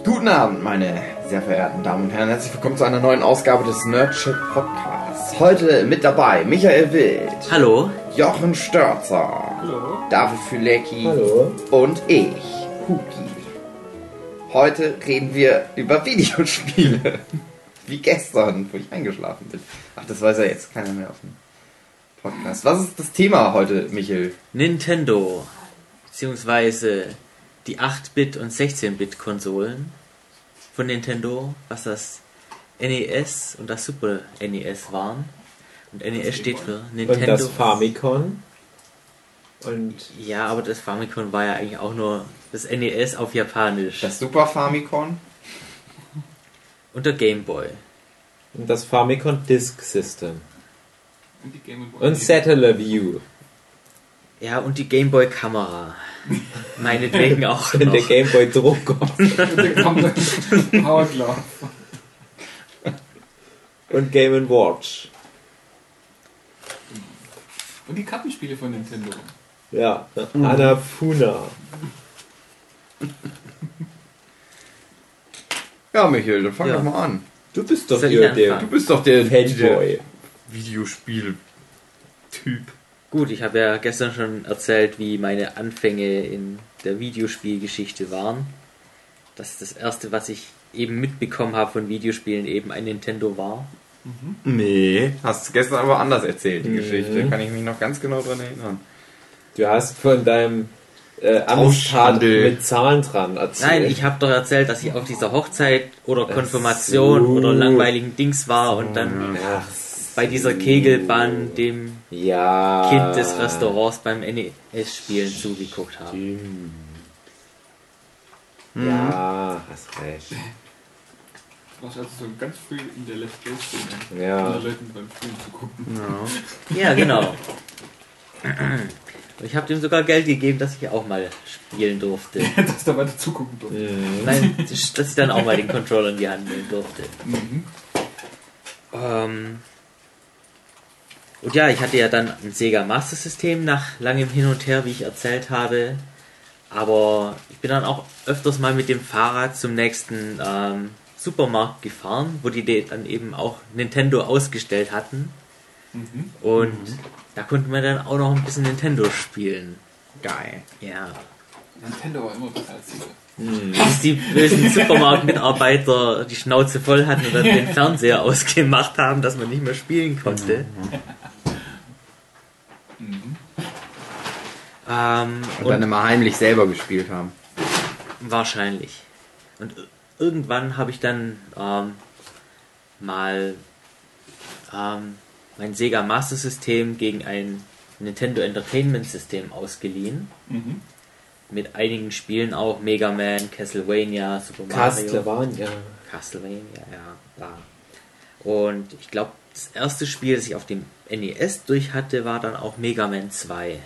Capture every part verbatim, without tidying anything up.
Guten Abend, meine sehr verehrten Damen und Herren. Herzlich willkommen zu einer neuen Ausgabe des Nerdship Podcasts. Heute mit dabei Michael Wild. Hallo. Jochen Störzer. Hallo. David Fülecki. Hallo. Und ich, Huki. Heute reden wir über Videospiele. Wie gestern, wo ich eingeschlafen bin. Ach, das weiß ja jetzt keiner mehr auf dem Podcast. Was ist das Thema heute, Michael? Nintendo. Beziehungsweise die acht-Bit- und sechzehn-Bit-Konsolen von Nintendo, was das N E S und das Super N E S waren. Und N E S steht für Nintendo. Und das Famicom. Und ja, aber das Famicom war ja eigentlich auch nur das N E S auf Japanisch. Das Super Famicom? Und der Game Boy. Und das Famicom Disk System. Und die Game Boy. Und Satellaview. Ja, und die Game Boy Kamera. Meinetwegen auch Und noch. der Game Boy Drucker. Und dann kam der Power Glove. Und Game and Watch. Und die Kartenspiele von Nintendo. Ja, Anafuna. Ja, Michael, dann fang Ja. doch mal an. Du bist doch Soll hier ich der anfangen? Du bist doch der Fanboy. Videospiel-Typ. Gut, ich habe ja gestern schon erzählt, wie meine Anfänge in der Videospielgeschichte waren. Dass das erste, was ich eben mitbekommen habe von Videospielen, eben ein Nintendo war. Nee, hast du gestern aber anders erzählt, die Mhm. Geschichte. Kann ich mich noch ganz genau dran erinnern. Du hast von deinem äh, Amtstag Tauschhandel. mit Zahlen dran erzählt. Nein, ich habe doch erzählt, dass ich auf dieser Hochzeit oder Konfirmation so. oder langweiligen Dings war und dann Ach, bei dieser Kegelbahn dem ja. Kind des Restaurants beim N E S-Spielen zugeguckt habe. Stimmt. Mhm. Ja, hast recht. Du warst also so ganz früh in der Let's Play-Szene. Ja. Anderen Leuten beim Spielen zu gucken. Ja, genau. Und ich habe dem sogar Geld gegeben, dass ich auch mal spielen durfte. Dass da weiter zugucken durfte. Mhm. Nein, dass ich dann auch mal den Controller in die Hand nehmen durfte. Mhm. Ähm und ja, ich hatte ja dann ein Sega Master System nach langem Hin und Her, wie ich erzählt habe. Aber ich bin dann auch öfters mal mit dem Fahrrad zum nächsten ähm, Supermarkt gefahren, wo die dann eben auch Nintendo ausgestellt hatten. Mhm. Und da konnte man dann auch noch ein bisschen Nintendo spielen. Geil. Ja. Nintendo war immer besser als Sega. Bis die bösen Supermarktmitarbeiter die Schnauze voll hatten und dann den Fernseher ausgemacht haben, dass man nicht mehr spielen konnte. Mhm. Ähm, Und, und dann immer heimlich selber gespielt haben. wahrscheinlich. Und ir- irgendwann habe ich dann ähm, mal ähm, mein Sega Master System gegen ein Nintendo Entertainment System ausgeliehen. Mhm. Mit einigen Spielen auch. Mega Man, Castlevania, Super Mario. Castlevania. Castlevania, ja, bla. Und ich glaube, das erste Spiel, das ich auf dem N E S durch hatte, war dann auch Mega Man zwei.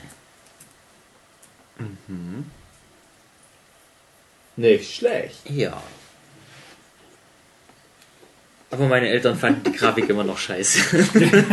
Nicht schlecht. Ja. Aber meine Eltern fanden die Grafik immer noch scheiße.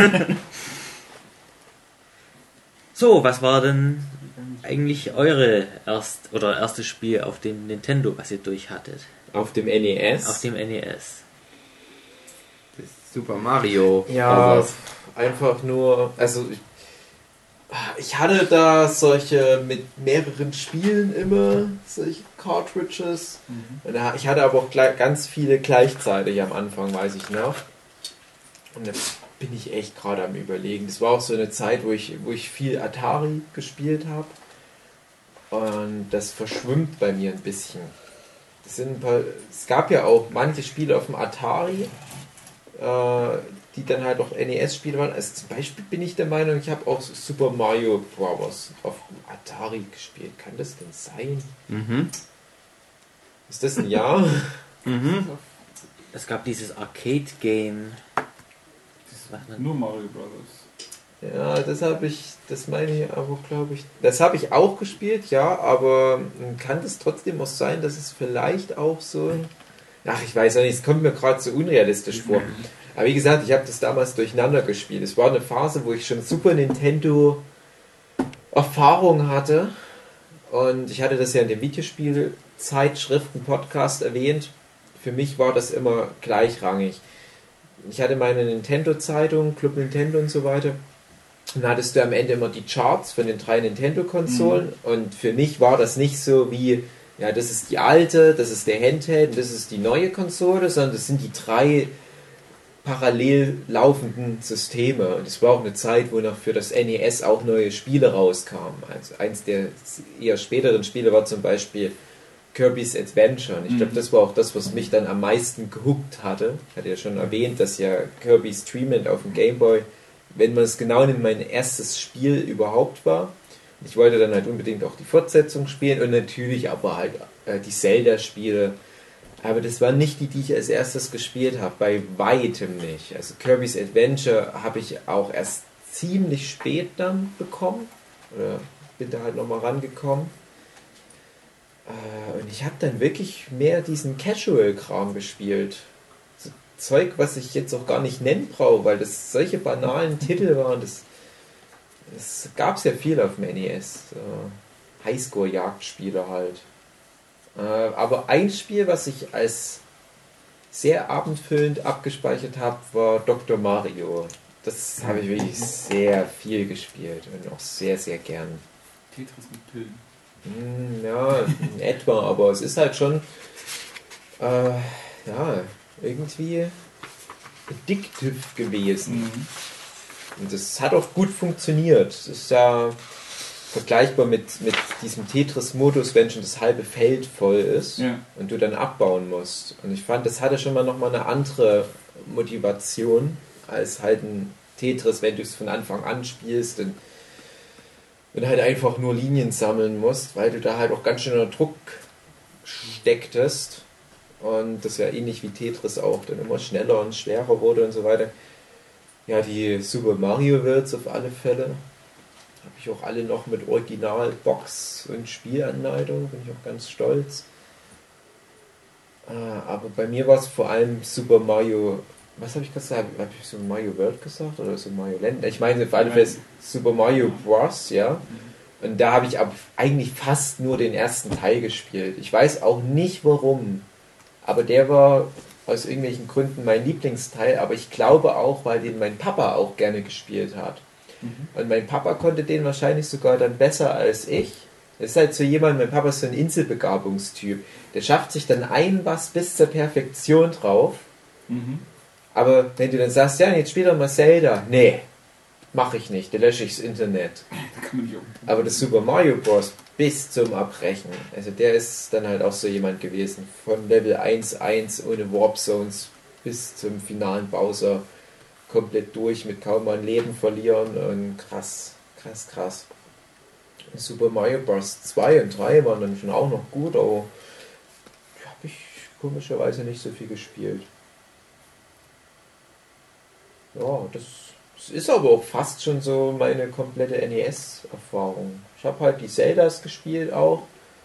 So, was war denn eigentlich eure erst oder erstes Spiel auf dem Nintendo, was ihr durch hattet? Auf dem N E S. Auf dem N E S. Das ist Super Mario. Ja, Brothers. einfach nur, also ich, ich hatte da solche mit mehreren Spielen immer, solche Cartridges. Mhm. Und da- Ich hatte aber auch gleich, ganz viele gleichzeitig am Anfang, weiß ich noch. Und da bin ich echt gerade am Überlegen. Das war auch so eine Zeit, wo ich, wo ich viel Atari gespielt habe. Und das verschwimmt bei mir ein bisschen. Das sind ein paar, es gab ja auch manche Spiele auf dem Atari, äh, die dann halt auch N E S-Spiele waren. Also zum Beispiel bin ich der Meinung, ich habe auch Super Mario Bros. Auf dem Atari gespielt. Kann das denn sein? Mhm. Ist das ein Jahr? Mhm. Es gab dieses Arcade-Game. Was man- Nur Mario Brothers. Ja, das habe ich, das meine ich aber, glaube ich, das habe ich auch gespielt, ja, aber ähm, kann das trotzdem auch sein, dass es vielleicht auch so, ach, ich weiß auch nicht, es kommt mir gerade so unrealistisch vor. Aber wie gesagt, ich habe das damals durcheinander gespielt. Es war eine Phase, wo ich schon Super Nintendo Erfahrung hatte und ich hatte das ja in dem Videospiel Zeitschriften Podcast erwähnt. für mich war das immer gleichrangig. Ich hatte meine Nintendo-Zeitung, Club Nintendo und so weiter. Und dann hattest du am Ende immer die Charts von den drei Nintendo-Konsolen. Mhm. Und für mich war das nicht so wie, ja, das ist die alte, das ist der Handheld und das ist die neue Konsole, sondern das sind die drei parallel laufenden Systeme. Und es war auch eine Zeit, wo noch für das N E S auch neue Spiele rauskamen. Also eins der eher späteren Spiele war zum Beispiel Kirby's Adventure. Und ich glaube, das war auch das, was mich dann am meisten gehuckt hatte. Ich hatte ja schon erwähnt, dass ja Kirby's Dream Land auf dem Game Boy, wenn man es genau nimmt, mein erstes Spiel überhaupt war. Ich wollte dann halt unbedingt auch die Fortsetzung spielen und natürlich aber halt äh, die Zelda-Spiele. Aber das waren nicht die, die ich als erstes gespielt habe, bei weitem nicht. Also Kirby's Adventure habe ich auch erst ziemlich spät dann bekommen. Oder bin da halt nochmal rangekommen. Äh, und ich habe dann wirklich mehr diesen Casual-Kram gespielt. So Zeug, was ich jetzt auch gar nicht nennen brauche, weil das solche banalen Titel waren. Das, das gab es ja viel auf dem N E S. So Highscore-Jagdspiele halt. Aber ein Spiel, was ich als sehr abendfüllend abgespeichert habe, war Doktor Mario. Das habe ich wirklich sehr viel gespielt und auch sehr, sehr gern. Tetris mit Pillen. Hm, ja, in etwa, aber es ist halt schon äh, ja, irgendwie addictive gewesen. Mhm. Und das hat auch gut funktioniert. Das ist ja vergleichbar mit, mit diesem Tetris-Modus, wenn schon das halbe Feld voll ist, ja, und du dann abbauen musst. Und ich fand, das hatte schon mal nochmal eine andere Motivation als halt ein Tetris, wenn du es von Anfang an spielst und, und halt einfach nur Linien sammeln musst, weil du da halt auch ganz schön unter Druck stecktest und das ja ähnlich wie Tetris auch dann immer schneller und schwerer wurde und so weiter. Ja, die Super Mario Worlds auf alle Fälle. Habe ich auch alle noch mit Original-Box und Spielanleitung, bin ich auch ganz stolz. Aber bei mir war es vor allem Super Mario, was habe ich gesagt? Habe ich Super Mario World gesagt oder Super Mario Land? Ich meine auf alle Fälle Super Mario Bros., ja. Und da habe ich aber eigentlich fast nur den ersten Teil gespielt. Ich weiß auch nicht warum, aber der war aus irgendwelchen Gründen mein Lieblingsteil, aber ich glaube auch, weil den mein Papa auch gerne gespielt hat. Und mein Papa konnte den wahrscheinlich sogar dann besser als ich. Das ist halt so jemand, mein Papa ist so ein Inselbegabungstyp. Der schafft sich dann ein was bis zur Perfektion drauf. Mhm. Aber wenn du dann sagst, ja, jetzt spiel doch mal Zelda. Nee, mach ich nicht, dann lösche ich das Internet. Aber das Super Mario Bros. Bis zum Abbrechen. Also der ist dann halt auch so jemand gewesen. Von Level eins Punkt eins ohne Warp Zones bis zum finalen Bowser komplett durch, mit kaum mal ein Leben verlieren und krass, krass, krass. Super Mario Bros. zwei und drei waren dann schon auch noch gut, aber habe ich komischerweise nicht so viel gespielt. Ja, das, das ist aber auch fast schon so meine komplette N E S-Erfahrung. Ich habe halt die Zeldas gespielt auch.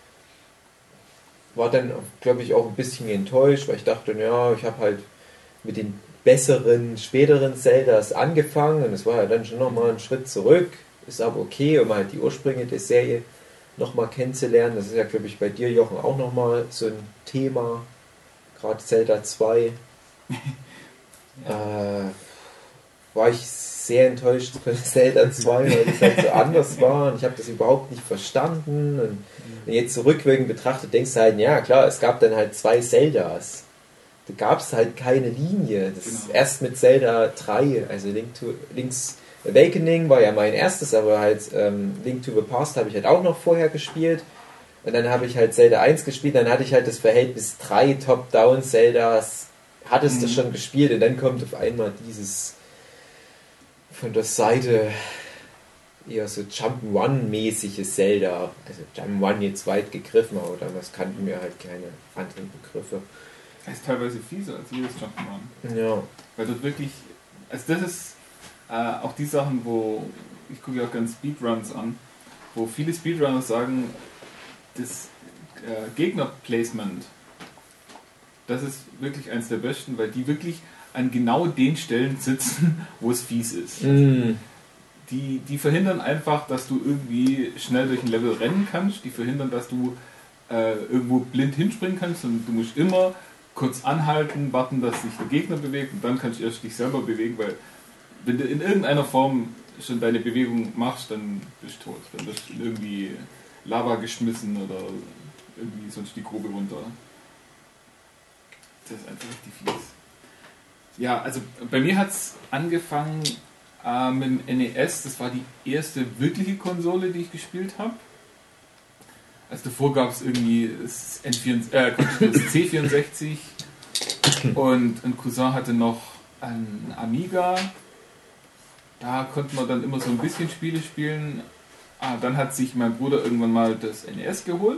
War dann, glaube ich, auch ein bisschen enttäuscht, weil ich dachte, ja, ich habe halt mit den besseren, späteren Zeldas angefangen und es war ja dann schon nochmal ein Schritt zurück. Ist aber okay, um halt die Ursprünge der Serie nochmal kennenzulernen. Das ist ja, glaube ich, bei dir, Jochen, auch nochmal so ein Thema. Gerade Zelda zwei. Ja. Äh, war ich sehr enttäuscht von Zelda zwei, weil es halt so anders war und ich habe das überhaupt nicht verstanden. Und wenn jetzt zurückwirkend betrachtet, denkst du halt, ja klar, es gab dann halt zwei Zeldas. Da gab es halt keine Linie. Das genau. Ist erst mit Zelda drei, also Link to, Link's Awakening war ja mein erstes, aber halt ähm, Link to the Past habe ich halt auch noch vorher gespielt. Und dann habe ich halt Zelda eins gespielt, dann hatte ich halt das Verhältnis drei Top-Down Zeldas, hattest mhm. du schon gespielt und dann kommt auf einmal dieses von der Seite eher so Jump'n'Run-mäßige Zelda. Also Jump'n'Run jetzt weit gegriffen, aber damals kannten wir halt keine anderen Begriffe. Das ist teilweise fieser als jedes Jump'n'Run. Ja. Weil dort wirklich, also das ist äh, auch die Sachen, wo, ich gucke ja auch gerne Speedruns an, wo viele Speedrunner sagen, das äh, Gegner-Placement, das ist wirklich eins der besten, weil die wirklich an genau den Stellen sitzen, wo es fies ist. Mm. Die, die verhindern einfach, dass du irgendwie schnell durch ein Level rennen kannst, die verhindern, dass du äh, irgendwo blind hinspringen kannst und du musst immer kurz anhalten, warten, dass sich der Gegner bewegt und dann kannst du erst dich selber bewegen, weil wenn du in irgendeiner Form schon deine Bewegung machst, dann bist du tot. Dann wirst du in irgendwie Lava geschmissen oder irgendwie sonst die Grube runter. Das ist einfach richtig fies. Ja, also bei mir hat es angefangen äh, mit dem N E S. Das war die erste wirkliche Konsole, die ich gespielt habe. Also davor gab es irgendwie das, N vierundsechzig, äh, das C vierundsechzig und ein Cousin hatte noch ein Amiga. Da konnte man dann immer so ein bisschen Spiele spielen. Ah, dann hat sich mein Bruder irgendwann mal das N E S geholt.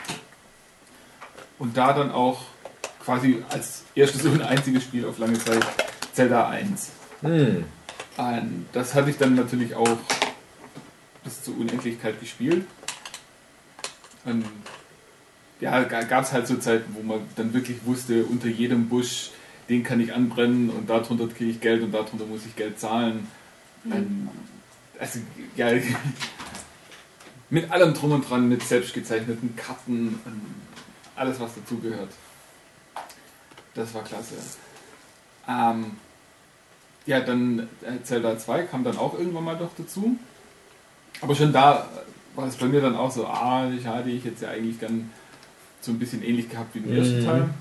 Und da dann auch quasi als erstes und einziges Spiel auf lange Zeit Zelda eins. Hm. Und das hatte ich dann natürlich auch bis zur Unendlichkeit gespielt. Und ja, gab es halt so Zeiten, wo man dann wirklich wusste, unter jedem Busch, den kann ich anbrennen und darunter kriege ich Geld und darunter muss ich Geld zahlen. Mhm. Also, ja, mit allem drum und dran, mit selbst gezeichneten Karten und alles, was dazugehört. Das war klasse. Ähm, ja, dann äh, Zelda zwei kam dann auch irgendwann mal noch dazu. Aber schon da war es bei mir dann auch so, ah, schade, ich hätte es ja eigentlich dann so ein bisschen ähnlich gehabt wie im ersten Mhm. Teil.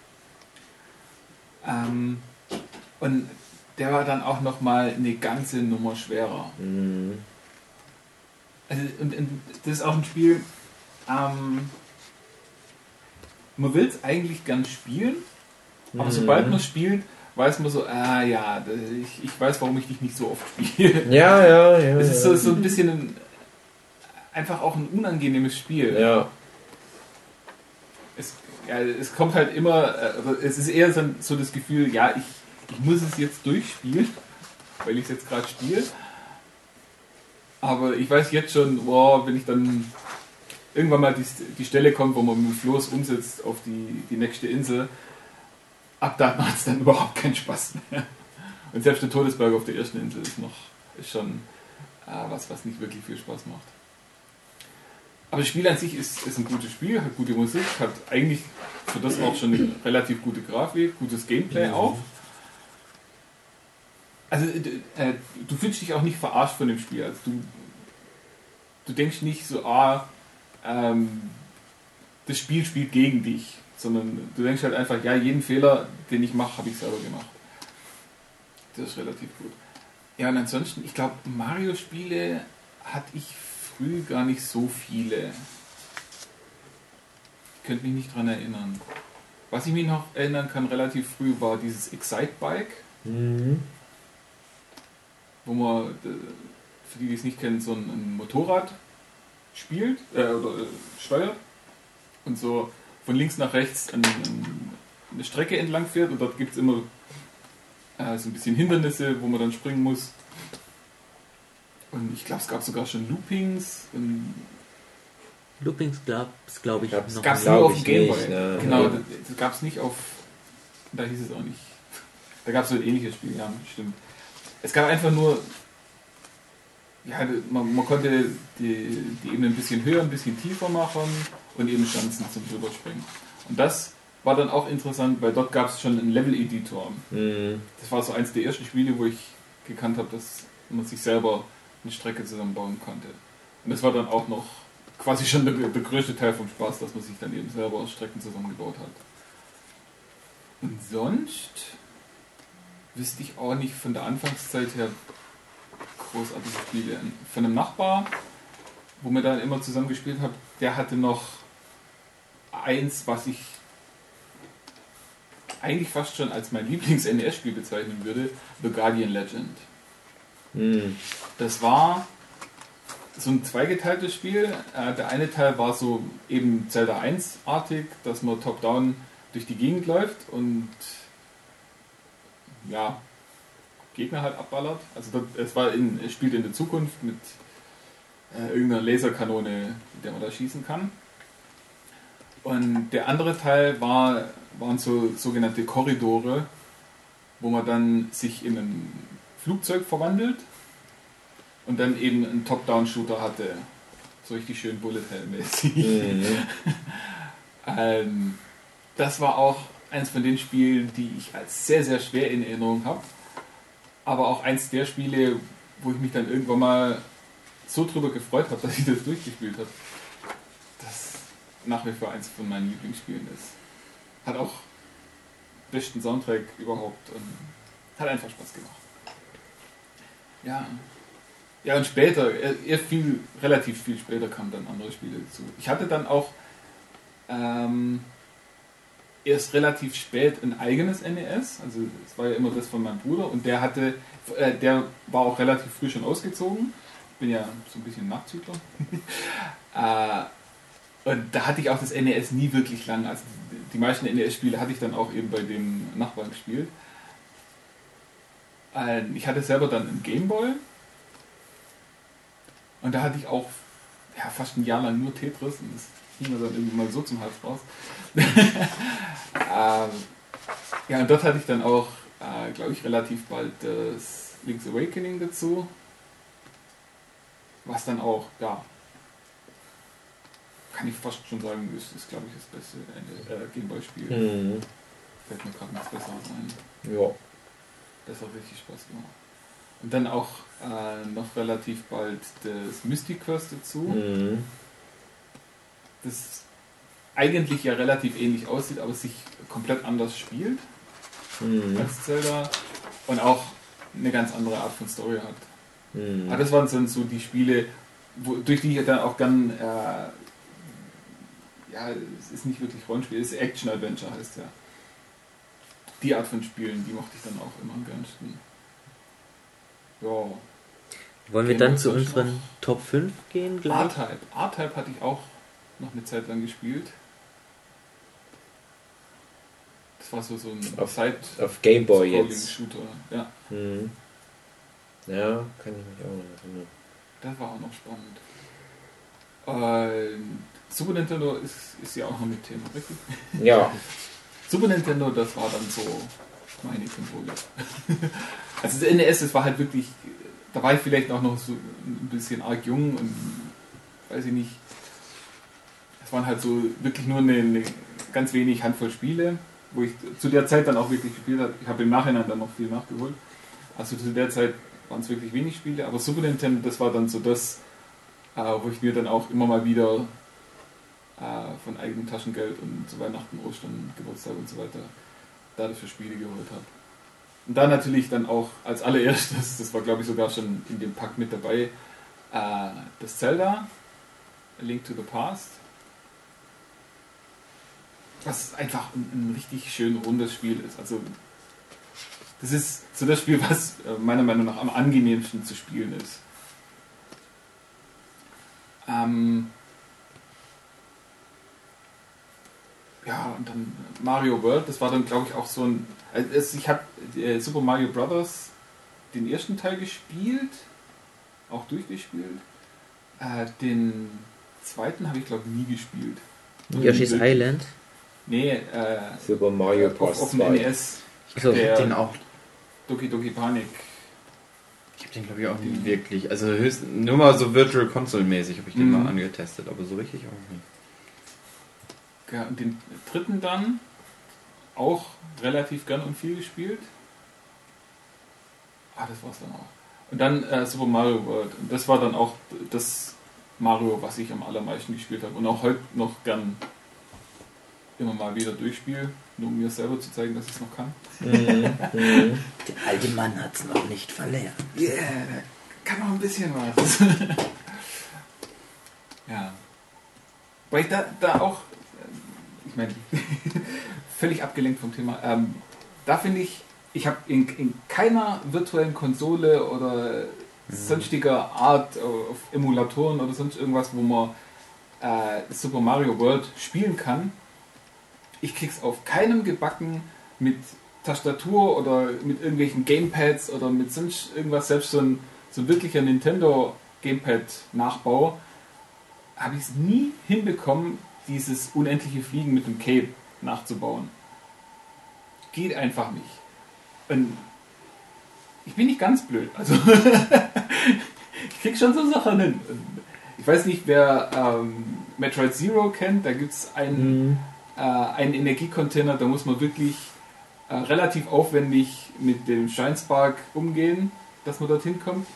Ähm, und der war dann auch nochmal eine ganze Nummer schwerer. Mhm. Also, und, und das ist auch ein Spiel, ähm, man will es eigentlich gern spielen, aber Mhm. sobald man spielt, weiß man so, ah ja, das- ich, ich weiß, warum ich dich nicht so oft spiele. Ja, ja, ja. Es ist so, ja. so ein bisschen ein, einfach auch ein unangenehmes Spiel. Ja. Es, ja, es kommt halt immer, äh, also es ist eher so, so das Gefühl, ja, ich, ich muss es jetzt durchspielen, weil ich es jetzt gerade spiele. Aber ich weiß jetzt schon, wow, wenn ich dann irgendwann mal die, die Stelle kommt, wo man mit dem Floß umsetzt auf die, die nächste Insel, ab da macht es dann überhaupt keinen Spaß mehr. Und selbst der Todesberg auf der ersten Insel ist noch ist schon äh, was, was nicht wirklich viel Spaß macht. Aber das Spiel an sich ist, ist ein gutes Spiel, hat gute Musik, hat eigentlich für das auch schon eine relativ gute Grafik, gutes Gameplay auch. Also äh, du fühlst dich auch nicht verarscht von dem Spiel. Also, du, du denkst nicht so, ah, ähm, das Spiel spielt gegen dich, sondern du denkst halt einfach, ja, jeden Fehler, den ich mache, habe ich selber gemacht. Das ist relativ gut. Ja, und ansonsten, ich glaube, Mario-Spiele hatte ich früh gar nicht so viele. Ich könnte mich nicht dran erinnern. Was ich mich noch erinnern kann, relativ früh, war dieses Excite-Bike, Mhm. wo man, äh, für die, die es nicht kennen, so ein, ein Motorrad spielt, äh, oder äh, steuert und so von links nach rechts an, an eine Strecke entlang fährt und dort gibt es immer äh, so ein bisschen Hindernisse, wo man dann springen muss. Und ich glaube, es gab sogar schon Loopings. Und Loopings gab es, glaube ich, Gab's- es noch gab es nicht. nur glaub auf dem ich Gameboy. nicht, ne? Genau, Ja. das, das gab es nicht auf. Da hieß es auch nicht. Da gab es so ein ähnliches Spiel, ja, stimmt. Es gab einfach nur. Ja, man, man konnte die, die Ebene ein bisschen höher, ein bisschen tiefer machen und eben Chancen zum Drüberspringen. Und das war dann auch interessant, weil dort gab es schon einen Level-Editor. Mhm. Das war so eins der ersten Spiele, wo ich gekannt habe, dass man sich selber eine Strecke zusammenbauen konnte. Und das war dann auch noch quasi schon der, der größte Teil vom Spaß, dass man sich dann eben selber Strecken zusammengebaut hat. Und sonst wüsste ich auch nicht von der Anfangszeit her großartige Spiele. Von einem Nachbar, wo wir dann immer zusammen gespielt haben, der hatte noch eins, was ich eigentlich fast schon als mein Lieblings-N E S-Spiel bezeichnen würde, The Guardian Legend. Mhm. Das war so ein zweigeteiltes Spiel. Äh, Der eine Teil war so eben Zelda eins-artig, dass man top-down durch die Gegend läuft und ja, Gegner halt abballert. Also das, es, war in, es spielt in der Zukunft mit äh, irgendeiner Laserkanone, mit der man da schießen kann. Und der andere Teil war, waren so sogenannte Korridore, wo man dann sich in ein Flugzeug verwandelt und dann eben einen Top-Down-Shooter hatte. So richtig schön Bullet Hell-mäßig. Mhm. ähm, das war auch eins von den Spielen, die ich als sehr, sehr schwer in Erinnerung habe. Aber auch eins der Spiele, wo ich mich dann irgendwann mal so drüber gefreut habe, dass ich das durchgespielt habe. Das nach wie vor eins von meinen Lieblingsspielen ist. Hat auch besten Soundtrack überhaupt und hat einfach Spaß gemacht. Ja. Ja, und später, eher viel, relativ viel später kamen dann andere Spiele dazu. Ich hatte dann auch ähm, erst relativ spät ein eigenes N E S, also es war ja immer das von meinem Bruder und der hatte, äh, der war auch relativ früh schon ausgezogen. Ich bin ja so ein bisschen Nachzügler. äh, und da hatte ich auch das N E S nie wirklich lang. Also die meisten N E S-Spiele hatte ich dann auch eben bei dem Nachbarn gespielt. Äh, ich hatte selber dann einen Gameboy. Und da hatte ich auch ja, fast ein Jahr lang nur Tetris und das ging mir dann irgendwie mal so zum Hals raus. ähm, ja, und dort hatte ich dann auch, äh, glaube ich, relativ bald das Link's Awakening dazu. Was dann auch, ja, kann ich fast schon sagen, ist, ist glaube ich, das beste äh, Gameboy-Spiel. Mhm. Fällt mir gerade nichts Besseres ein. Ja. Das hat richtig Spaß gemacht. Und dann auch äh, noch relativ bald das Mystic Quest dazu. Mhm. Das eigentlich ja relativ ähnlich aussieht, aber sich komplett anders spielt Mhm. als Zelda und auch eine ganz andere Art von Story hat. Mhm. Aber das waren dann so die Spiele, wo, durch die ich dann auch gern, äh, ja, es ist nicht wirklich Rollenspiel, es ist Action-Adventure heißt ja. Die Art von Spielen, die mochte ich dann auch immer am gernsten. Ja. Wollen wir Game dann of zu Thrones unseren noch. Top fünf gehen gleich? R-Type. R-Type hatte ich auch noch eine Zeit lang gespielt. Das war so, so ein Auf- Side Auf Gameboy jetzt. Shooter. Ja, Mhm. Ja, kann ich mich auch noch erinnern. das war auch noch spannend. Äh, Super Nintendo ist, ist ja auch noch mit Thema, richtig? Ja. Super Nintendo, das war dann so meine Konsole. Also das N E S, das war halt wirklich, da war ich vielleicht auch noch so ein bisschen arg jung und weiß ich nicht. Es waren halt so wirklich nur eine, eine ganz wenig Handvoll Spiele, wo ich zu der Zeit dann auch wirklich gespielt habe. Ich habe im Nachhinein dann noch viel nachgeholt. Also zu der Zeit waren es wirklich wenig Spiele, aber Super Nintendo, das war dann so das, äh, wo ich mir dann auch immer mal wieder äh, von eigenem Taschengeld und zu Weihnachten, Ostern, Geburtstag und so weiter dafür Spiele geholt habe. Und dann natürlich dann auch als allererstes, das war glaube ich sogar schon in dem Pack mit dabei, äh, das Zelda, A Link to the Past. Was einfach ein, ein richtig schön rundes Spiel ist. Also das ist so das Spiel, was äh, meiner Meinung nach am angenehmsten zu spielen ist. Ähm ja, und dann Mario World, das war dann glaube ich auch so ein... Also es, ich habe äh, Super Mario Brothers den ersten Teil gespielt, auch durchgespielt. Äh, den zweiten habe ich glaube nie gespielt. Yoshi's Den- Island. Nee, äh, Super Mario auf, Bros. auf dem zwei. N E S. Achso, Ich Der- hab den auch, Doki Doki Panic. ich hab den glaube ich auch nie wirklich, also höchst, nur mal so Virtual Console mäßig habe ich den Mhm. mal angetestet, aber so richtig auch nicht. Ja, und den dritten dann auch relativ gern und viel gespielt. Ah, das war's dann auch. Und dann äh, Super Mario World. Und das war dann auch das Mario, was ich am allermeisten gespielt habe. Und auch heute noch gern immer mal wieder durchspiele, nur um mir selber zu zeigen, dass ich es noch kann. Mhm. Mhm. Der alte Mann hat's noch nicht verlernt. Yeah, kann noch ein bisschen was. Ja. Weil ich da, da auch, äh, ich meine, völlig abgelenkt vom Thema, ähm, da finde ich, ich habe in, in keiner virtuellen Konsole oder sonstiger Art auf Emulatoren oder sonst irgendwas, wo man äh, Super Mario World spielen kann, ich krieg's auf keinem gebacken mit Tastatur oder mit irgendwelchen Gamepads oder mit sonst irgendwas, selbst so ein, so ein wirklicher Nintendo Gamepad-Nachbau, habe ich es nie hinbekommen, dieses unendliche Fliegen mit dem Cape nachzubauen. Geht einfach nicht. Und ich bin nicht ganz blöd. Also ich krieg schon so Sachen hin. Ich weiß nicht, wer ähm, Metroid Zero kennt, da gibt es einen Mhm. äh, einen Energiecontainer, da muss man wirklich äh, relativ aufwendig mit dem Shinespark umgehen, dass man dorthin kommt.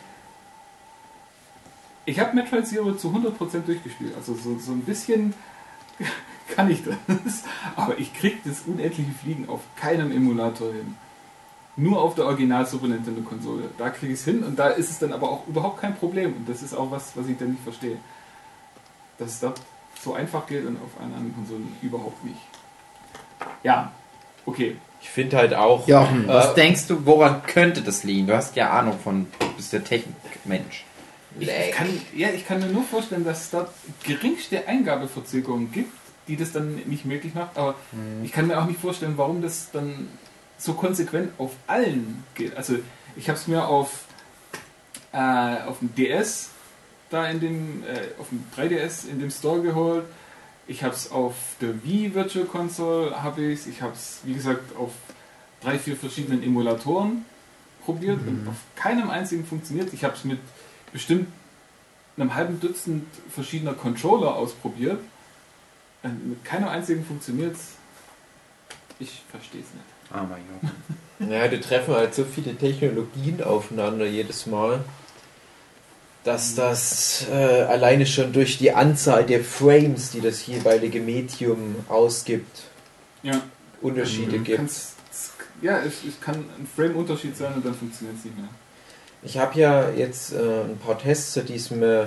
Ich habe Metroid Zero zu hundert Prozent durchgespielt, also so, so ein bisschen kann ich das, aber ich kriege das unendliche Fliegen auf keinem Emulator hin. Nur auf der Original Super Nintendo Konsole. Da kriege ich es hin und da ist es dann aber auch überhaupt kein Problem und das ist auch was, was ich dann nicht verstehe. Dass es dort so einfach geht und auf einer anderen Konsole überhaupt nicht. Ja, okay. Ich finde halt auch... Jochen, äh, was denkst du, woran könnte das liegen? Du hast ja Ahnung von, du bist der Technikmensch. Ich, ich, kann, ja, ich kann mir nur vorstellen, dass es dort geringste Eingabeverzögerungen gibt, die das dann nicht möglich macht, aber hm. ich kann mir auch nicht vorstellen, warum das dann so konsequent auf allen geht. Also ich habe es mir auf, äh, auf dem D S, da in dem, äh, auf dem drei D S in dem Store geholt, ich habe es auf der Wii Virtual Console, habe ich ich habe es, wie gesagt, auf drei, vier verschiedenen Emulatoren probiert mhm. und auf keinem einzigen funktioniert. Ich habe es mit bestimmt einem halben Dutzend verschiedener Controller ausprobiert. Und mit keinem einzigen funktioniert es. Ich verstehe es nicht. Armer Jochen. Ja, da treffen halt so viele Technologien aufeinander jedes Mal, dass das äh, alleine schon durch die Anzahl der Frames, die das jeweilige Medium ausgibt, ja. Unterschiede mhm. gibt. Kannst, ja, es, es kann ein Frame-Unterschied sein und dann funktioniert es nicht mehr. Ich habe ja jetzt äh, ein paar Tests zu diesem äh,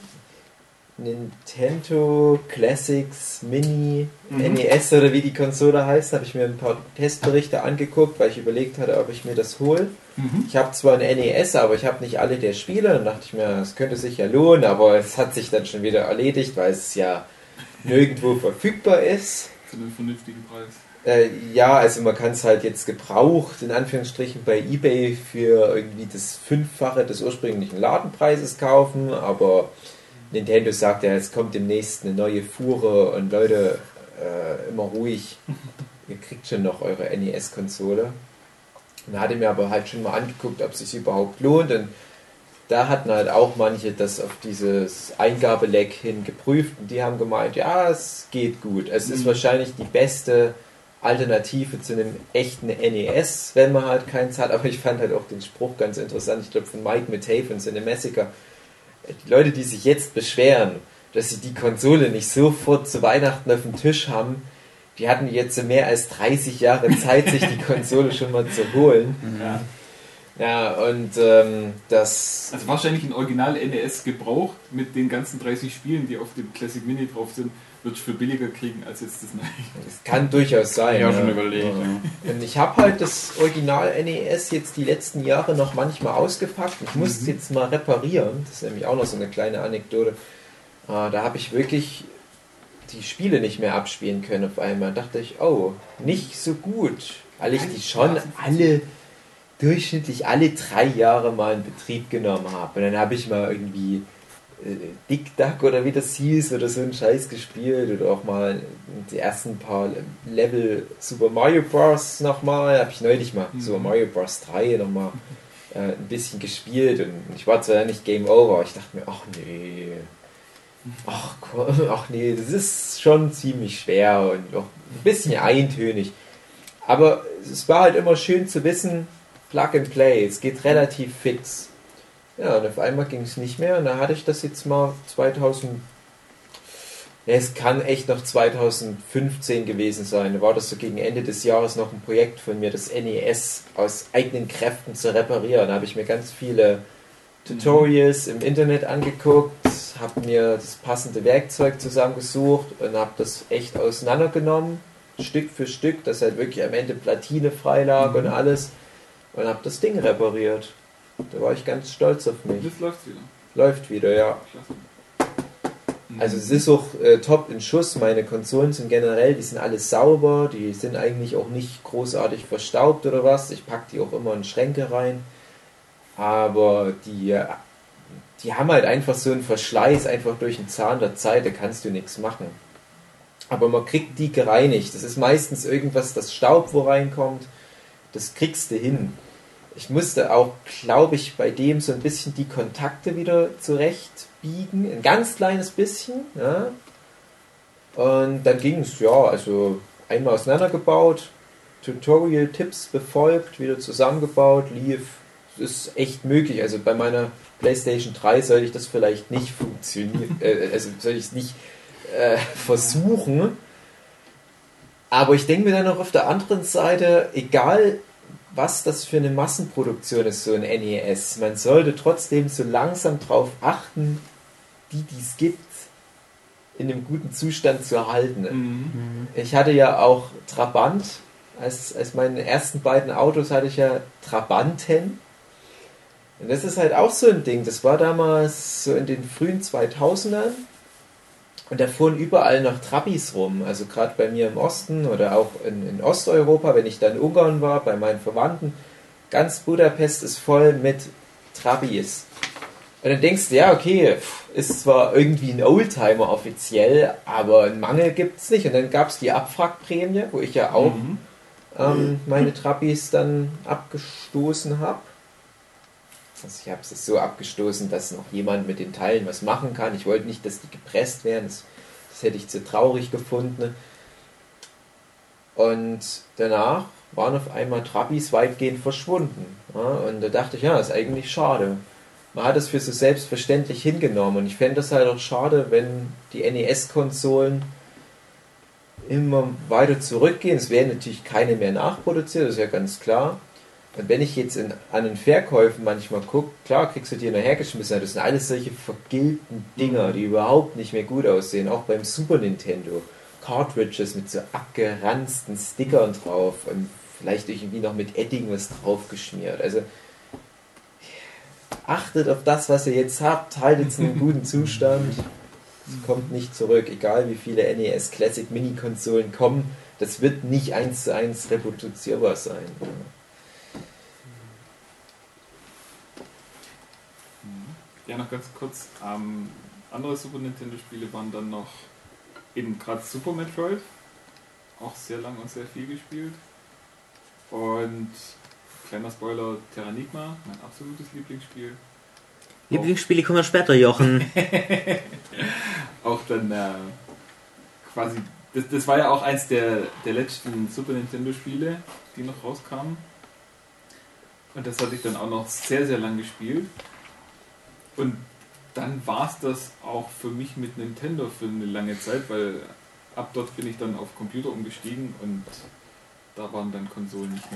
Nintendo Classics Mini mhm. N E S oder wie die Konsole heißt, habe ich mir ein paar Testberichte angeguckt, weil ich überlegt hatte, ob ich mir das hole. Mhm. Ich habe zwar ein N E S, aber ich habe nicht alle der Spiele. Dann dachte ich mir, es könnte sich ja lohnen, aber es hat sich dann schon wieder erledigt, weil es ja nirgendwo verfügbar ist. Zu einem vernünftigen Preis. Äh, ja, also man kann es halt jetzt gebraucht, in Anführungsstrichen, bei eBay für irgendwie das Fünffache des ursprünglichen Ladenpreises kaufen, aber Nintendo sagt ja, es kommt demnächst eine neue Fuhre und Leute, äh, immer ruhig, ihr kriegt schon noch eure N E S-Konsole. Und da hatte mir aber halt schon mal angeguckt, ob es sich überhaupt lohnt, und da hatten halt auch manche das auf dieses Eingabeleck hin geprüft und die haben gemeint, ja, es geht gut. Es ist wahrscheinlich die beste Alternative zu einem echten N E S, wenn man halt keins hat, aber ich fand halt auch den Spruch ganz interessant, ich glaube von Mike Matei von Cinemassacre. Die Leute, die sich jetzt beschweren, dass sie die Konsole nicht sofort zu Weihnachten auf dem Tisch haben, die hatten jetzt mehr als dreißig Jahre Zeit, sich die Konsole schon mal zu holen. Ja, ja und ähm, das... Also wahrscheinlich ein Original N E S gebraucht mit den ganzen dreißig Spielen, die auf dem Classic Mini drauf sind, wird es für billiger kriegen als jetzt das neue. Das kann durchaus sein. Ich habe ja. schon überlegt. Ja. Und ich habe halt das Original N E S jetzt die letzten Jahre noch manchmal ausgepackt. Ich muss es mhm. jetzt mal reparieren. Das ist nämlich auch noch so eine kleine Anekdote. Da habe ich wirklich die Spiele nicht mehr abspielen können auf einmal. Da dachte ich, oh, nicht so gut. Weil ich die schon alle, durchschnittlich alle drei Jahre mal in Betrieb genommen habe. Und dann habe ich mal irgendwie Dick Duck oder wie das hieß oder so einen Scheiß gespielt oder auch mal die ersten paar Level Super Mario Bros. Nochmal, habe ich neulich mal mhm. Super Mario Bros. drei nochmal äh, ein bisschen gespielt und ich war zwar nicht Game Over, ich dachte mir, ach nee, ach, ach nee, das ist schon ziemlich schwer und auch ein bisschen eintönig, aber es war halt immer schön zu wissen, Plug and Play, es geht relativ fix. Ja, und auf einmal ging es nicht mehr und da hatte ich das jetzt mal zweitausend, ja, es kann echt noch zweitausendfünfzehn gewesen sein, da war das so gegen Ende des Jahres noch ein Projekt von mir, das N E S aus eigenen Kräften zu reparieren. Da habe ich mir ganz viele Tutorials im Internet angeguckt, habe mir das passende Werkzeug zusammengesucht und habe das echt auseinandergenommen, Stück für Stück, dass halt wirklich am Ende Platine frei lag mhm. und alles, und habe das Ding repariert. Da war ich ganz stolz auf mich. Das läuft wieder. Läuft wieder, ja. Also es ist auch äh, top in Schuss. Meine Konsolen sind generell, die sind alle sauber, die sind eigentlich auch nicht großartig verstaubt oder was. Ich packe die auch immer in Schränke rein. Aber die, die haben halt einfach so einen Verschleiß, einfach durch den Zahn der Zeit, da kannst du nichts machen. Aber man kriegt die gereinigt. Das ist meistens irgendwas, das Staub, wo reinkommt. Das kriegst du hin. Ich musste auch, glaube ich, bei dem so ein bisschen die Kontakte wieder zurechtbiegen. Ein ganz kleines bisschen. Ja. Und dann ging es, ja, also einmal auseinandergebaut, Tutorial-Tipps befolgt, wieder zusammengebaut, lief. Das ist echt möglich. Also bei meiner PlayStation drei sollte ich das vielleicht nicht funktionieren, äh, also soll ich es nicht äh, versuchen. Aber ich denke mir dann auch auf der anderen Seite, egal was das für eine Massenproduktion ist, so ein N E S, man sollte trotzdem so langsam darauf achten, die, die es gibt, in einem guten Zustand zu erhalten. Mhm. Ich hatte ja auch Trabant, als, als meine ersten beiden Autos hatte ich ja Trabanten. Und das ist halt auch so ein Ding, das war damals so in den frühen zweitausendern und da fuhren überall noch Trabis rum, also gerade bei mir im Osten oder auch in, in Osteuropa, wenn ich da in Ungarn war, bei meinen Verwandten, ganz Budapest ist voll mit Trabis. Und dann denkst du, ja okay, ist zwar irgendwie ein Oldtimer offiziell, aber einen Mangel gibt es nicht. Und dann gab es die Abwrackprämie, wo ich ja auch Mhm. ähm, meine Trabis dann abgestoßen habe. Also ich habe es so abgestoßen, dass noch jemand mit den Teilen was machen kann. Ich wollte nicht, dass die gepresst werden. Das, das hätte ich zu traurig gefunden. Und danach waren auf einmal Trabis weitgehend verschwunden. Ja, und da dachte ich, ja, das ist eigentlich schade. Man hat es für so selbstverständlich hingenommen. Und ich fände das halt auch schade, wenn die N E S-Konsolen immer weiter zurückgehen. Es werden natürlich keine mehr nachproduziert, das ist ja ganz klar. Und wenn ich jetzt in, an den Verkäufen manchmal gucke, klar kriegst du die nachhergeschmissen, das sind alles solche vergilbten Dinger, die überhaupt nicht mehr gut aussehen, auch beim Super Nintendo. Cartridges mit so abgeranzten Stickern drauf und vielleicht irgendwie noch mit Edding was drauf geschmiert. Also achtet auf das, was ihr jetzt habt, haltet es in einem guten Zustand. Es kommt nicht zurück, egal wie viele N E S Classic Mini-Konsolen kommen, das wird nicht eins zu eins reproduzierbar sein. Ja, noch ganz kurz. Ähm, andere Super Nintendo-Spiele waren dann noch eben gerade Super Metroid. Auch sehr lang und sehr viel gespielt. Und kleiner Spoiler, Terranigma, mein absolutes Lieblingsspiel. Lieblingsspiele kommen wir später, Jochen. Auch dann äh, quasi, das, das war ja auch eins der, der letzten Super Nintendo-Spiele, die noch rauskamen. Und das hatte ich dann auch noch sehr, sehr lang gespielt. Und dann war es das auch für mich mit Nintendo für eine lange Zeit, weil ab dort bin ich dann auf Computer umgestiegen und da waren dann Konsolen nicht mehr.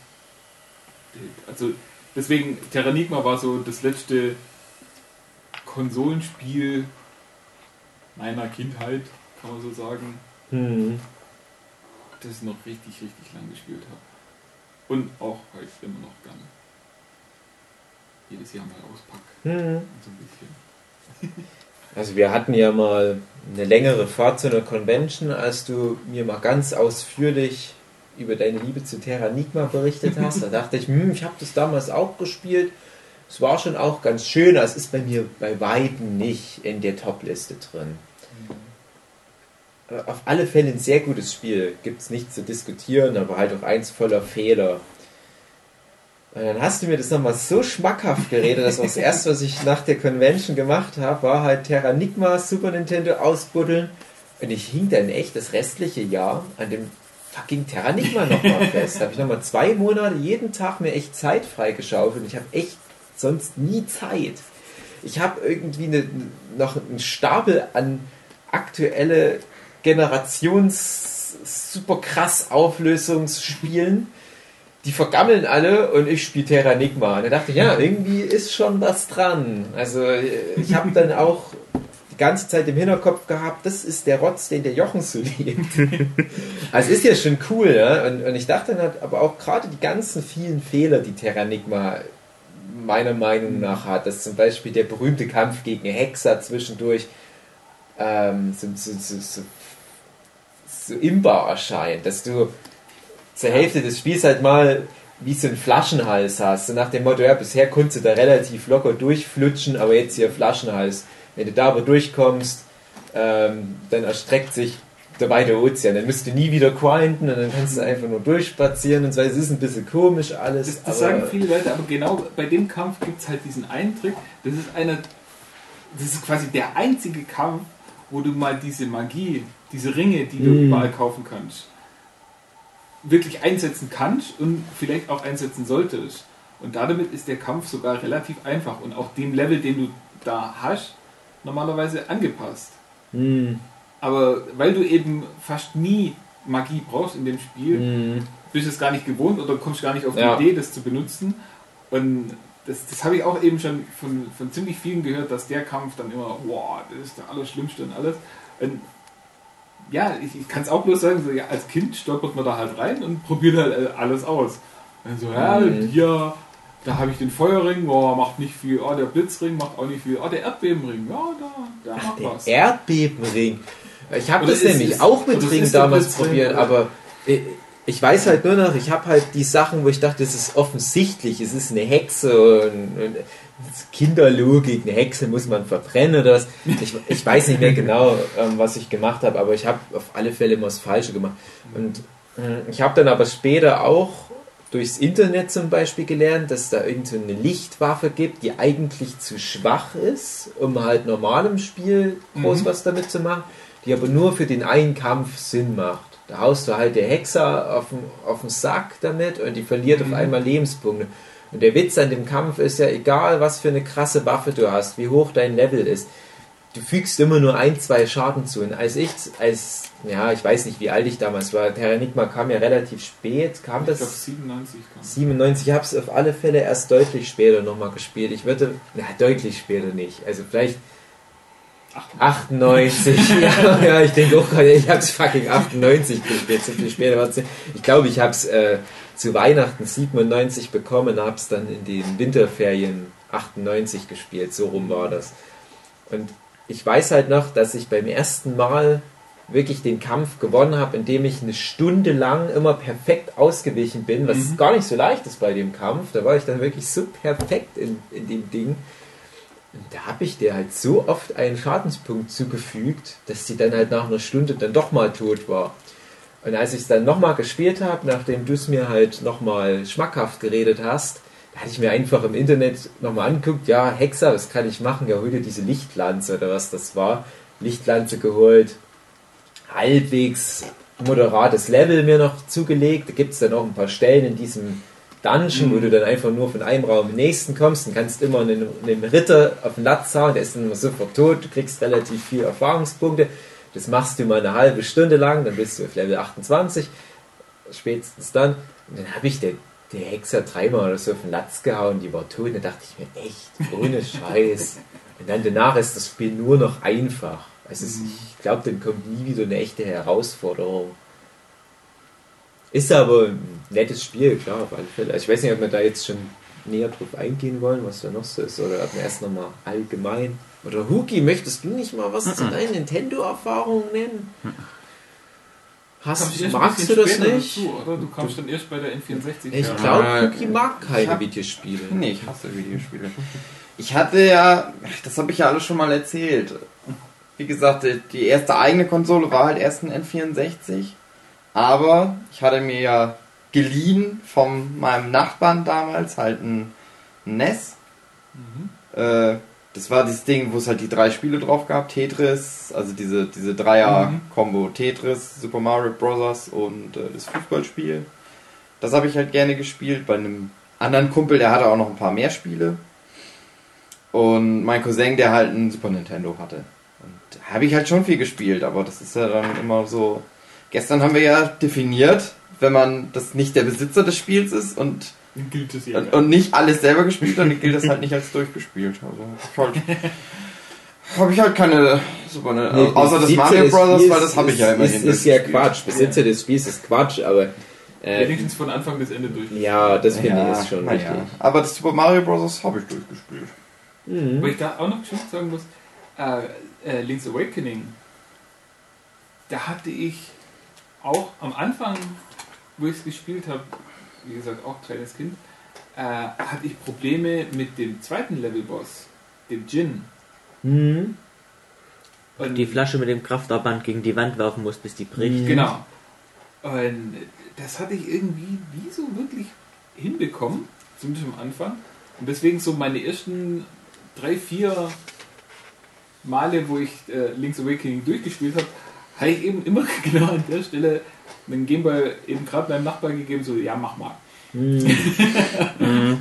Also deswegen, Terranigma war so das letzte Konsolenspiel meiner Kindheit, kann man so sagen, Hm. das ich noch richtig, richtig lang gespielt habe. Und auch heute immer noch gerne. Jedes Jahr mal auspacken. Hm. So ein bisschen. Also wir hatten ja mal eine längere Fahrt zu einer Convention, als du mir mal ganz ausführlich über deine Liebe zu Terranigma berichtet hast. Da dachte ich, hm, ich habe das damals auch gespielt. Es war schon auch ganz schön, aber es ist bei mir bei Weitem nicht in der Top-Liste drin. Auf alle Fälle ein sehr gutes Spiel, gibt es nichts zu diskutieren, aber halt auch eins voller Fehler. Und dann hast du mir das nochmal so schmackhaft geredet, dass das erste, was ich nach der Convention gemacht habe, war halt Terranigma, Super Nintendo ausbuddeln. Und ich hing dann echt das restliche Jahr an dem fucking Terranigma nochmal fest. Da habe ich nochmal zwei Monate jeden Tag mir echt Zeit freigeschaufelt und ich habe echt sonst nie Zeit. Ich habe irgendwie eine, noch einen Stapel an aktuelle Generations super krass Auflösungsspielen. Die vergammeln alle und ich spiele Terranigma. Und da dachte ich, ja, irgendwie ist schon was dran. Also ich habe dann auch die ganze Zeit im Hinterkopf gehabt, das ist der Rotz, den der Jochen so liebt. Also ist ja schon cool, ja. Und, und ich dachte dann halt, aber auch gerade die ganzen vielen Fehler, die Terranigma meiner Meinung nach hat, dass zum Beispiel der berühmte Kampf gegen Hexer zwischendurch ähm, so, so, so, so, so imbar erscheint, dass du zur Hälfte des Spiels halt mal wie so einen Flaschenhals hast. So nach dem Motto, ja, bisher konntest du da relativ locker durchflutschen, aber jetzt hier Flaschenhals. Wenn du da aber durchkommst, ähm, dann erstreckt sich der weite Ozean. Dann müsst du nie wieder grinden und dann kannst du einfach nur durchspazieren und so. Es ist ein bisschen komisch alles. Das, das sagen viele Leute, aber genau bei dem Kampf gibt es halt diesen einen Trick. Das ist einer, das ist quasi der einzige Kampf, wo du mal diese Magie, diese Ringe, die du Mhm. überall kaufen kannst, wirklich einsetzen kannst und vielleicht auch einsetzen solltest. Und damit ist der Kampf sogar relativ einfach und auch dem Level, den du da hast, normalerweise angepasst. Hm. Aber weil du eben fast nie Magie brauchst in dem Spiel, Hm. bist du es gar nicht gewohnt oder kommst gar nicht auf die Ja. Idee, das zu benutzen. Und das, das habe ich auch eben schon von, von ziemlich vielen gehört, dass der Kampf dann immer, wow, das ist der Allerschlimmste und alles. Und ja, ich, ich kann es auch bloß sagen, so, ja, als Kind stolpert man da halt rein und probiert halt äh, alles aus. Und so, ja, Mhm. hier, da habe ich den Feuerring, oh, macht nicht viel, oh, der Blitzring macht auch nicht viel, oh, der Erdbebenring, ja, da, der macht Der was. Erdbebenring. Ich habe Oder das ist- nämlich ist- auch mit oder Ring ist der damals Blitzring, probiert, oder? aber ich, ich weiß halt nur noch, ich habe halt die Sachen, wo ich dachte, das ist offensichtlich, es ist eine Hexe und, und Kinderlogik, eine Hexe muss man verbrennen oder was. Ich, ich weiß nicht mehr genau, ähm, was ich gemacht habe, aber ich habe auf alle Fälle immer das Falsche gemacht. Und äh, ich habe dann aber später auch durchs Internet zum Beispiel gelernt, dass es da irgend so eine Lichtwaffe gibt, die eigentlich zu schwach ist, um halt normal im Spiel groß Mhm. was damit zu machen, die aber nur für den einen Kampf Sinn macht. Da haust du halt der Hexer auf den, auf den Sack damit und die verliert Mhm. auf einmal Lebenspunkte. Und der Witz an dem Kampf ist ja, egal was für eine krasse Waffe du hast, wie hoch dein Level ist, du fügst immer nur ein, zwei Schaden zu. Und als ich, als, ja, ich weiß nicht, wie alt ich damals war, Terranigma kam ja relativ spät, kam Ich glaube das siebenundneunzig kam. siebenundneunzig, ich habe es auf alle Fälle erst deutlich später nochmal gespielt. Ich würde, na, deutlich später nicht, also vielleicht achtundneunzig, ja, ja, ich denke auch gerade, ich habe es fucking achtundneunzig gespielt, so viel später war es nicht. Ich glaube, ich habe es äh, zu Weihnachten siebenundneunzig bekommen, habe es dann in den Winterferien achtundneunzig gespielt, so rum war das. Und ich weiß halt noch, dass ich beim ersten Mal wirklich den Kampf gewonnen habe, indem ich eine Stunde lang immer perfekt ausgewichen bin, was Mhm. gar nicht so leicht ist bei dem Kampf. Da war ich dann wirklich so perfekt in, in dem Ding. Und da habe ich dir halt so oft einen Schadenspunkt zugefügt, dass die dann halt nach einer Stunde dann doch mal tot war. Und als ich es dann nochmal gespielt habe, nachdem du es mir halt nochmal schmackhaft geredet hast, da hatte ich mir einfach im Internet nochmal angeguckt, ja, Hexer, was kann ich machen? Ja, hol dir diese Lichtlanze oder was das war. Lichtlanze geholt, halbwegs moderates Level mir noch zugelegt. Da gibt es dann noch ein paar Stellen in diesem Dungeon, wo du dann einfach nur von einem Raum im nächsten kommst und kannst immer einen, einen Ritter auf den Latz hauen, der ist dann immer sofort tot, du kriegst relativ viel Erfahrungspunkte. Das machst du mal eine halbe Stunde lang, dann bist du auf Level achtundzwanzig, spätestens dann. Und dann habe ich der, der Hexer dreimal oder so auf den Latz gehauen, die war tot. Und da dachte ich mir, echt, ohne Scheiß. Und dann danach ist das Spiel nur noch einfach. Also es, ich glaube, dann kommt nie wieder eine echte Herausforderung. Ist aber ein nettes Spiel, klar, auf alle Fälle. Also ich weiß nicht, ob wir da jetzt schon näher drauf eingehen wollen, was da noch so ist, oder ob wir erst nochmal allgemein. Oder Huki, möchtest du nicht mal was zu deinen Nintendo-Erfahrungen nennen? Hast, Kommst erst ein magst du bisschen das später nicht? dazu, oder? Du kommst dann erst bei der N vierundsechzig. Ich ja. glaube, Äh, Huki mag ich keine hab- Videospiele. Nee, ich hasse Videospiele. Ich hatte ja, das habe ich ja alles schon mal erzählt. Wie gesagt, die- die erste eigene Konsole war halt erst ein N vierundsechzig. Aber ich hatte mir ja geliehen von meinem Nachbarn damals halt ein N E S. Mhm. Äh, das war dieses Ding, wo es halt die drei Spiele drauf gab. Tetris, also diese, diese Dreier-Kombo. Tetris, Super Mario Bros. Und äh, das Fußballspiel. Das habe ich halt gerne gespielt. Bei einem anderen Kumpel, der hatte auch noch ein paar mehr Spiele. Und mein Cousin, der halt ein Super Nintendo hatte. Und da habe ich halt schon viel gespielt, aber das ist ja dann immer so... Gestern haben wir ja definiert, wenn man das nicht der Besitzer des Spiels ist und, Dann gilt es ja. und, und nicht alles selber gespielt, dann gilt das halt nicht als durchgespielt. Also hab ich halt, hab ich halt keine Super Nintendo... Nee, außer das Besitzer Mario des Bros., Spiels weil das habe ich ja ist- immerhin Ist, ist ja durchgespielt. Quatsch. Besitzer des Spiels ist Quatsch, aber äh, Wenigstens von Anfang bis Ende durch. ja, das finde Ja, ich ist schon na richtig. ja. Aber das Super Mario Bros. Habe ich durchgespielt. Mhm. Wo ich da auch noch schon sagen muss, äh, äh, Link's Awakening, da hatte ich auch am Anfang, wo ich es gespielt habe, wie gesagt, auch kleines Kind, äh, hatte ich Probleme mit dem zweiten Levelboss, dem Jin. Mhm. Und Die Flasche mit dem Kraftarmband gegen die Wand werfen muss, bis die bricht. Genau. Und das hatte ich irgendwie nie so wirklich hinbekommen, zumindest am Anfang. Und deswegen so meine ersten drei, vier Male, wo ich äh, Link's Awakening durchgespielt habe, habe ich eben immer genau an der Stelle den Gameboy eben gerade meinem Nachbar gegeben, so, ja, mach mal. Mhm.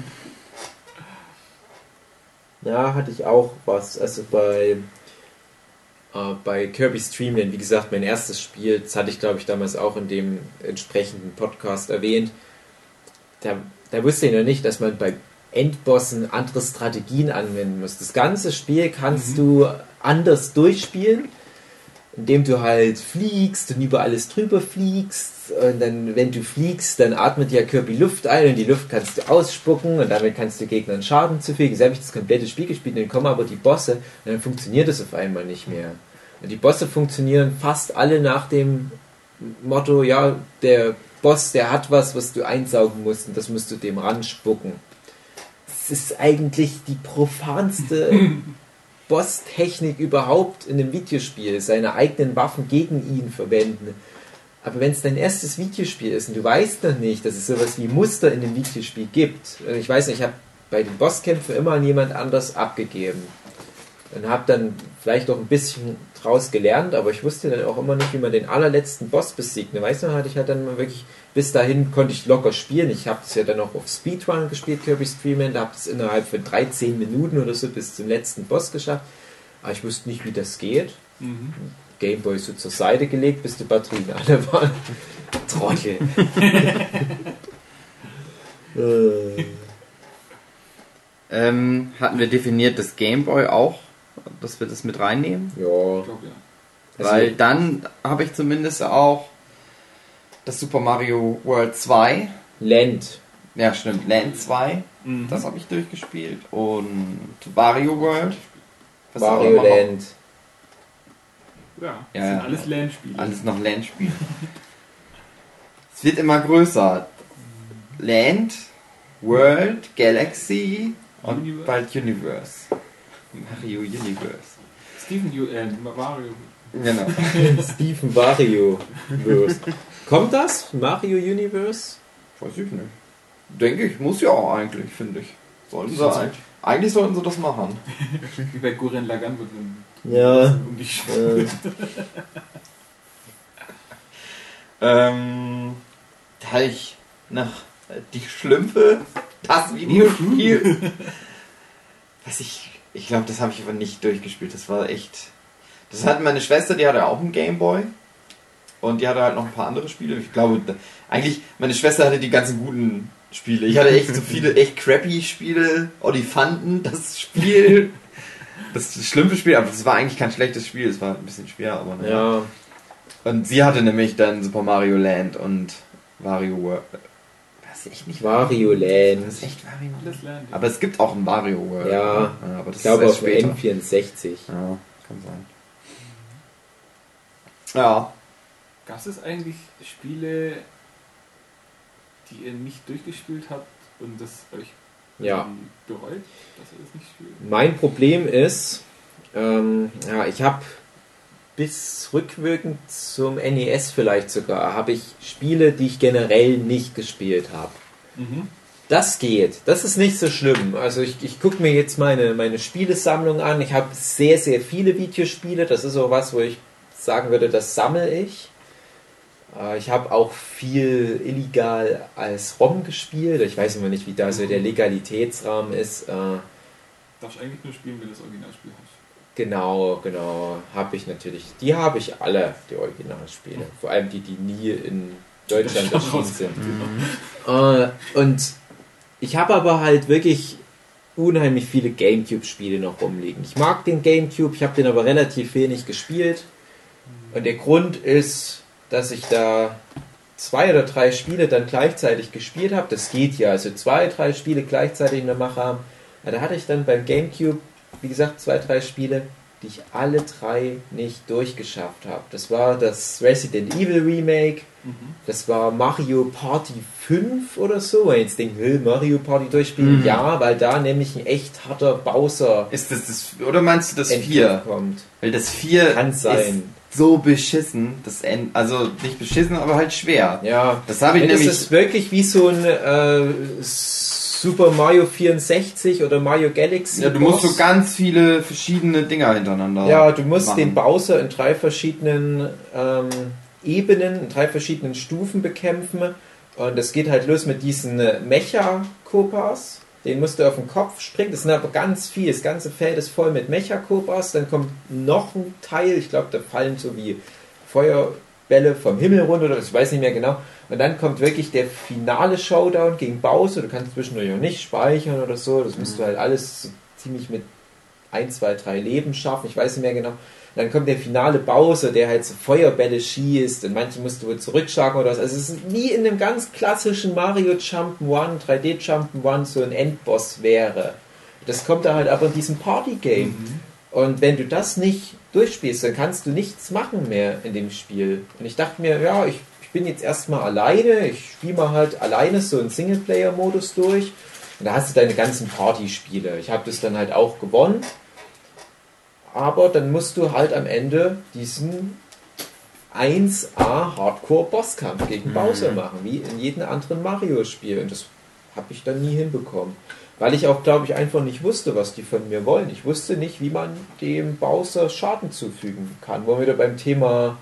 Ja, hatte ich auch was. Also bei, äh, bei Kirby's Dream Land, wie gesagt, mein erstes Spiel, das hatte ich glaube ich damals auch in dem entsprechenden Podcast erwähnt. Da, da wusste ich noch nicht, dass man bei Endbossen andere Strategien anwenden muss. Das ganze Spiel kannst mhm. du anders durchspielen, indem du halt fliegst und über alles drüber fliegst. Und dann, wenn du fliegst, dann atmet ja Kirby Luft ein und die Luft kannst du ausspucken und damit kannst du Gegnern Schaden zufügen. So habe ich das komplette Spiel gespielt und dann kommen aber die Bosse und dann funktioniert das auf einmal nicht mehr. Und die Bosse funktionieren fast alle nach dem Motto, ja, der Boss, der hat was, was du einsaugen musst und das musst du dem ranspucken. Das ist eigentlich die profanste Boss-Technik überhaupt in einem Videospiel, seine eigenen Waffen gegen ihn verwenden. Aber wenn es dein erstes Videospiel ist und du weißt noch nicht, dass es sowas wie Muster in dem Videospiel gibt, und ich weiß nicht, ich habe bei den Bosskämpfen immer an jemand anders abgegeben und habe dann vielleicht auch ein bisschen draus gelernt, aber ich wusste dann auch immer nicht, wie man den allerletzten Boss besiegt. Weißt du, hatte ich halt dann mal wirklich, bis dahin konnte ich locker spielen. Ich habe das ja dann auch auf Speedrun gespielt, Kirby's Dream Land, habe das innerhalb von dreizehn Minuten oder so bis zum letzten Boss geschafft. Aber ich wusste nicht, wie das geht. Mhm. Gameboy so zur Seite gelegt, bis die Batterien alle waren. Trottel. äh. ähm, hatten wir definiert das Gameboy auch, dass wir das mit reinnehmen? Ja. Ich glaub, ja. Weil also, dann habe ich zumindest auch das Super Mario World zwei. Land. Ja, stimmt. Land zwei. Mhm. Das habe ich durchgespielt. Und Wario World. Was Wario Land. Ja, das ja, sind alles Land-Spiele. Alles noch Land-Spiele. Es wird immer größer. Land, World, Galaxy und Universe. Bald Universe. Mario Universe. Steven U äh, Mario. Genau. Steven Mario Universe. Kommt das? Mario Universe? Weiß ich nicht. Denke ich, muss ja auch eigentlich, finde ich. Sollten sie eigentlich. Eigentlich sollten sie das machen. Wie bei Gurren Lagann wird um ja. um die Schule. ähm, da habe ich noch die Schlümpfe, das Videospiel. Was ich, ich glaube, das habe ich aber nicht durchgespielt. Das war echt. Das hatte meine Schwester, die hatte auch einen Gameboy. Und die hatte halt noch ein paar andere Spiele. Ich glaube, eigentlich, meine Schwester hatte die ganzen guten Spiele. Ich hatte echt so viele echt crappy Spiele. Olifanten, das Spiel. Das schlimme Spiel, aber das war eigentlich kein schlechtes Spiel. Es war ein bisschen schwer, aber ne. Ja. Und sie hatte nämlich dann Super Mario Land und Wario World. Das ist echt nicht Wario Land. Das ist echt Wario Land. Aber es gibt auch ein Wario World. Ja, ja aber das ich glaube ist auf später. N vierundsechzig. Ja, kann sein. Ja. Gab es eigentlich Spiele, die ihr nicht durchgespielt habt und das euch ja. bereut, dass ihr das nicht spielt? Mein Problem ist, ähm, ja, ich habe bis rückwirkend zum N E S vielleicht sogar, habe ich Spiele, die ich generell nicht gespielt habe. Mhm. Das geht. Das ist nicht so schlimm. Also ich, ich gucke mir jetzt meine, meine Spielesammlung an. Ich habe sehr, sehr viele Videospiele. Das ist so was, wo ich sagen würde, das sammle ich. Ich habe auch viel illegal als ROM gespielt. Ich weiß immer nicht, wie da so der Legalitätsrahmen ist. Darfst eigentlich nur spielen, wenn du das Originalspiel hast. Genau, genau. Habe ich natürlich. Die habe ich alle, die Originalspiele. Vor allem die, die nie in Deutschland erschienen sind. Mhm. Und ich habe aber halt wirklich unheimlich viele Gamecube-Spiele noch rumliegen. Ich mag den Gamecube, ich habe den aber relativ wenig gespielt. Und der Grund ist, dass ich da zwei oder drei Spiele dann gleichzeitig gespielt habe. Das geht ja, also zwei, drei Spiele gleichzeitig in der Mache haben. Ja, da hatte ich dann beim Gamecube, wie gesagt, zwei, drei Spiele, die ich alle drei nicht durchgeschafft habe. Das war das Resident Evil Remake, mhm. das war Mario Party fünf oder so. Wenn ich jetzt denke, will Mario Party durchspielen? Mhm. Ja, weil da nämlich ein echt harter Bowser ist das das, oder meinst du das vier? Kommt. Weil das vier kann sein. So beschissen, das End, also nicht beschissen, aber halt schwer. Ja, das habe ich das nämlich. Das ist wirklich wie so ein äh, Super Mario vierundsechzig oder Mario Galaxy. Ja, du Boss. musst so ganz viele verschiedene Dinger hintereinander Ja, du musst machen. den Bowser in drei verschiedenen ähm, Ebenen, in drei verschiedenen Stufen bekämpfen. Und das geht halt los mit diesen äh, Mecha-Kopas. Den musst du auf den Kopf springen. Das sind aber ganz viel. Das ganze Feld ist voll mit Mecha-Kopas. Dann kommt noch ein Teil. Ich glaube, da fallen so wie Feuerbälle vom Himmel runter. Oder ich weiß nicht mehr genau. Und dann kommt wirklich der finale Showdown gegen Bowser. Du kannst zwischendurch auch nicht speichern oder so. Das musst du halt alles so ziemlich mit ein, zwei, drei Leben schaffen. Ich weiß nicht mehr genau. Und dann kommt der finale Bowser, der halt so Feuerbälle schießt. Und manche musst du wohl zurückschlagen oder was. Also es ist wie in einem ganz klassischen Mario Jump'n'One, drei D Jump'n'One so ein Endboss wäre. Das kommt da halt aber in diesem Party-Game. Mhm. Und wenn du das nicht durchspielst, dann kannst du nichts machen mehr in dem Spiel. Und ich dachte mir, ja, ich bin jetzt erstmal alleine, ich spiele mal halt alleine so einen Singleplayer-Modus durch und da hast du deine ganzen Partyspiele. Ich habe das dann halt auch gewonnen, aber dann musst du halt am Ende diesen eins A Hardcore-Bosskampf gegen Mhm. Bowser machen, wie in jedem anderen Mario-Spiel, und das habe ich dann nie hinbekommen. Weil ich auch, glaube ich, einfach nicht wusste, was die von mir wollen. Ich wusste nicht, wie man dem Bowser Schaden zufügen kann, wo wir wieder beim Thema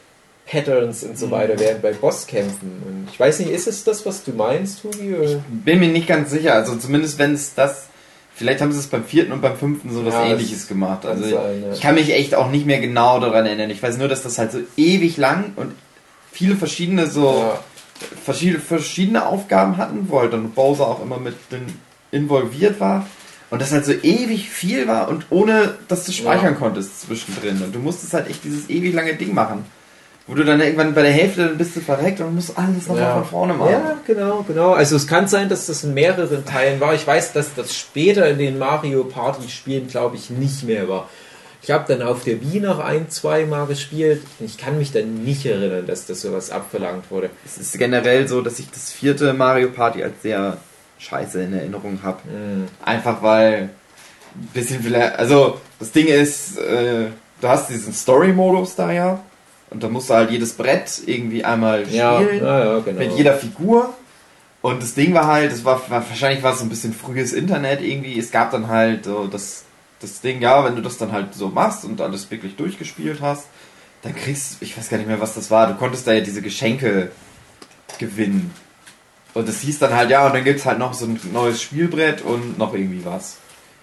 Patterns und so weiter wären bei Bosskämpfen. Und ich weiß nicht, ist es das, was du meinst, Hugi? Oder? Bin mir nicht ganz sicher. Also zumindest wenn es das... Vielleicht haben sie es beim vierten und beim fünften so was Ja, Ähnliches gemacht. Also sein, ja. ich kann mich echt auch nicht mehr genau daran erinnern. Ich weiß nur, dass das halt so ewig lang und viele verschiedene so Ja. verschiedene, verschiedene Aufgaben hatten, wo halt dann Bowser auch immer mit den involviert war. Und das halt so ewig viel war und ohne, dass du speichern Ja. konntest zwischendrin. Und du musstest halt echt dieses ewig lange Ding machen. Wo du dann irgendwann bei der Hälfte dann bist du verreckt und musst alles nochmal Ja. von vorne machen. Ja, genau, genau. Also es kann sein, dass das in mehreren Teilen war. Ich weiß, dass das später in den Mario Party Spielen, glaube ich, nicht mehr war. Ich habe dann auf der Wii noch ein, zwei Mal gespielt. Ich kann mich dann nicht erinnern, dass das sowas abverlangt wurde. Es ist generell so, dass ich das vierte Mario Party als sehr scheiße in Erinnerung habe. Mhm. Einfach weil ein bisschen vielleicht, also das Ding ist, äh, du hast diesen Story-Modus da ja und da musst du halt jedes Brett irgendwie einmal Ja, spielen ja, ja, genau. mit jeder Figur. Und das Ding war halt, das war, war wahrscheinlich war es so ein bisschen frühes Internet irgendwie. Es gab dann halt so das, das Ding, ja, wenn du das dann halt so machst und alles wirklich durchgespielt hast, dann kriegst du, ich weiß gar nicht mehr, was das war, du konntest da ja diese Geschenke gewinnen. Und das hieß dann halt, ja, und dann gibt's halt noch so ein neues Spielbrett und noch irgendwie was.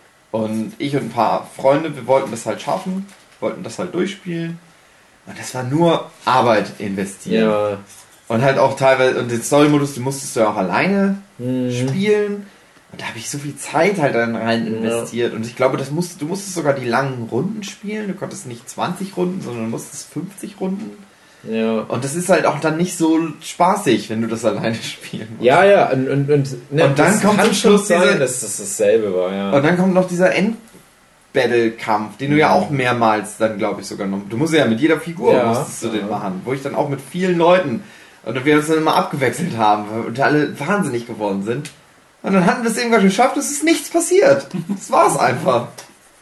Und ich und ein paar Freunde, wir wollten das halt schaffen, wollten das halt durchspielen. Und das war nur Arbeit investieren. Ja. Und halt auch teilweise, und den Story-Modus, du musstest du ja auch alleine Mhm. spielen. Und da habe ich so viel Zeit halt dann rein investiert. Und ich glaube, das musst, du musstest sogar die langen Runden spielen. Du konntest nicht zwanzig Runden, sondern du musstest fünfzig Runden. Ja. Und das ist halt auch dann nicht so spaßig, wenn du das alleine spielen musst. Ja, ja, und, und, und, ne, Und dann das kommt kann zum schon Schluss sein, diese- dass das dasselbe war, ja. Und dann kommt noch dieser End-Battle-Kampf, den du ja auch mehrmals dann, glaube ich, sogar noch... Du musst ja mit jeder Figur Ja, musstest du ja. den machen. Wo ich dann auch mit vielen Leuten... Und wir uns dann immer abgewechselt haben und alle wahnsinnig geworden sind. Und dann hatten wir es irgendwann geschafft, es ist nichts passiert. Das war's einfach.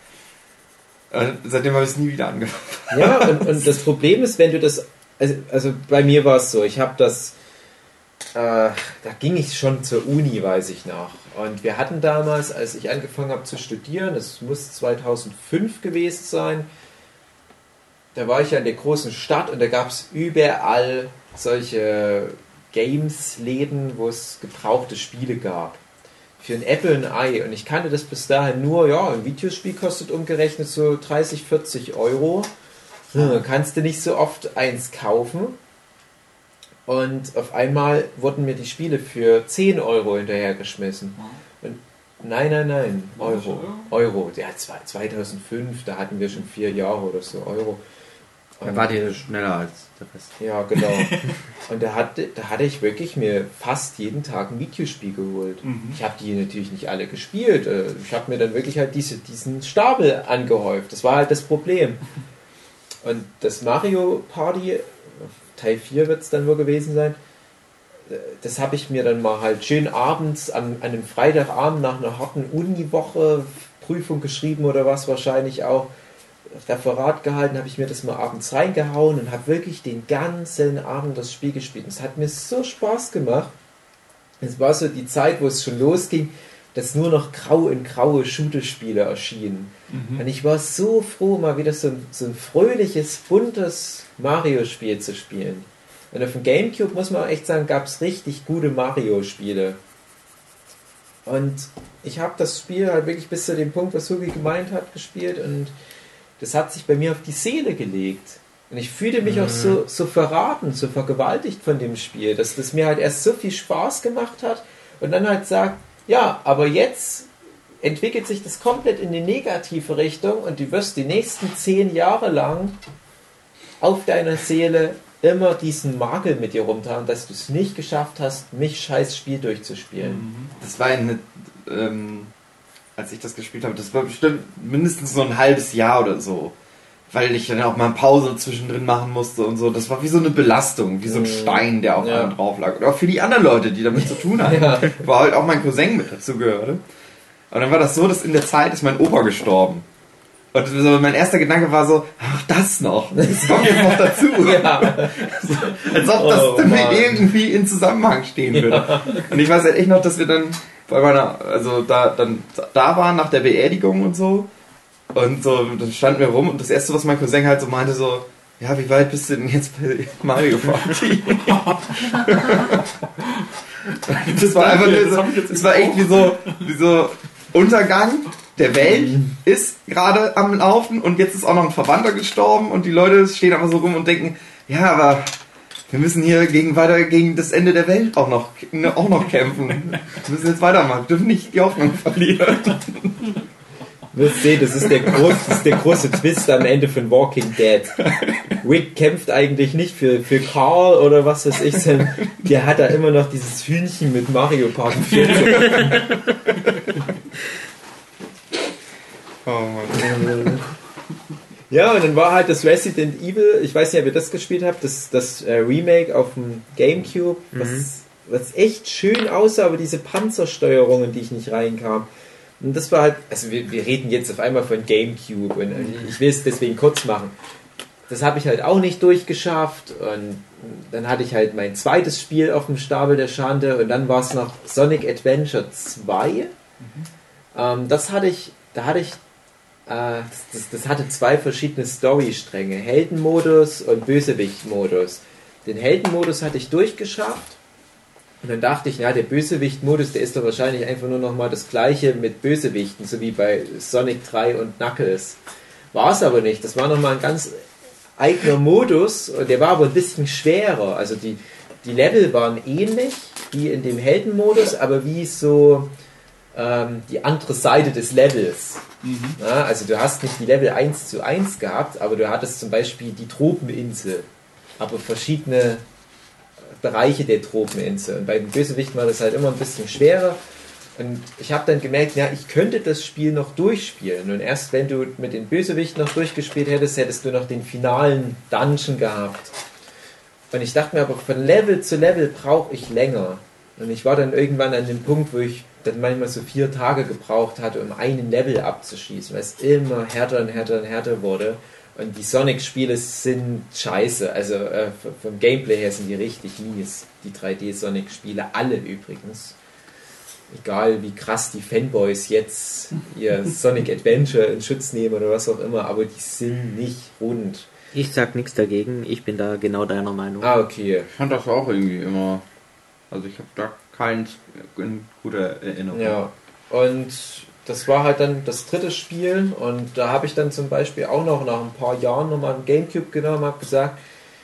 Äh, seitdem habe ich es nie wieder angefangen. Ja, und, und das Problem ist, wenn du das, also, also bei mir war es so, ich habe das, äh, da ging ich schon zur Uni, weiß ich noch. Und wir hatten damals, als ich angefangen habe zu studieren, das muss zweitausendfünf gewesen sein, da war ich ja in der großen Stadt und da gab es überall solche Games-Läden, wo es gebrauchte Spiele gab. Für ein Apple ein Ei. Und ich kannte das bis dahin nur, ja, ein Videospiel kostet umgerechnet so dreißig, vierzig Euro. Hm, kannst du nicht so oft eins kaufen. Und auf einmal wurden mir die Spiele für zehn Euro hinterhergeschmissen. Und nein, nein, nein, Euro. Euro. Ja, zweitausendfünf, da hatten wir schon vier Jahre oder so, Euro. Da war die schneller als der Rest. Ja, genau. Und da hatte, da hatte ich wirklich mir fast jeden Tag ein Videospiel geholt. Mhm. Ich habe die natürlich nicht alle gespielt. Äh, Ich habe mir dann wirklich halt diese, diesen Stapel angehäuft. Das war halt das Problem. Und das Mario Party, Teil vier wird es dann wohl gewesen sein, äh, das habe ich mir dann mal halt schön abends an, an einem Freitagabend nach einer harten Uniwoche, Prüfung geschrieben oder was wahrscheinlich auch, Referat gehalten, habe ich mir das mal abends reingehauen und habe wirklich den ganzen Abend das Spiel gespielt. Und es hat mir so Spaß gemacht. Es war so die Zeit, wo es schon losging, dass nur noch grau in graue Shooter-Spiele erschienen. Mhm. Und ich war so froh, mal wieder so ein, so ein fröhliches, buntes Mario-Spiel zu spielen. Und auf dem Gamecube, muss man echt sagen, gab es richtig gute Mario-Spiele. Und ich habe das Spiel halt wirklich bis zu dem Punkt, was Hugi gemeint hat, gespielt. Und das hat sich bei mir auf die Seele gelegt. Und ich fühlte mich mhm. auch so, so verraten, so vergewaltigt von dem Spiel, dass das mir halt erst so viel Spaß gemacht hat und dann halt sagt, ja, aber jetzt entwickelt sich das komplett in die negative Richtung und du wirst die nächsten zehn Jahre lang auf deiner Seele immer diesen Makel mit dir rumtragen, dass du es nicht geschafft hast, mich scheiß Spiel durchzuspielen. Das war eine, ähm, als ich das gespielt habe, das war bestimmt mindestens so ein halbes Jahr oder so. Weil ich dann auch mal eine Pause zwischendrin machen musste und so. Das war wie so eine Belastung, wie so ein Stein, der auf ja. einem drauf lag. Und auch für die anderen Leute, die damit zu tun hatten. Ja. War halt auch mein Cousin mit dazu gehörte. Und dann war das so, dass in der Zeit ist mein Opa gestorben. Und so mein erster Gedanke war so, ach, das noch. Das kommt jetzt noch dazu. Ja. So, als ob das oh, damit irgendwie in Zusammenhang stehen würde. Ja. Und ich weiß halt echt noch, dass wir dann bei meiner, also da, dann da waren nach der Beerdigung und so. Und so, dann standen wir rum und das erste, was mein Cousin halt so meinte, so, ja, wie weit bist du denn jetzt bei Mario Party? Das war einfach nur so, das war echt wie so, wie so Untergang der Welt ist gerade am Laufen und jetzt ist auch noch ein Verwandter gestorben und die Leute stehen einfach so rum und denken, ja, aber wir müssen hier gegen weiter gegen das Ende der Welt auch noch, auch noch kämpfen. Wir müssen jetzt weitermachen, wir dürfen nicht die Hoffnung verlieren. Wirst sehen, das ist der, groß, das ist der große Twist am Ende von Walking Dead. Rick kämpft eigentlich nicht für, für Carl oder was weiß ich, sondern der hat da immer noch dieses Hühnchen mit Mario Party vierzehn. Oh Mann. Ja, und dann war halt das Resident Evil, ich weiß nicht, ob ihr das gespielt habt, das, das äh, Remake auf dem Gamecube, was, mhm. was echt schön aussah, aber diese Panzersteuerung, in die ich nicht reinkam. Und das war halt, also wir, wir reden jetzt auf einmal von Gamecube und ich will es deswegen kurz machen. Das habe ich halt auch nicht durchgeschafft und dann hatte ich halt mein zweites Spiel auf dem Stapel der Schande und dann war es noch Sonic Adventure zwei. Mhm. Ähm, das hatte ich, da hatte ich, äh, das, das hatte zwei verschiedene Storystränge, Heldenmodus und Bösewichtmodus. Den Heldenmodus hatte ich durchgeschafft. Und dann dachte ich, na, der Bösewicht-Modus, der ist doch wahrscheinlich einfach nur nochmal das gleiche mit Bösewichten, so wie bei Sonic drei und Knuckles. War es aber nicht. Das war nochmal ein ganz eigener Modus und der war aber ein bisschen schwerer. Also die, die Level waren ähnlich wie in dem Heldenmodus, aber wie so ähm, die andere Seite des Levels. Mhm. Na, also du hast nicht die Level eins zu eins gehabt, aber du hattest zum Beispiel die Tropeninsel, aber verschiedene Bereiche der Tropeninsel. Und bei den Bösewichten war das halt immer ein bisschen schwerer. Und ich habe dann gemerkt, ja, ich könnte das Spiel noch durchspielen. Und erst wenn du mit den Bösewichten noch durchgespielt hättest, hättest du noch den finalen Dungeon gehabt. Und ich dachte mir aber, von Level zu Level brauche ich länger. Und ich war dann irgendwann an dem Punkt, wo ich dann manchmal so vier Tage gebraucht hatte, um einen Level abzuschießen, weil es immer härter und härter und härter wurde. Und die Sonic-Spiele sind scheiße. Also äh, vom Gameplay her sind die richtig mies. Die drei D-Sonic-Spiele, alle übrigens. Egal wie krass die Fanboys jetzt ihr Sonic Adventure in Schutz nehmen oder was auch immer, aber die sind nicht rund. Ich sag nichts dagegen, ich bin da genau deiner Meinung. Ah, okay. Ich fand das auch irgendwie immer... Also ich habe da keins in guter Erinnerung. Ja, und... Das war halt dann das dritte Spiel und da habe ich dann zum Beispiel auch noch nach ein paar Jahren nochmal ein Gamecube genommen und habe gesagt,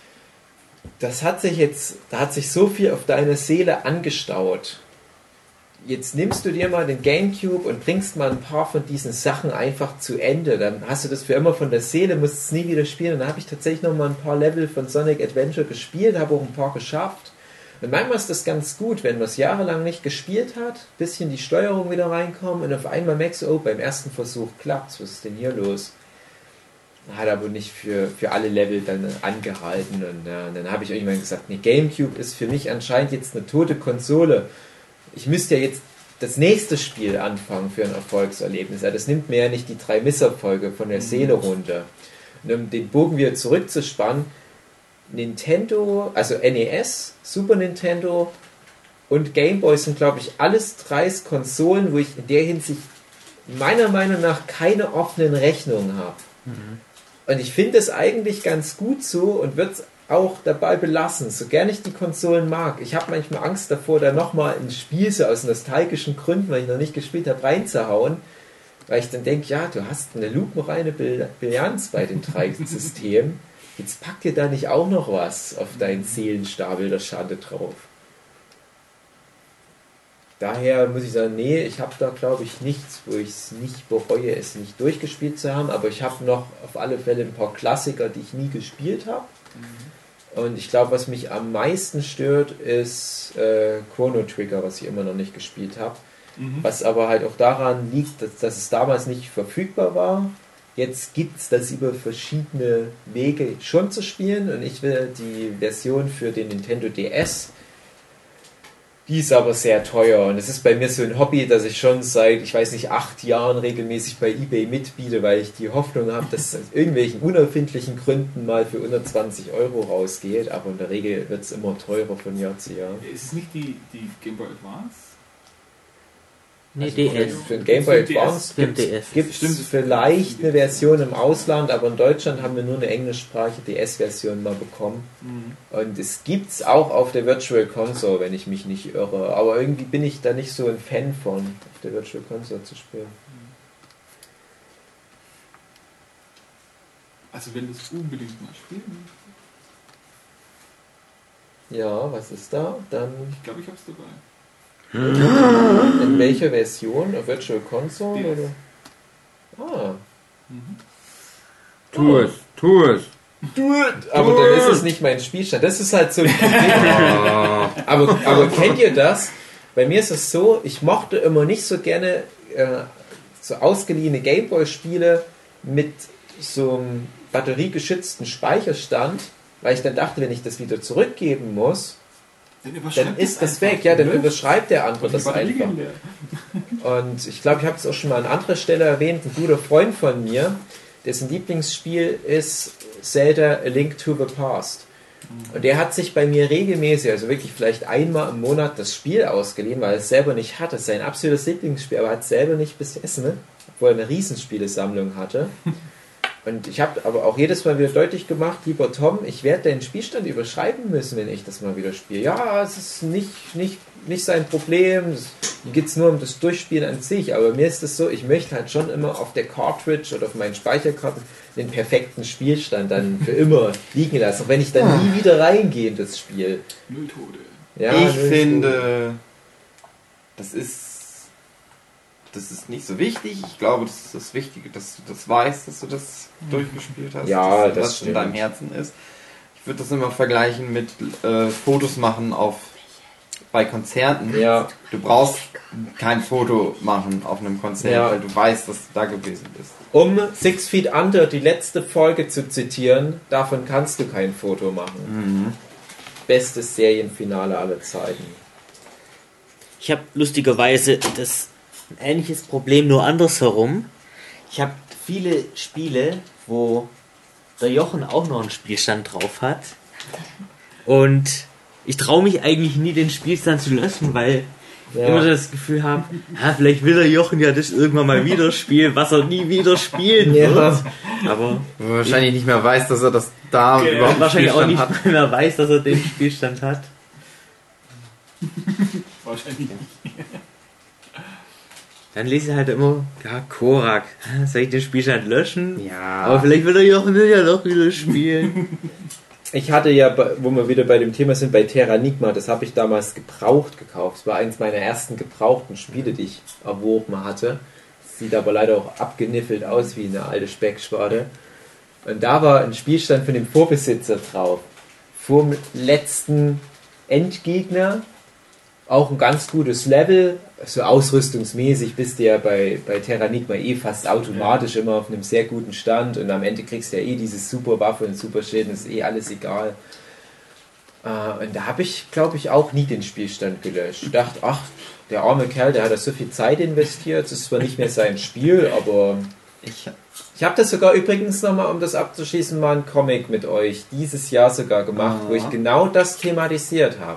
das hat sich jetzt, da hat sich so viel auf deine Seele angestaut. Jetzt nimmst du dir mal den Gamecube und bringst mal ein paar von diesen Sachen einfach zu Ende. Dann hast du das für immer von der Seele, musst es nie wieder spielen. Und dann habe ich tatsächlich nochmal ein paar Level von Sonic Adventure gespielt, habe auch ein paar geschafft. Und manchmal ist das ganz gut, wenn man es jahrelang nicht gespielt hat, bisschen die Steuerung wieder reinkommt und auf einmal merkst du, oh, beim ersten Versuch klappt's, was ist denn hier los? Hat aber nicht für, für alle Level dann angehalten und, ja, und dann habe ich irgendwann gesagt, nee, Gamecube ist für mich anscheinend jetzt eine tote Konsole. Ich müsste ja jetzt das nächste Spiel anfangen für ein Erfolgserlebnis. Ja, das nimmt mir ja nicht die drei Misserfolge von der Seele runter. Und um den Bogen wieder zurückzuspannen, Nintendo, also N E S, Super Nintendo und Game Boy sind, glaube ich, alles drei Konsolen, wo ich in der Hinsicht meiner Meinung nach keine offenen Rechnungen habe. Mhm. Und ich finde es eigentlich ganz gut so und würde es auch dabei belassen, so gerne ich die Konsolen mag. Ich habe manchmal Angst davor, da nochmal ein Spiel so aus nostalgischen Gründen, weil ich noch nicht gespielt habe, reinzuhauen, weil ich dann denke, ja, du hast eine lupenreine Bilanz bei den drei Systemen, jetzt pack dir da nicht auch noch was auf deinen Seelenstapel der Schande drauf. Daher muss ich sagen, nee, ich habe da glaube ich nichts, wo ich es nicht bereue, es nicht durchgespielt zu haben, aber ich habe noch auf alle Fälle ein paar Klassiker, die ich nie gespielt habe. Mhm. Und ich glaube, was mich am meisten stört, ist äh, Chrono Trigger, was ich immer noch nicht gespielt habe. Mhm. Was aber halt auch daran liegt, dass, dass es damals nicht verfügbar war. Jetzt gibt es das über verschiedene Wege schon zu spielen und ich will die Version für den Nintendo D S. Die ist aber sehr teuer und es ist bei mir so ein Hobby, dass ich schon seit, ich weiß nicht, acht Jahren regelmäßig bei eBay mitbiete, weil ich die Hoffnung habe, dass es aus irgendwelchen unerfindlichen Gründen mal für hundertzwanzig Euro rausgeht, aber in der Regel wird es immer teurer von Jahr zu Jahr. Ist es nicht die, die Game Boy Advance? Nee, also D S. Für den Game Boy Advance gibt es vielleicht eine Version im Ausland, aber in Deutschland haben wir nur eine englischsprachige D S-Version mal bekommen. Mhm. Und es gibt es auch auf der Virtual Console, wenn ich mich nicht irre. Aber irgendwie bin ich da nicht so ein Fan von, auf der Virtual Console zu spielen. Also wenn du es unbedingt mal spielen möchtest. Ja, was ist da? Dann ich glaube, ich habe es dabei. In welcher Version? Auf Virtual Console? Yes. Oder? Ah. Mhm. Tu es, tu es. Do it. Aber dann ist es nicht mein Spielstand. Das ist halt so ein Problem. aber, aber kennt ihr das? Bei mir ist es so, ich mochte immer nicht so gerne äh, so ausgeliehene Gameboy-Spiele mit so einem batteriegeschützten Speicherstand, weil ich dann dachte, wenn ich das wieder zurückgeben muss, dann ist das weg, ja, dann überschreibt der andere das einfach. Und ich glaube, ich habe es auch schon mal an anderer Stelle erwähnt, ein guter Freund von mir, dessen Lieblingsspiel ist Zelda A Link to the Past. Und der hat sich bei mir regelmäßig, also wirklich vielleicht einmal im Monat das Spiel ausgeliehen, weil er es selber nicht hatte. Das ist sein absolutes Lieblingsspiel, aber er hat es selber nicht besessen, ne? Obwohl er eine Riesenspielesammlung hatte. Und ich habe aber auch jedes Mal wieder deutlich gemacht, lieber Tom, ich werde deinen Spielstand überschreiben müssen, wenn ich das mal wieder spiele. Ja, es ist nicht, nicht, nicht sein Problem, mir geht es nur um das Durchspielen an sich, aber mir ist es so, ich möchte halt schon immer auf der Cartridge oder auf meinen Speicherkarten den perfekten Spielstand dann für immer liegen lassen, auch wenn ich dann nie wieder reingehe in das Spiel. Mülltode. Ja, ich finde, das ist Das ist nicht so wichtig. Ich glaube, das ist das Wichtige, dass du das weißt, dass du das durchgespielt hast. Ja, dass das was stimmt. in deinem Herzen ist. Ich würde das immer vergleichen mit äh, Fotos machen auf bei Konzerten. Ja. Du brauchst kein Foto machen auf einem Konzert, Ja. weil du weißt, dass du da gewesen bist. Um Six Feet Under, die letzte Folge zu zitieren, davon kannst du kein Foto machen. Mhm. Bestes Serienfinale aller Zeiten. Ich habe lustigerweise das ein ähnliches Problem, nur andersherum. Ich habe viele Spiele, wo der Jochen auch noch einen Spielstand drauf hat. Und ich traue mich eigentlich nie, den Spielstand zu löschen, weil ich Ja. immer das Gefühl habe, ha, vielleicht will der Jochen ja das irgendwann mal wieder spielen, was er nie wieder spielen Ja. wird. Aber Wo er wahrscheinlich nicht mehr weiß, dass er das da Okay. überhaupt einen wahrscheinlich auch Spielstand nicht hat. mehr weiß, dass er den Spielstand hat. Wahrscheinlich nicht. Dann lese ich halt immer, ja, Korak, soll ich den Spielstand löschen? Ja. Aber vielleicht will der Jochen ja doch wieder spielen. Ich hatte ja, bei- wo wir wieder bei dem Thema sind, bei Terranigma, das habe ich damals gebraucht gekauft. Es war eins meiner ersten gebrauchten Spiele, die ich erworben hatte. Sieht aber leider auch abgeniffelt aus wie eine alte Speckschwarte. Und da war ein Spielstand von dem Vorbesitzer drauf. Vom letzten Endgegner. Auch ein ganz gutes Level. So ausrüstungsmäßig bist du ja bei, bei Terranigma eh fast automatisch immer auf einem sehr guten Stand. Und am Ende kriegst du ja eh diese super Waffe und super Schild. Und ist eh alles egal. Äh, und da habe ich, glaube ich, auch nie den Spielstand gelöscht. Ich dachte, ach, der arme Kerl, der hat da so viel Zeit investiert. Das ist zwar nicht mehr sein Spiel, aber... Ich, Ich habe das sogar übrigens nochmal, um das abzuschließen, mal einen Comic mit euch dieses Jahr sogar gemacht, Aha. wo ich genau das thematisiert habe.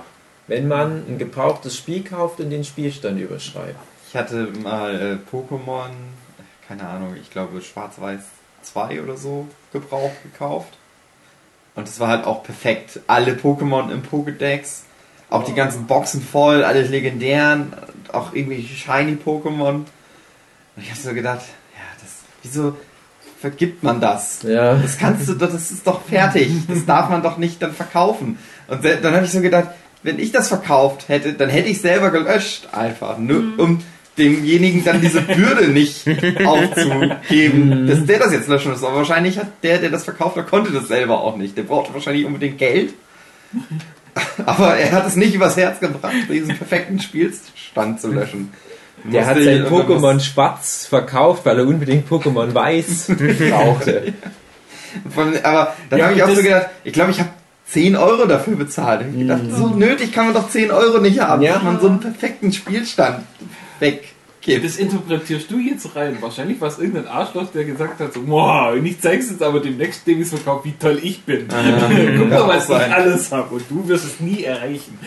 wenn man ein gebrauchtes Spiel kauft und den Spielstand überschreibt. Ich hatte mal äh, Pokémon, keine Ahnung, ich glaube Schwarz-Weiß zwei oder so gebraucht gekauft. Und es war halt auch perfekt. Alle Pokémon im Pokédex, auch die ganzen Boxen voll, alle legendären, auch irgendwie shiny Pokémon. Und ich habe so gedacht, ja, das, wieso vergibt man das? Ja. Das kannst du doch, das ist doch fertig. Das darf man doch nicht dann verkaufen. Und dann habe ich so gedacht, wenn ich das verkauft hätte, dann hätte ich selber gelöscht einfach. Nur Mhm. um demjenigen dann diese Bürde nicht aufzugeben, dass der das jetzt löschen muss. Aber wahrscheinlich hat der, der das verkauft hat, konnte das selber auch nicht. Der brauchte wahrscheinlich unbedingt Geld. Aber er hat es nicht übers Herz gebracht, diesen perfekten Spielstand zu löschen. Der hat Musste sein ich- Pokémon Schwarz verkauft, weil er unbedingt Pokémon Weiß brauchte. Von, aber dann Ja, habe ich auch das- so gedacht, ich glaube, ich habe zehn Euro dafür bezahlt. Ich hab gedacht, so nötig kann man doch zehn Euro nicht haben, Ja. dass man so einen perfekten Spielstand weggibt. Das interpretierst du jetzt rein. Wahrscheinlich war es irgendein Arschloch, der gesagt hat, so, boah, und ich zeig's jetzt aber dem nächsten, dem ich es verkaufe, wie toll ich bin. Guck mal, was ich sein. alles habe und du wirst es nie erreichen.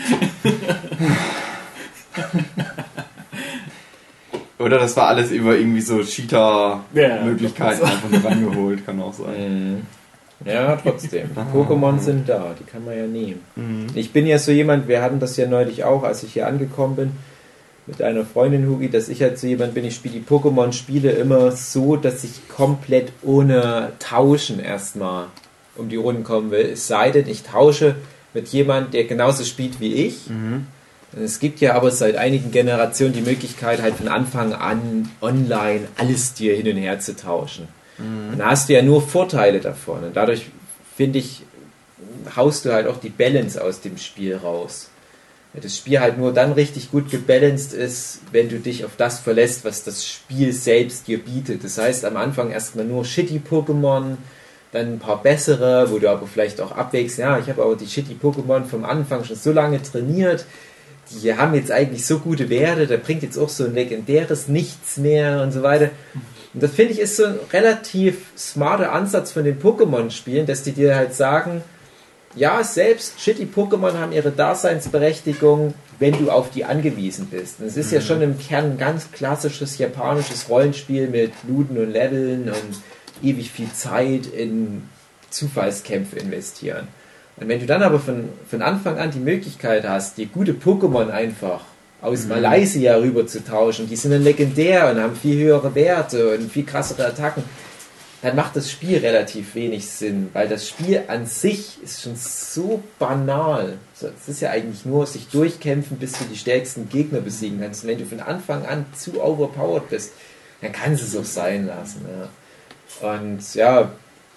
Oder das war alles über irgendwie so Cheater-Möglichkeiten Ja. einfach nur rangeholt, kann auch sein. Mhm. Ja, trotzdem. Die Pokémon sind da, die kann man ja nehmen. Ich bin ja so jemand, wir hatten das ja neulich auch, als ich hier angekommen bin, mit einer Freundin Hugi, dass ich halt so jemand bin, ich spiele die Pokémon-Spiele immer so, dass ich komplett ohne Tauschen erstmal um die Runden kommen will. Es sei denn, ich tausche mit jemandem, der genauso spielt wie ich. Es gibt ja aber seit einigen Generationen die Möglichkeit, halt von Anfang an online alles dir hin und her zu tauschen. Und da hast du ja nur Vorteile davon. Und dadurch, finde ich, haust du halt auch die Balance aus dem Spiel raus. Weil das Spiel halt nur dann richtig gut gebalanced ist, wenn du dich auf das verlässt, was das Spiel selbst dir bietet. Das heißt, am Anfang erstmal nur shitty Pokémon, dann ein paar bessere, wo du aber vielleicht auch abwägst, ja, ich habe aber die shitty Pokémon vom Anfang schon so lange trainiert, die haben jetzt eigentlich so gute Werte, da bringt jetzt auch so ein legendäres nichts mehr und so weiter. Und das finde ich ist so ein relativ smarter Ansatz von den Pokémon-Spielen, dass die dir halt sagen, ja, selbst shitty Pokémon haben ihre Daseinsberechtigung, wenn du auf die angewiesen bist. Und es ist ja schon im Kern ein ganz klassisches japanisches Rollenspiel mit Looten und Leveln und ewig viel Zeit in Zufallskämpfe investieren. Und wenn du dann aber von, von Anfang an die Möglichkeit hast, dir gute Pokémon einfach aus Malaysia rüber zu tauschen, die sind dann legendär und haben viel höhere Werte und viel krassere Attacken, dann macht das Spiel relativ wenig Sinn, weil das Spiel an sich ist schon so banal. Es ist ja eigentlich nur sich durchkämpfen, bis du die stärksten Gegner besiegen kannst. Und wenn du von Anfang an zu overpowered bist, dann kannst du es auch sein lassen. Ja. Und ja,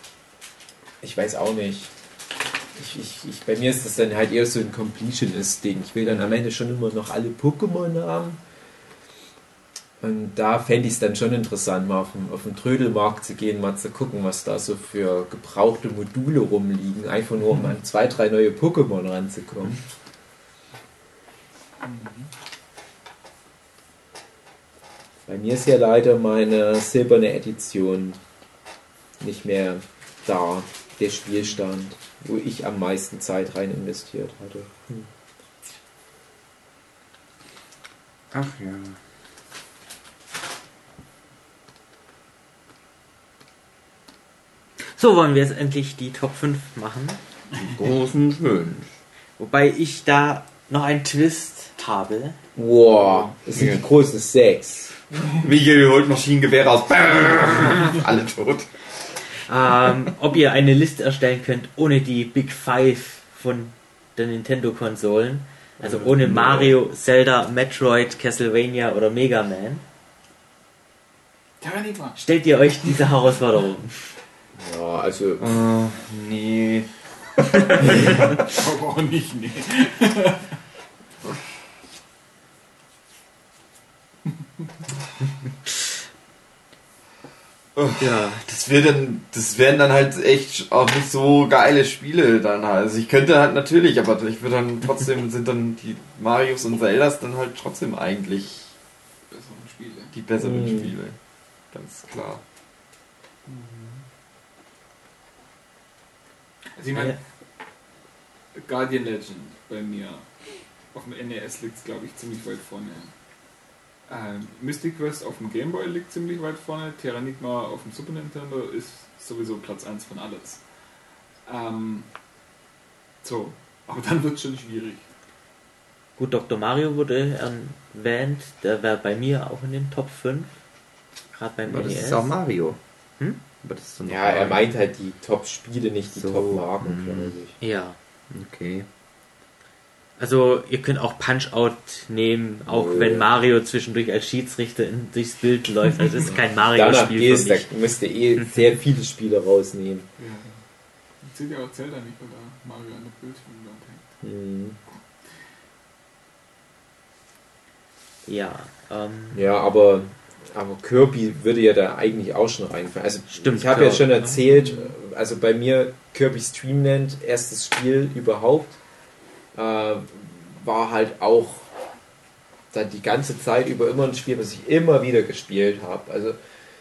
ich weiß auch nicht. Ich, ich, ich, bei mir ist das dann halt eher so ein Completionist-Ding. Ich will dann am Ende schon immer noch alle Pokémon haben. Und da fände ich es dann schon interessant, mal auf den, auf den Trödelmarkt zu gehen, mal zu gucken, was da so für gebrauchte Module rumliegen. Einfach nur, um an zwei, drei neue Pokémon ranzukommen. Bei mir ist ja leider meine silberne Edition nicht mehr da, der Spielstand, wo ich am meisten Zeit rein investiert hatte. Hm. Ach ja. So, wollen wir jetzt endlich die Top fünf machen. Großen Schön. Wobei ich da noch einen Twist habe. Wow, das sind die großen sechs. Miguel holt Maschinengewehre aus. Alle tot. Ähm, ob ihr eine Liste erstellen könnt ohne die Big Five von der Nintendo-Konsolen. Also ohne Mario, Zelda, Metroid, Castlevania oder Mega Man. Terranigma. Stellt ihr euch diese Herausforderung? Ja, also Oh, nee. Aber auch nicht, nee. Ja. Das wird dann, das wären dann halt echt auch nicht so geile Spiele dann halt. Also ich könnte halt natürlich, aber ich würde dann trotzdem, sind dann die Marios und Zeldas dann halt trotzdem eigentlich Bessere Spiele. die besseren Mhm. Spiele. Ganz klar. Also ich meine, Guardian Legend bei mir. auf dem N E S liegt es, glaube ich, ziemlich weit vorne. Ähm, Mystic Quest auf dem Game Boy liegt ziemlich weit vorne. Terranigma auf dem Super Nintendo ist sowieso Platz eins von alles. Ähm, so, aber dann wird es schon schwierig. Gut, Doktor Mario wurde erwähnt, der wäre bei mir auch in den Top fünf. Gerade beim Aber N E S. das ist auch Mario. Hm? Aber das ist so Ja, er meint halt die Top-Spiele, nicht die So, Top-Marken, mm. glaube ich. Ja. Okay. Also ihr könnt auch Punch-Out nehmen, auch Oh. wenn Mario zwischendurch als Schiedsrichter in, durchs Bild läuft. Also es ist kein Danach Mario-Spiel gehst, für da mich. müsst ihr eh sehr viele Spiele rausnehmen. Ja. Zählt ja auch Zelda nicht, oder Mario an der Bildschirmwand hängt. Mhm. Ja, ähm, Ja, aber, aber Kirby würde ja da eigentlich auch schon reinfallen. Also Stimmt, ich habe klar. ja schon erzählt, also bei mir Kirby's Dream Land, erstes Spiel überhaupt, äh, war halt auch dann die ganze Zeit über immer ein Spiel, was ich immer wieder gespielt habe. Also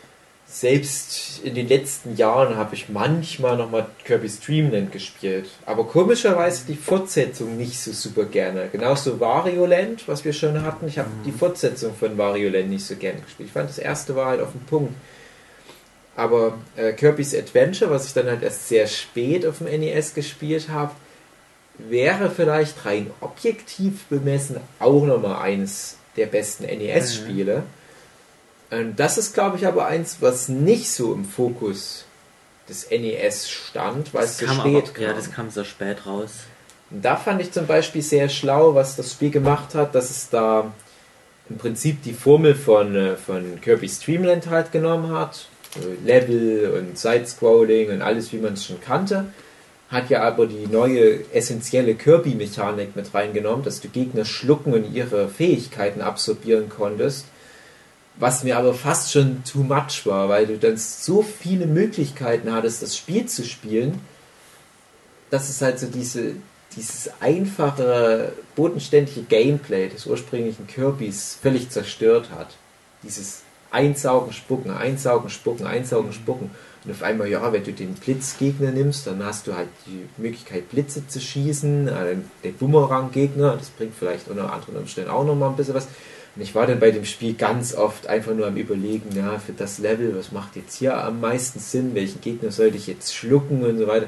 selbst in den letzten Jahren habe ich manchmal nochmal Kirby's Dream Land gespielt. Aber komischerweise die Fortsetzung nicht so super gerne. Genauso Wario Land, was wir schon hatten. Ich habe die Fortsetzung von Wario Land nicht so gerne gespielt. Ich fand, das erste war halt auf den Punkt. Aber äh, Kirby's Adventure, was ich dann halt erst sehr spät auf dem N E S gespielt habe, wäre vielleicht rein objektiv bemessen auch nochmal eines der besten N E S-Spiele. Und das ist, glaube ich, aber eins, was nicht so im Fokus des N E S stand, weil es so kam spät aber, kam. ja, das kam so spät raus. Und da fand ich zum Beispiel sehr schlau, was das Spiel gemacht hat, dass es da im Prinzip die Formel von, äh, von Kirby's Dream Land halt genommen hat. Level und Side-Scrolling und alles, wie man es schon kannte. Hat ja aber die neue essentielle Kirby-Mechanik mit reingenommen, dass du Gegner schlucken und ihre Fähigkeiten absorbieren konntest. Was mir aber fast schon too much war, weil du dann so viele Möglichkeiten hattest, das Spiel zu spielen, dass es halt so diese, dieses einfache, bodenständige Gameplay des ursprünglichen Kirbys völlig zerstört hat. Dieses Einsaugen, Spucken, Einsaugen, Spucken, Einsaugen, Spucken. Und auf einmal, ja, wenn du den Blitzgegner nimmst, dann hast du halt die Möglichkeit, Blitze zu schießen. Der Bumerang-Gegner, das bringt vielleicht unter anderen Umständen auch nochmal ein bisschen was. Und ich war dann bei dem Spiel ganz oft einfach nur am Überlegen, ja, für das Level, was macht jetzt hier am meisten Sinn, welchen Gegner sollte ich jetzt schlucken und so weiter.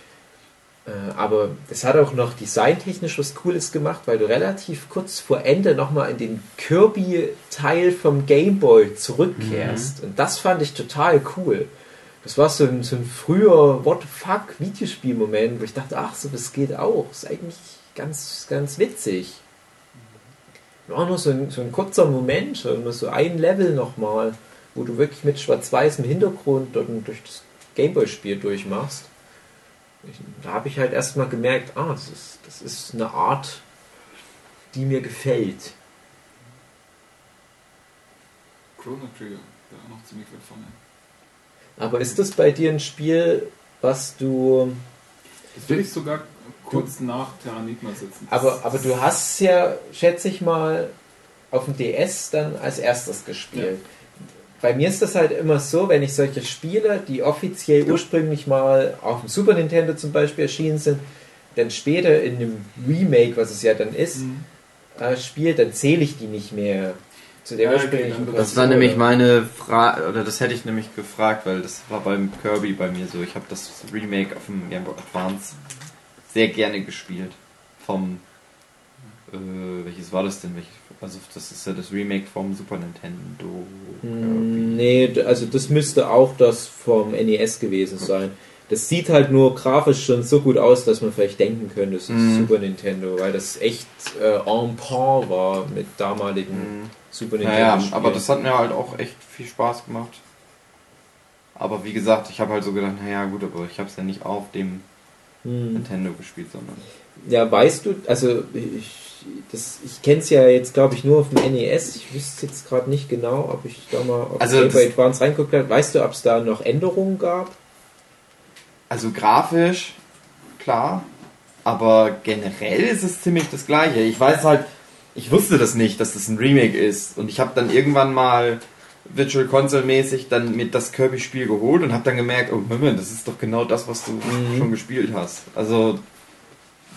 Aber es hat auch noch designtechnisch was Cooles gemacht, weil du relativ kurz vor Ende nochmal in den Kirby-Teil vom Game Boy zurückkehrst. Mhm. Und das fand ich total cool. Das war so ein, so ein früher What the fuck Videospiel-Moment, wo ich dachte, ach so, das geht auch. Das ist eigentlich ganz, ganz witzig. War nur so ein, so ein kurzer Moment, nur so ein Level nochmal, wo du wirklich mit schwarz-weißem Hintergrund durch das Gameboy-Spiel durchmachst. Ich, da habe ich halt erstmal gemerkt, ah, das ist, das ist eine Art, die mir gefällt. Chrono Trigger, da auch noch ziemlich weit vorne. Aber ist das bei dir ein Spiel, was du... Das will ich sogar kurz du, nach Terranigma setzen. Aber, aber du hast ja, schätze ich mal, auf dem D S dann als erstes gespielt. Ja. Bei mir ist das halt immer so, wenn ich solche Spiele, die offiziell ursprünglich mal auf dem Super Nintendo zum Beispiel erschienen sind, dann später in einem Remake, was es ja dann ist, mhm. äh, spiele, dann zähle ich die nicht mehr zu der ja, ursprünglichen okay, Das war nämlich meine Frage, oder das hätte ich nämlich gefragt, weil das war beim Kirby bei mir so. Ich habe das Remake auf dem Game Boy Advance sehr gerne gespielt. Vom, äh, welches war das denn? Welches? Also das ist ja das Remake vom Super Nintendo. Mm, nee, also das müsste auch das vom N E S gewesen sein. Das sieht halt nur grafisch schon so gut aus, dass man vielleicht denken könnte, es ist mm. Super Nintendo, weil das echt äh, en par war mit damaligen mm. Super Nintendo. Ja, ja, aber das hat mir halt auch echt viel Spaß gemacht. Aber wie gesagt, ich habe halt so gedacht, naja gut, aber ich habe es ja nicht auf dem mm. Nintendo gespielt, sondern... Ja, weißt du, also ich Das, ich kenne es ja jetzt, glaube ich, nur auf dem N E S. Ich wüsste jetzt gerade nicht genau, ob ich da mal auf also Game Boy Advance reinguckt habe. Weißt du, ob es da noch Änderungen gab? Also grafisch, klar. Aber generell ist es ziemlich das Gleiche. Ich weiß halt, ich wusste das nicht, dass das ein Remake ist. Und ich habe dann irgendwann mal Virtual Console mäßig dann mit das Kirby-Spiel geholt und habe dann gemerkt, oh Moment, das ist doch genau das, was du mhm. schon gespielt hast. Also... Es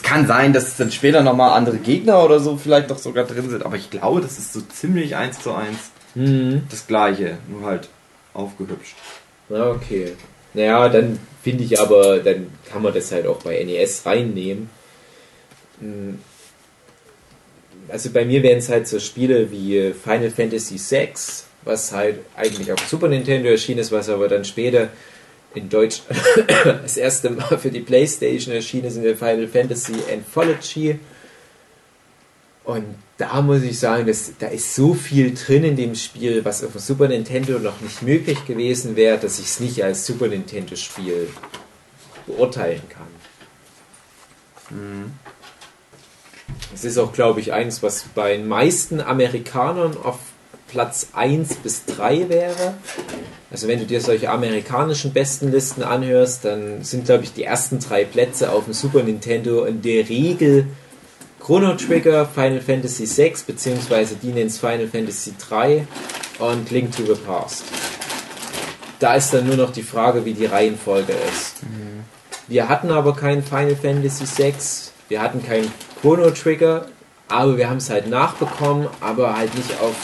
kann sein, dass dann später nochmal andere Gegner oder so vielleicht doch sogar drin sind, aber ich glaube, das ist so ziemlich eins zu eins Mhm. das gleiche, nur halt aufgehübscht. Na, okay. Naja, dann finde ich aber, dann kann man das halt auch bei N E S reinnehmen. Hm. Also bei mir wären es halt so Spiele wie Final Fantasy sechs, was halt eigentlich auf Super Nintendo erschienen ist, was aber dann später in Deutsch das erste Mal für die PlayStation erschienen ist, in der Final Fantasy Anthology. Und da muss ich sagen, dass, da ist so viel drin in dem Spiel, was auf dem Super Nintendo noch nicht möglich gewesen wäre, dass ich es nicht als Super Nintendo Spiel beurteilen kann. Mhm. Es ist auch, glaube ich, eins, was bei den meisten Amerikanern auf Platz eins bis drei wäre. Also wenn du dir solche amerikanischen Bestenlisten anhörst, dann sind, glaube ich, die ersten drei Plätze auf dem Super Nintendo in der Regel Chrono Trigger, Final Fantasy sechs, beziehungsweise die nennen es Final Fantasy drei und Link to the Past. Da ist dann nur noch die Frage, wie die Reihenfolge ist. Mhm. Wir hatten aber kein Final Fantasy sechs, wir hatten kein Chrono Trigger, aber wir haben es halt nachbekommen, aber halt nicht auf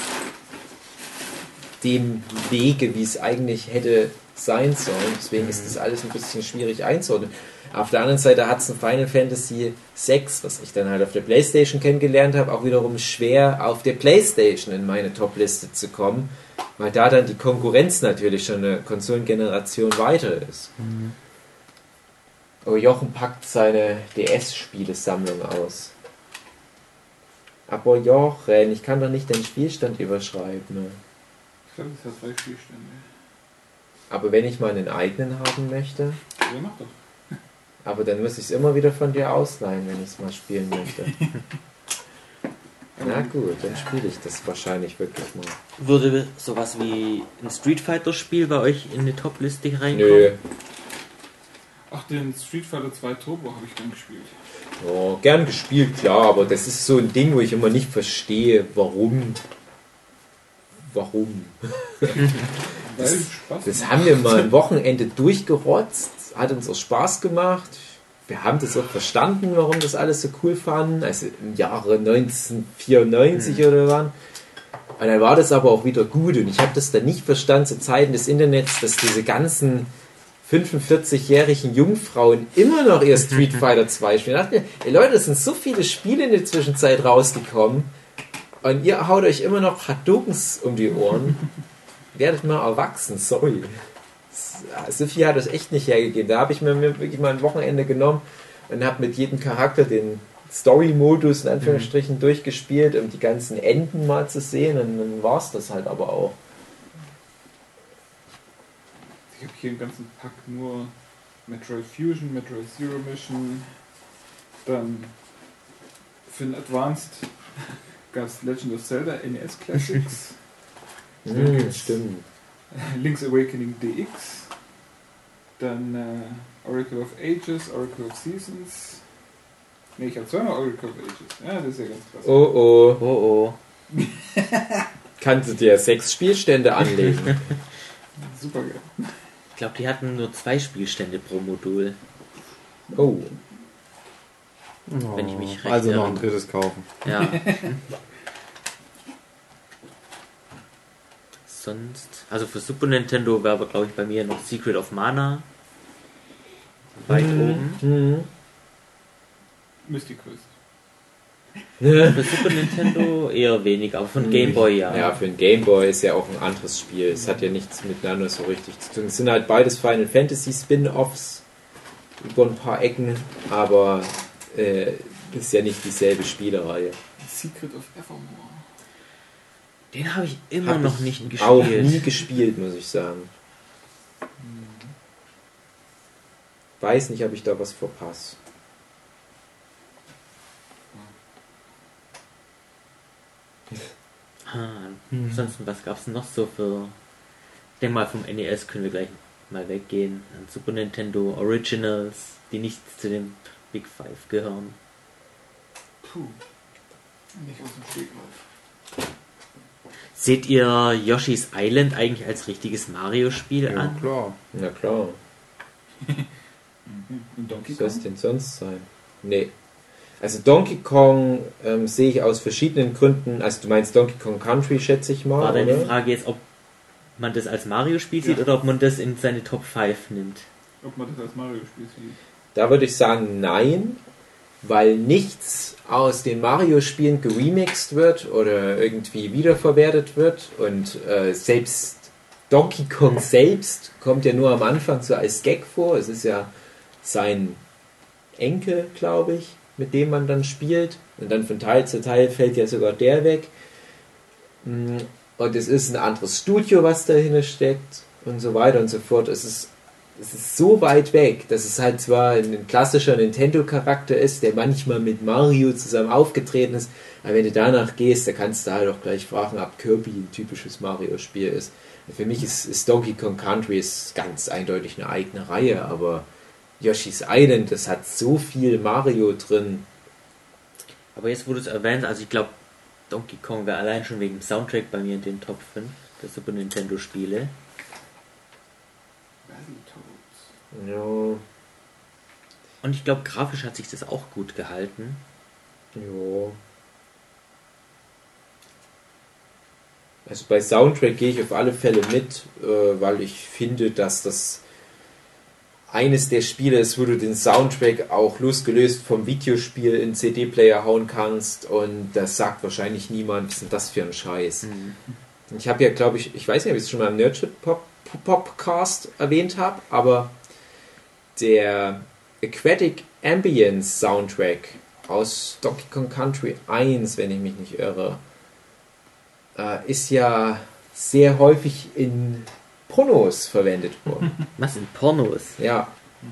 dem Wege, wie es eigentlich hätte sein sollen. Deswegen ist das alles ein bisschen schwierig einzuordnen. Auf der anderen Seite hat es ein Final Fantasy sechs, was ich dann halt auf der PlayStation kennengelernt habe, auch wiederum schwer auf der PlayStation in meine Top-Liste zu kommen, weil da dann die Konkurrenz natürlich schon eine Konsolengeneration weiter ist. Mhm. Aber Jochen packt seine D S-Spielesammlung aus. Aber Jochen, ich kann doch nicht den Spielstand überschreiben. Ne? Ich glaube, das hat zwei Spielstände. Aber wenn ich mal einen eigenen haben möchte... Ja, mach doch. Aber dann muss ich es immer wieder von dir ausleihen, wenn ich es mal spielen möchte. Na gut, dann spiele ich das wahrscheinlich wirklich mal. Würde sowas wie ein Street Fighter Spiel bei euch in die Top-Liste reinkommen? Nö. Ach, den Street Fighter zwei Turbo habe ich dann gespielt. Oh, gern gespielt, klar, aber das ist so ein Ding, wo ich immer nicht verstehe, warum. Warum? das, das haben wir mal ein Wochenende durchgerotzt, hat uns auch Spaß gemacht. Wir haben das auch verstanden, warum das alles so cool fanden. Also im Jahre neunzehnhundertvierundneunzig mhm. oder wann. Und dann war das aber auch wieder gut. Und ich habe das dann nicht verstanden zu Zeiten des Internets, dass diese ganzen fünfundvierzigjährigen Jungfrauen immer noch ihr Street Fighter zwei spielen. Ich dachte mir, ey Leute, es sind so viele Spiele in der Zwischenzeit rausgekommen. Und ihr haut euch immer noch Hadoukens um die Ohren. Werdet mal erwachsen, sorry. So viel hat das echt nicht hergegeben. Da habe ich mir wirklich mal ein Wochenende genommen und habe mit jedem Charakter den Story-Modus in Anführungsstrichen mhm. durchgespielt, um die ganzen Enden mal zu sehen. Und dann war es das halt aber auch. Ich habe hier einen ganzen Pack nur Metroid Fusion, Metroid Zero Mission, dann für den Advanced gab es Legend of Zelda N E S Classics. mm, stimmt. Link's Awakening D X, dann äh, Oracle of Ages, Oracle of Seasons. Ne, ich habe zweimal Oracle of Ages. Ja, das ist ja ganz krass. Oh oh. Oh oh. Kannst du dir sechs Spielstände anlegen? Super geil. Ich glaube, die hatten nur zwei Spielstände pro Modul. Oh. Oh, wenn ich mich recht also noch erinnere. ein drittes kaufen. Ja. Sonst, also für Super Nintendo wäre aber, glaube ich, bei mir noch Secret of Mana weit mhm. oben. Mhm. Mystic Quest. Für Super Nintendo eher wenig, aber von Game Boy ja. Ja, für den Game Boy ist ja auch ein anderes Spiel. Es hat ja nichts miteinander so richtig zu tun. Es sind halt beides Final Fantasy Spin-Offs über ein paar Ecken, aber äh, ist ja nicht dieselbe Spielereihe. Secret of Evermore. Den habe ich immer Hab noch ich nicht gespielt. Auch nie gespielt, muss ich sagen. Weiß nicht, ob ich da was verpasse. Ah, ansonsten, was gab es noch so für... Ich denke mal, vom N E S können wir gleich mal weggehen. An Super Nintendo Originals, die nicht zu den Big Five gehören. Puh. Nicht aus dem Stegreif. Seht ihr Yoshi's Island eigentlich als richtiges Mario-Spiel Ja, an? klar. Na klar. Und Donkey Was soll es Kong? denn sonst sein? Nee. Also Donkey Kong ähm, sehe ich aus verschiedenen Gründen, also du meinst Donkey Kong Country, schätze ich mal, War deine oder? Frage jetzt, ob man das als Mario-Spiel Ja. sieht oder ob man das in seine Top fünf nimmt? Ob man das als Mario-Spiel sieht. Da würde ich sagen nein, weil nichts aus den Mario-Spielen geremixed wird oder irgendwie wiederverwertet wird und äh, selbst Donkey Kong selbst kommt ja nur am Anfang so als Gag vor. Es ist ja sein Enkel, glaube ich, mit dem man dann spielt und dann von Teil zu Teil fällt ja sogar der weg. Und es ist ein anderes Studio, was dahinter steckt und so weiter und so fort. Es ist Es ist so weit weg, dass es halt zwar ein klassischer Nintendo-Charakter ist, der manchmal mit Mario zusammen aufgetreten ist, aber wenn du danach gehst, da kannst du halt auch gleich fragen, ob Kirby ein typisches Mario-Spiel ist. Für mich ist, ist Donkey Kong Country ist ganz eindeutig eine eigene Reihe, aber Yoshi's Island, das hat so viel Mario drin. Aber jetzt, wo du es erwähnst, also ich glaube, Donkey Kong wäre allein schon wegen dem Soundtrack bei mir in den Top fünf der Super Nintendo-Spiele. Ja, Und ich glaube, grafisch hat sich das auch gut gehalten. ja. Also bei Soundtrack gehe ich auf alle Fälle mit, äh, weil ich finde, dass das eines der Spiele ist, wo du den Soundtrack auch losgelöst vom Videospiel in C D-Player hauen kannst und das sagt wahrscheinlich niemand, was ist denn das für ein Scheiß. Mhm. Ich habe ja, glaube ich, ich weiß nicht, ob ich es schon mal im Nerdship-Podcast erwähnt habe, aber der Aquatic Ambience Soundtrack aus Donkey Kong Country eins, wenn ich mich nicht irre, äh, ist ja sehr häufig in Pornos verwendet worden. Was in Pornos? Ja.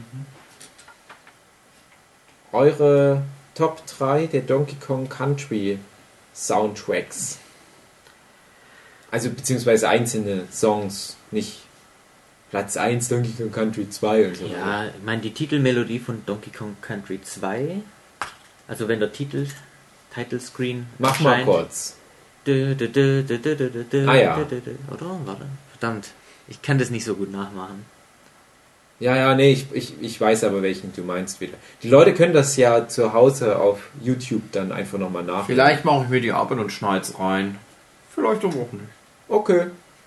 Eure Top drei der Donkey Kong Country Soundtracks. Also beziehungsweise einzelne Songs, nicht Platz eins Donkey Kong Country zwei und so. Ja, ich meine, die Titelmelodie von Donkey Kong Country zwei, also wenn der Titel, Title Screen Mach mal erscheint. kurz. Dö, dö, dö, dö, dö, dö, dö, Ah ja. dö, dö, dö. Oder? Warte. Verdammt. Ich kann das nicht so gut nachmachen. Ja, ja, nee, ich, ich, ich weiß aber, welchen du meinst wieder. Die Leute können das ja zu Hause auf YouTube dann einfach nochmal nachmachen. Vielleicht mache ich mir die Arbeit und schneid's rein. Vielleicht aber auch nicht. Okay.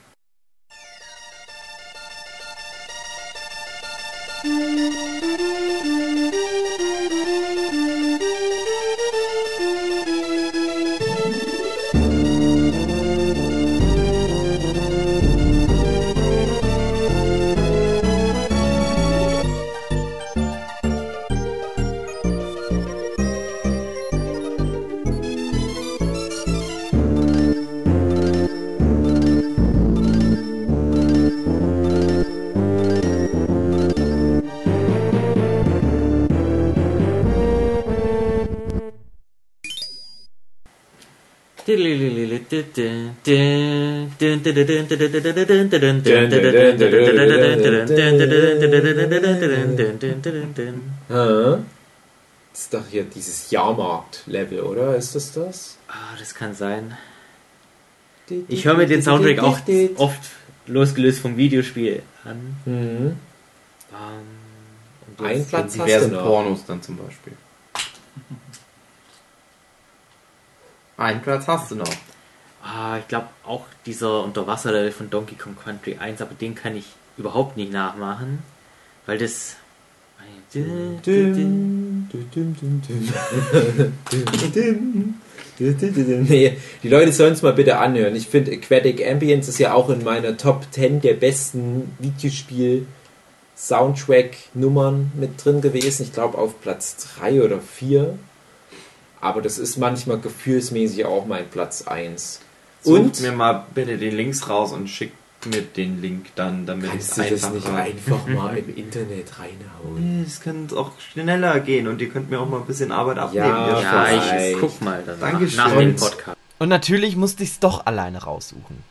Das ist doch hier dieses Jahrmarkt-Level, oder? Ist das das? Ah, das kann sein. Ich höre mir den Soundtrack auch oft losgelöst vom Videospiel an. Mhm. Ähm, und Ein jetzt- Platz In hast diversen du noch. Pornos dann zum Beispiel. Einen Platz hast du noch. Ah, ich glaube auch dieser Unterwasserlevel von Donkey Kong Country eins, aber den kann ich überhaupt nicht nachmachen, weil das... Düm, düm, düm, düm, düm. Düm, düm, düm. Nee, die Leute sollen es mal bitte anhören. Ich finde, Aquatic Ambience ist ja auch in meiner Top zehn der besten Videospiel-Soundtrack-Nummern mit drin gewesen. Ich glaube auf Platz drei oder vier. Aber das ist manchmal gefühlsmäßig auch mein Platz eins. Und mir mal bitte den Links raus und schickt mir den Link dann, damit Kannst ich du das nicht einfacher- einfach mal im Internet reinhauen? Nee, das könnte auch schneller gehen und ihr könnt mir auch mal ein bisschen Arbeit abnehmen. Ja, ihr Ja, Scheiß. ich guck mal dann Dankeschön. nach dem Und- Podcast. Und natürlich musste ich es doch alleine raussuchen.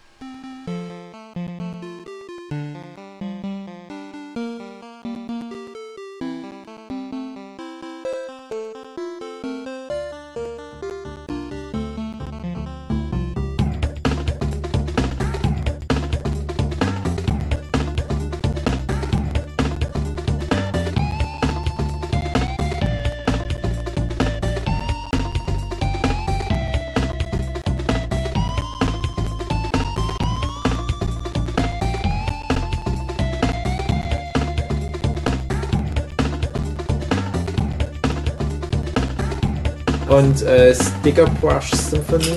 Und äh, Sticker Brush Symphony.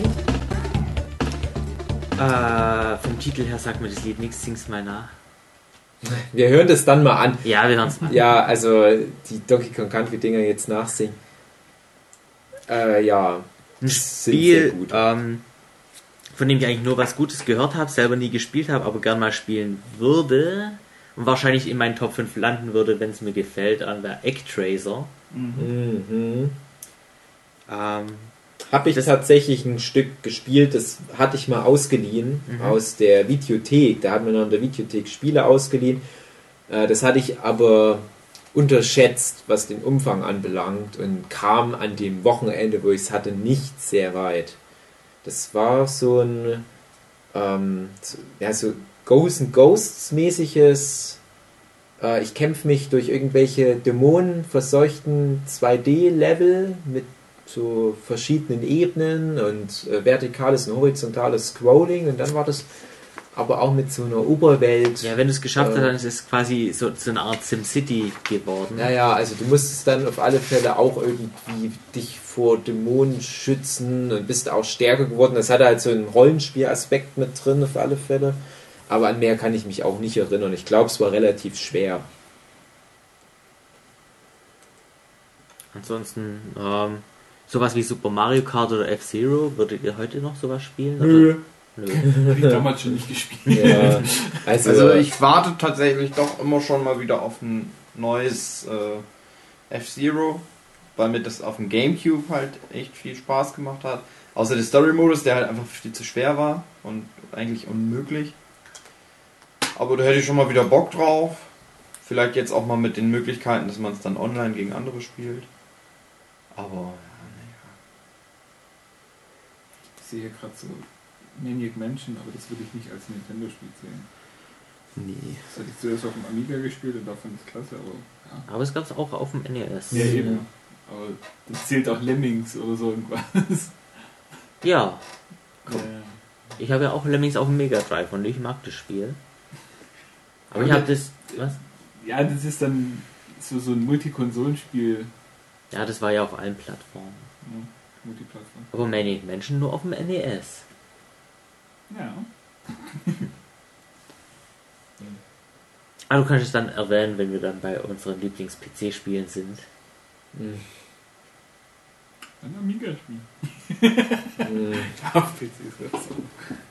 Äh, vom Titel her sagt mir das Lied nichts, sing's mal nach. Wir hören das dann mal an. Ja, wir hören's mal. Ja, also die Donkey Kong Country Dinger jetzt nachsingen. Äh, ja. Ein sind sehr Spiel, gut. ähm, von dem ich eigentlich nur was Gutes gehört habe, selber nie gespielt habe, aber gern mal spielen würde und wahrscheinlich in meinen Top fünf landen würde, wenn es mir gefällt, an der Actracer. Mhm. Ähm, Habe ich Das- tatsächlich ein Stück gespielt, das hatte ich mal ausgeliehen Mhm. aus der Videothek. Da hat man noch in der Videothek Spiele ausgeliehen. Äh, das hatte ich aber unterschätzt, was den Umfang anbelangt und kam an dem Wochenende, wo ich es hatte, nicht sehr weit. Das war so ein ähm, so, ja, so Ghosts and Ghosts mäßiges äh, ich kämpfe mich durch irgendwelche dämonenverseuchten zwei D-Level mit so verschiedenen Ebenen und äh, vertikales und horizontales Scrolling und dann war das aber auch mit so einer Oberwelt. ja, wenn du es geschafft Äh, hast, dann ist es quasi so, so eine Art SimCity geworden. Naja, also du musstest dann auf alle Fälle auch irgendwie dich vor Dämonen schützen und bist auch stärker geworden. Das hatte halt so einen Rollenspielaspekt mit drin, auf alle Fälle. Aber an mehr kann ich mich auch nicht erinnern. Ich glaube, es war relativ schwer. Ansonsten, ähm, sowas wie Super Mario Kart oder F-Zero, würdet ihr heute noch sowas spielen? Nö. Oder? Nö. Habe ich damals schon nicht gespielt. Ja, also, Also ich warte tatsächlich doch immer schon mal wieder auf ein neues äh, F-Zero, weil mir das auf dem Gamecube halt echt viel Spaß gemacht hat. Außer der Story-Modus, der halt einfach viel zu schwer war und eigentlich unmöglich. Aber da hätte ich schon mal wieder Bock drauf. Vielleicht jetzt auch mal mit den Möglichkeiten, dass man es dann online gegen andere spielt. Aber ja, naja. Ich sehe hier gerade so Maniac Mansion, aber das würde ich nicht als Nintendo-Spiel sehen. Nee. Das hatte ich zuerst auf dem Amiga gespielt und da fand ich es klasse, aber ja. Aber es gab es auch auf dem N E S. Ja, eben. Aber das zählt auch Lemmings oder so irgendwas. Ja, Ja, ich habe ja auch Lemmings auf dem Mega Drive und ich mag das Spiel. Aber ich Aber habe das... Was? ja, das ist dann so, so ein Multikonsolenspiel. Ja, das war ja auf allen Plattformen. Ja, Multiplattform. Aber Maniac Mansion nur auf dem N E S. Ja. Ah, du kannst es dann erwähnen, wenn wir dann bei unseren Lieblings-P C-Spielen sind. mh, Ein Amiga-Spiel. mh, Auf P Cs oder so.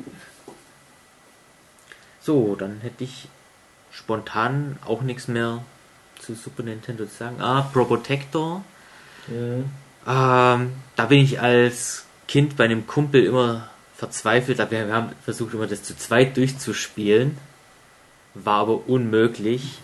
So, dann hätte ich spontan auch nichts mehr zu Super Nintendo zu sagen. Ah, Probotector. mh. Ähm, da bin ich als Kind bei einem Kumpel immer verzweifelt. Aber wir haben versucht, immer das zu zweit durchzuspielen. War aber unmöglich.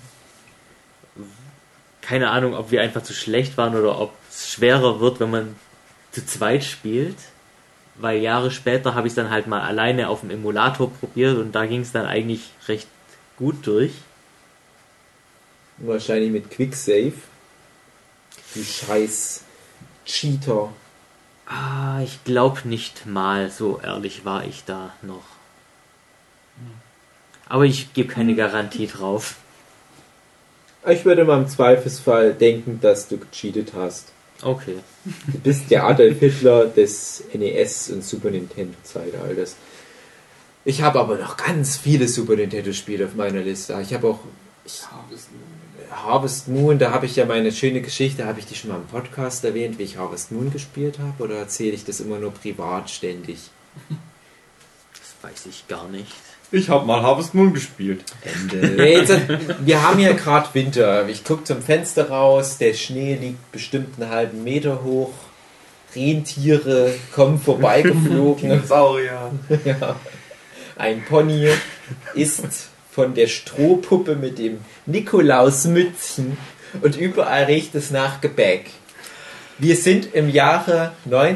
Keine Ahnung, ob wir einfach zu schlecht waren oder ob es schwerer wird, wenn man zu zweit spielt. Weil Jahre später habe ich es dann halt mal alleine auf dem Emulator probiert und da ging es dann eigentlich recht gut durch. Wahrscheinlich mit Quicksave. Die scheiß Cheater. Ah, ich glaube nicht mal, so ehrlich war ich da noch. Aber ich gebe keine Garantie drauf. Ich würde mal im Zweifelsfall denken, dass du gecheatet hast. Okay. Du bist der Adolf Hitler des N E S und Super Nintendo Zeitalters. Ich habe aber noch ganz viele Super Nintendo Spiele auf meiner Liste. Ich habe auch ich, Harvest Moon. Harvest Moon, da habe ich ja meine schöne Geschichte, habe ich die schon mal im Podcast erwähnt, wie ich Harvest Moon gespielt habe, oder erzähle ich das immer nur privat ständig? Das weiß ich gar nicht. Ich habe mal Harvest Moon gespielt. Ende. Ja, jetzt, wir haben hier gerade Winter. Ich gucke zum Fenster raus, der Schnee liegt bestimmt einen halben Meter hoch. Rentiere kommen vorbeigeflogen. Dinosaurier. Ja. Ein Pony ist von der Strohpuppe mit dem Nikolausmützchen und überall riecht es nach Gebäck. Wir sind im Jahre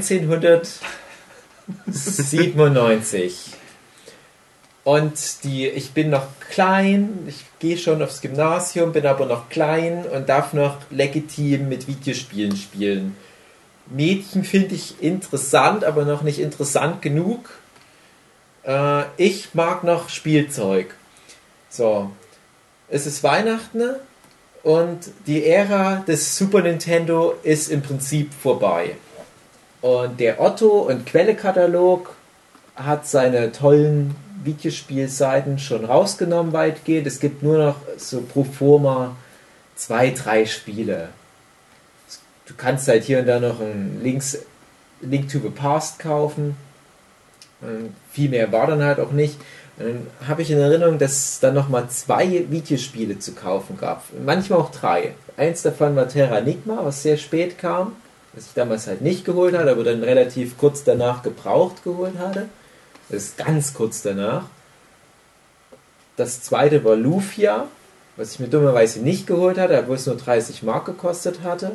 neunzehnhundertsiebenundneunzig. Und die, ich bin noch klein, ich gehe schon aufs Gymnasium, bin aber noch klein und darf noch legitim mit Videospielen spielen. Mädchen finde ich interessant, aber noch nicht interessant genug. Äh, ich mag noch Spielzeug. So, es ist Weihnachten und die Ära des Super Nintendo ist im Prinzip vorbei. Und der Otto- und Quelle-Katalog hat seine tollen Videospielseiten schon rausgenommen weitgehend. Es gibt nur noch so pro forma zwei, drei Spiele. Du kannst halt hier und da noch ein Links, Link to the Past kaufen. Und viel mehr war dann halt auch nicht. Und dann habe ich in Erinnerung, dass es dann nochmal zwei Videospiele zu kaufen gab. Manchmal auch drei. Eins davon war Terranigma, was sehr spät kam, was ich damals halt nicht geholt hatte, aber dann relativ kurz danach gebraucht geholt hatte. Das ist ganz kurz danach. Das zweite war Lufia, was ich mir dummerweise nicht geholt hatte, obwohl es nur dreißig Mark gekostet hatte.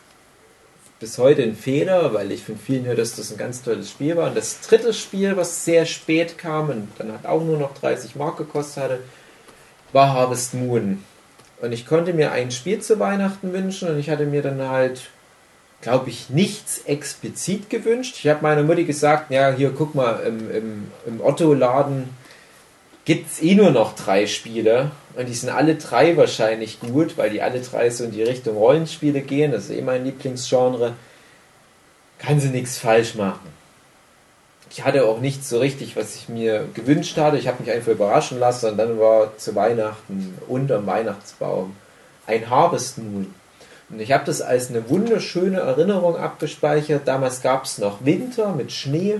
Bis heute ein Fehler, weil ich von vielen höre, dass das ein ganz tolles Spiel war. Und das dritte Spiel, was sehr spät kam und dann hat auch nur noch dreißig Mark gekostet hatte, war Harvest Moon. Und ich konnte mir ein Spiel zu Weihnachten wünschen und ich hatte mir dann halt, glaube ich, nichts explizit gewünscht. Ich habe meiner Mutti gesagt, ja, hier, guck mal, im, im, im Otto-Laden gibt es eh nur noch drei Spiele und die sind alle drei wahrscheinlich gut, weil die alle drei so in die Richtung Rollenspiele gehen, das ist eh mein Lieblingsgenre. Kann sie nichts falsch machen. Ich hatte auch nicht so richtig, was ich mir gewünscht hatte. Ich habe mich einfach überraschen lassen und dann war zu Weihnachten unterm Weihnachtsbaum ein Harvest Moon. Und ich habe das als eine wunderschöne Erinnerung abgespeichert. Damals gab es noch Winter mit Schnee.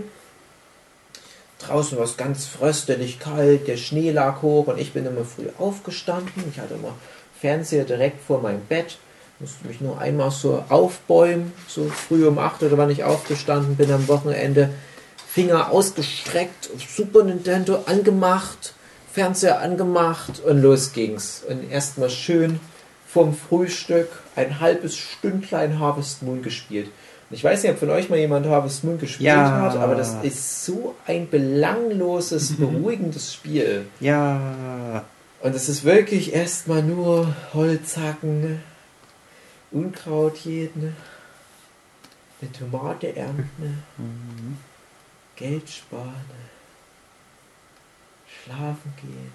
Draußen war es ganz fröstelig kalt, der Schnee lag hoch und ich bin immer früh aufgestanden. Ich hatte immer Fernseher direkt vor meinem Bett. Musste mich nur einmal so aufbäumen, so früh um acht oder wann ich aufgestanden bin am Wochenende. Finger ausgestreckt, Super Nintendo angemacht, Fernseher angemacht und los ging's. Und erstmal schön vom Frühstück ein halbes Stündlein Harvest Moon gespielt. Und ich weiß nicht, ob von euch mal jemand Harvest Moon gespielt Ja. hat, aber das ist so ein belangloses, beruhigendes Spiel. Ja. Und es ist wirklich erstmal nur Holz hacken, Unkraut jäten, eine Tomate ernten, Mhm. Geld sparen, schlafen gehen,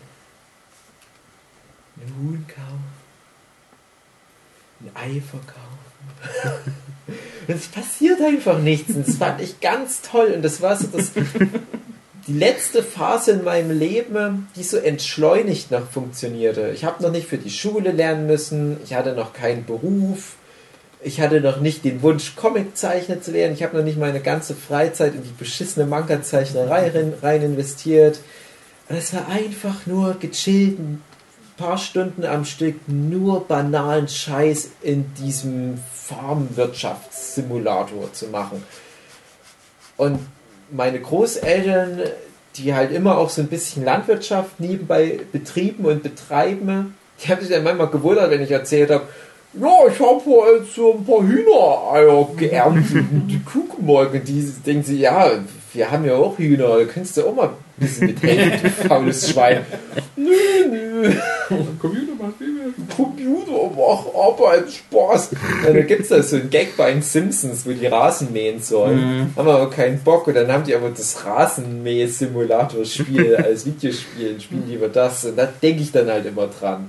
ein Huhn kaufen, ein Ei verkaufen. Es passiert einfach nichts. Und das fand ich ganz toll. Und das war so das, die letzte Phase in meinem Leben, die so entschleunigt noch funktionierte. Ich habe noch nicht für die Schule lernen müssen. Ich hatte noch keinen Beruf. Ich hatte noch nicht den Wunsch, Comiczeichner zu werden. Ich habe noch nicht meine ganze Freizeit in die beschissene Manga-Zeichnerei rein, rein investiert. Und es war einfach nur gechillt, ein paar Stunden am Stück nur banalen Scheiß in diesem Farmwirtschaftssimulator zu machen. Und meine Großeltern, die halt immer auch so ein bisschen Landwirtschaft nebenbei betrieben und betreiben, die haben sich dann manchmal gewundert, wenn ich erzählt habe, ja, ich habe jetzt so ein paar Hühnereier geerntet und die Kuh gemolken. Die denken sie, ja, wir haben ja auch Hühner, da kannst du auch mal ein bisschen mithelfen, du faules Schwein. Nö, nö. Computer macht viel mehr. Computer macht Arbeit, Spaß. Ja, da gibt es da so einen Gag bei den Simpsons, wo die Rasen mähen sollen. Mhm. Haben aber keinen Bock und dann haben die aber das Rasenmäh-Simulator-Spiel als Videospiel, spielen die über das und da denke ich dann halt immer dran.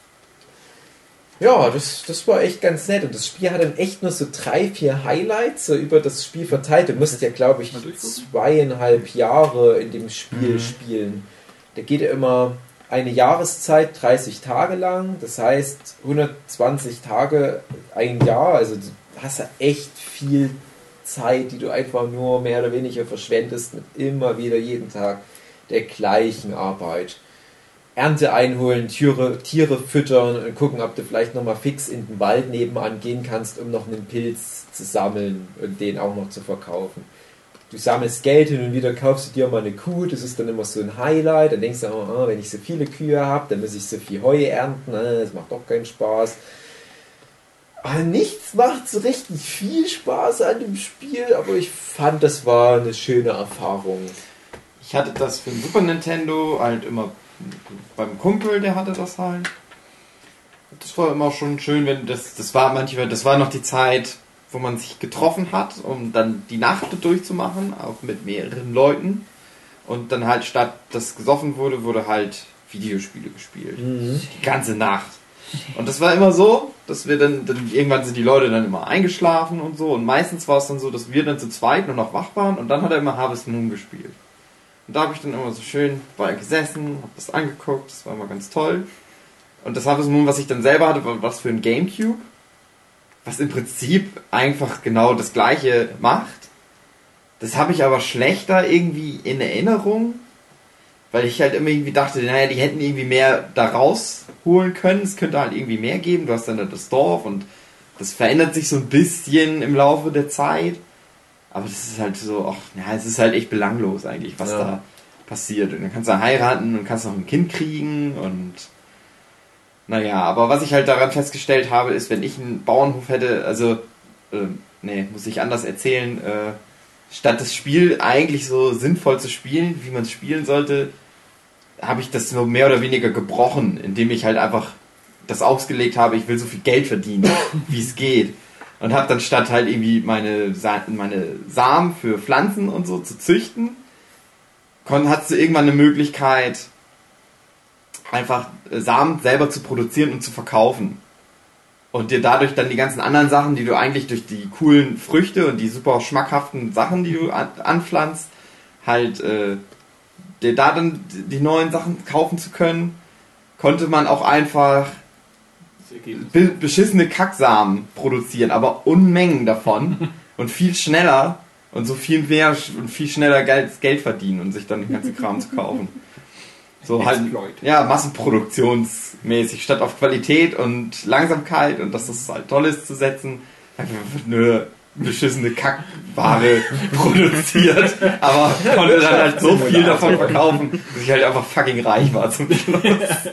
Ja, das, das war echt ganz nett und das Spiel hat dann echt nur so drei, vier Highlights so über das Spiel verteilt. Du musst ja, glaube ich, zweieinhalb Jahre in dem Spiel Mhm. spielen. Da geht ja immer eine Jahreszeit, dreißig Tage lang, das heißt hundertzwanzig Tage, ein Jahr, also du hast ja echt viel Zeit, die du einfach nur mehr oder weniger verschwendest mit immer wieder jeden Tag der gleichen Arbeit. Ernte einholen, Tiere, Tiere füttern und gucken, ob du vielleicht nochmal fix in den Wald nebenan gehen kannst, um noch einen Pilz zu sammeln und den auch noch zu verkaufen. Du sammelst Geld hin und wieder, kaufst du dir mal eine Kuh, das ist dann immer so ein Highlight, dann denkst du, oh, oh, wenn ich so viele Kühe habe, dann muss ich so viel Heu ernten, das macht doch keinen Spaß. Aber nichts macht so richtig viel Spaß an dem Spiel, aber ich fand, das war eine schöne Erfahrung. Ich hatte das für den Super Nintendo halt immer beim Kumpel, der hatte das halt. Das war immer schon schön, wenn das, das war manchmal, das war noch die Zeit, wo man sich getroffen hat, um dann die Nacht durchzumachen, auch mit mehreren Leuten. Und dann halt statt dass gesoffen wurde, wurde halt Videospiele gespielt. Mhm. Die ganze Nacht. Und das war immer so, dass wir dann, dann, irgendwann sind die Leute dann immer eingeschlafen und so. Und meistens war es dann so, dass wir dann zu zweit nur noch wach waren und dann hat er immer Harvest Moon gespielt. Und da habe ich dann immer so schön bei gesessen, habe das angeguckt, das war immer ganz toll. Und das Harvest Moon, was ich dann selber hatte, war was für ein Gamecube, was im Prinzip einfach genau das gleiche macht. Das habe ich aber schlechter irgendwie in Erinnerung, weil ich halt immer irgendwie dachte, naja, die hätten irgendwie mehr da rausholen können, es könnte halt irgendwie mehr geben. Du hast dann das Dorf und das verändert sich so ein bisschen im Laufe der Zeit. Aber das ist halt so, ach, ja, es ist halt echt belanglos eigentlich, was ja. da passiert. Und dann kannst du heiraten und kannst noch ein Kind kriegen und naja, aber was ich halt daran festgestellt habe, ist, wenn ich einen Bauernhof hätte, also, äh, nee, muss ich anders erzählen, äh, statt das Spiel eigentlich so sinnvoll zu spielen, wie man es spielen sollte, habe ich das nur mehr oder weniger gebrochen, indem ich halt einfach das ausgelegt habe, ich will so viel Geld verdienen, wie es geht. Und habe dann statt halt irgendwie meine, Sa- meine Samen für Pflanzen und so zu züchten, kon- hattest du irgendwann eine Möglichkeit, einfach Samen selber zu produzieren und zu verkaufen. Und dir dadurch dann die ganzen anderen Sachen, die du eigentlich durch die coolen Früchte und die super schmackhaften Sachen, die du an- anpflanzt, halt äh, dir da dann die neuen Sachen kaufen zu können, konnte man auch einfach be- beschissene Kacksamen produzieren, aber Unmengen davon und viel schneller und so viel mehr und viel schneller Geld, Geld verdienen und sich dann den ganzen Kram zu kaufen. So halt, ja, massenproduktionsmäßig, statt auf Qualität und Langsamkeit und dass das halt toll ist zu setzen, einfach nur beschissene Kackware produziert, aber konnte dann halt so viel davon verkaufen, dass ich halt einfach fucking reich war zum Schluss.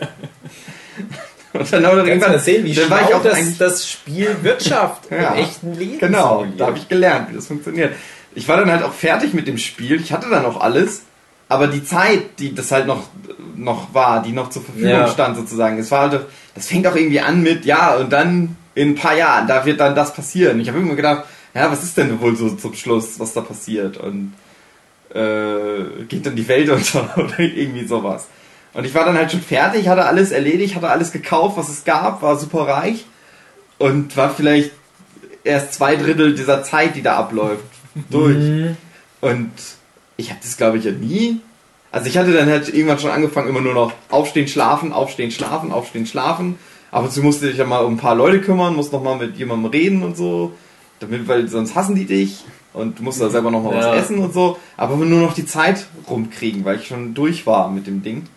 Und dann Kannst du mal sehen, wie dann war ich schlau auch das, das Spiel Wirtschaft ja, im echten Leben genau, simuliert. da habe ich gelernt, wie das funktioniert. Ich war dann halt auch fertig mit dem Spiel, ich hatte dann auch alles, aber die Zeit, die das halt noch, noch war, die noch zur Verfügung ja. stand sozusagen, es war halt, das fängt auch irgendwie an mit, ja, und dann in ein paar Jahren, da wird dann das passieren. Ich habe immer gedacht, ja, was ist denn wohl so zum Schluss, was da passiert? Und äh, geht dann die Welt unter oder irgendwie sowas. Und ich war dann halt schon fertig, hatte alles erledigt, hatte alles gekauft, was es gab, war super reich und war vielleicht erst zwei Drittel dieser Zeit, die da abläuft, durch. Mhm. Und ich habe das, glaube ich, ja nie. Also ich hatte dann halt irgendwann schon angefangen, immer nur noch aufstehen, schlafen, aufstehen, schlafen, aufstehen, schlafen. Ab und zu musste ich ja mal um ein paar Leute kümmern, musste noch mal mit jemandem reden und so, damit, weil sonst hassen die dich und du musst da selber noch mal ja. was essen und so. Aber nur noch die Zeit rumkriegen, weil ich schon durch war mit dem Ding.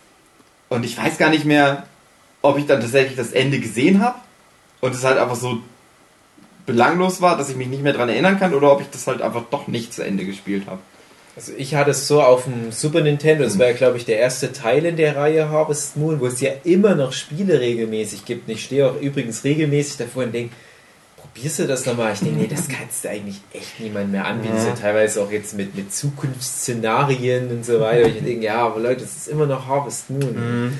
Und ich weiß gar nicht mehr, ob ich dann tatsächlich das Ende gesehen habe und es halt einfach so belanglos war, dass ich mich nicht mehr dran erinnern kann, oder ob ich das halt einfach doch nicht zu Ende gespielt habe. Also ich hatte es so auf dem Super Nintendo, das war ja glaube ich der erste Teil in der Reihe Harvest Moon, wo es ja immer noch Spiele regelmäßig gibt. Und ich stehe auch übrigens regelmäßig davor und denke, probierst du das nochmal? Ich denke, nee, das kannst du eigentlich echt niemand mehr anbieten. Ja. Das ist ja teilweise auch jetzt mit, mit Zukunftsszenarien und so weiter. Ich denke, ja, aber Leute, das ist immer noch Harvest Moon. Mhm.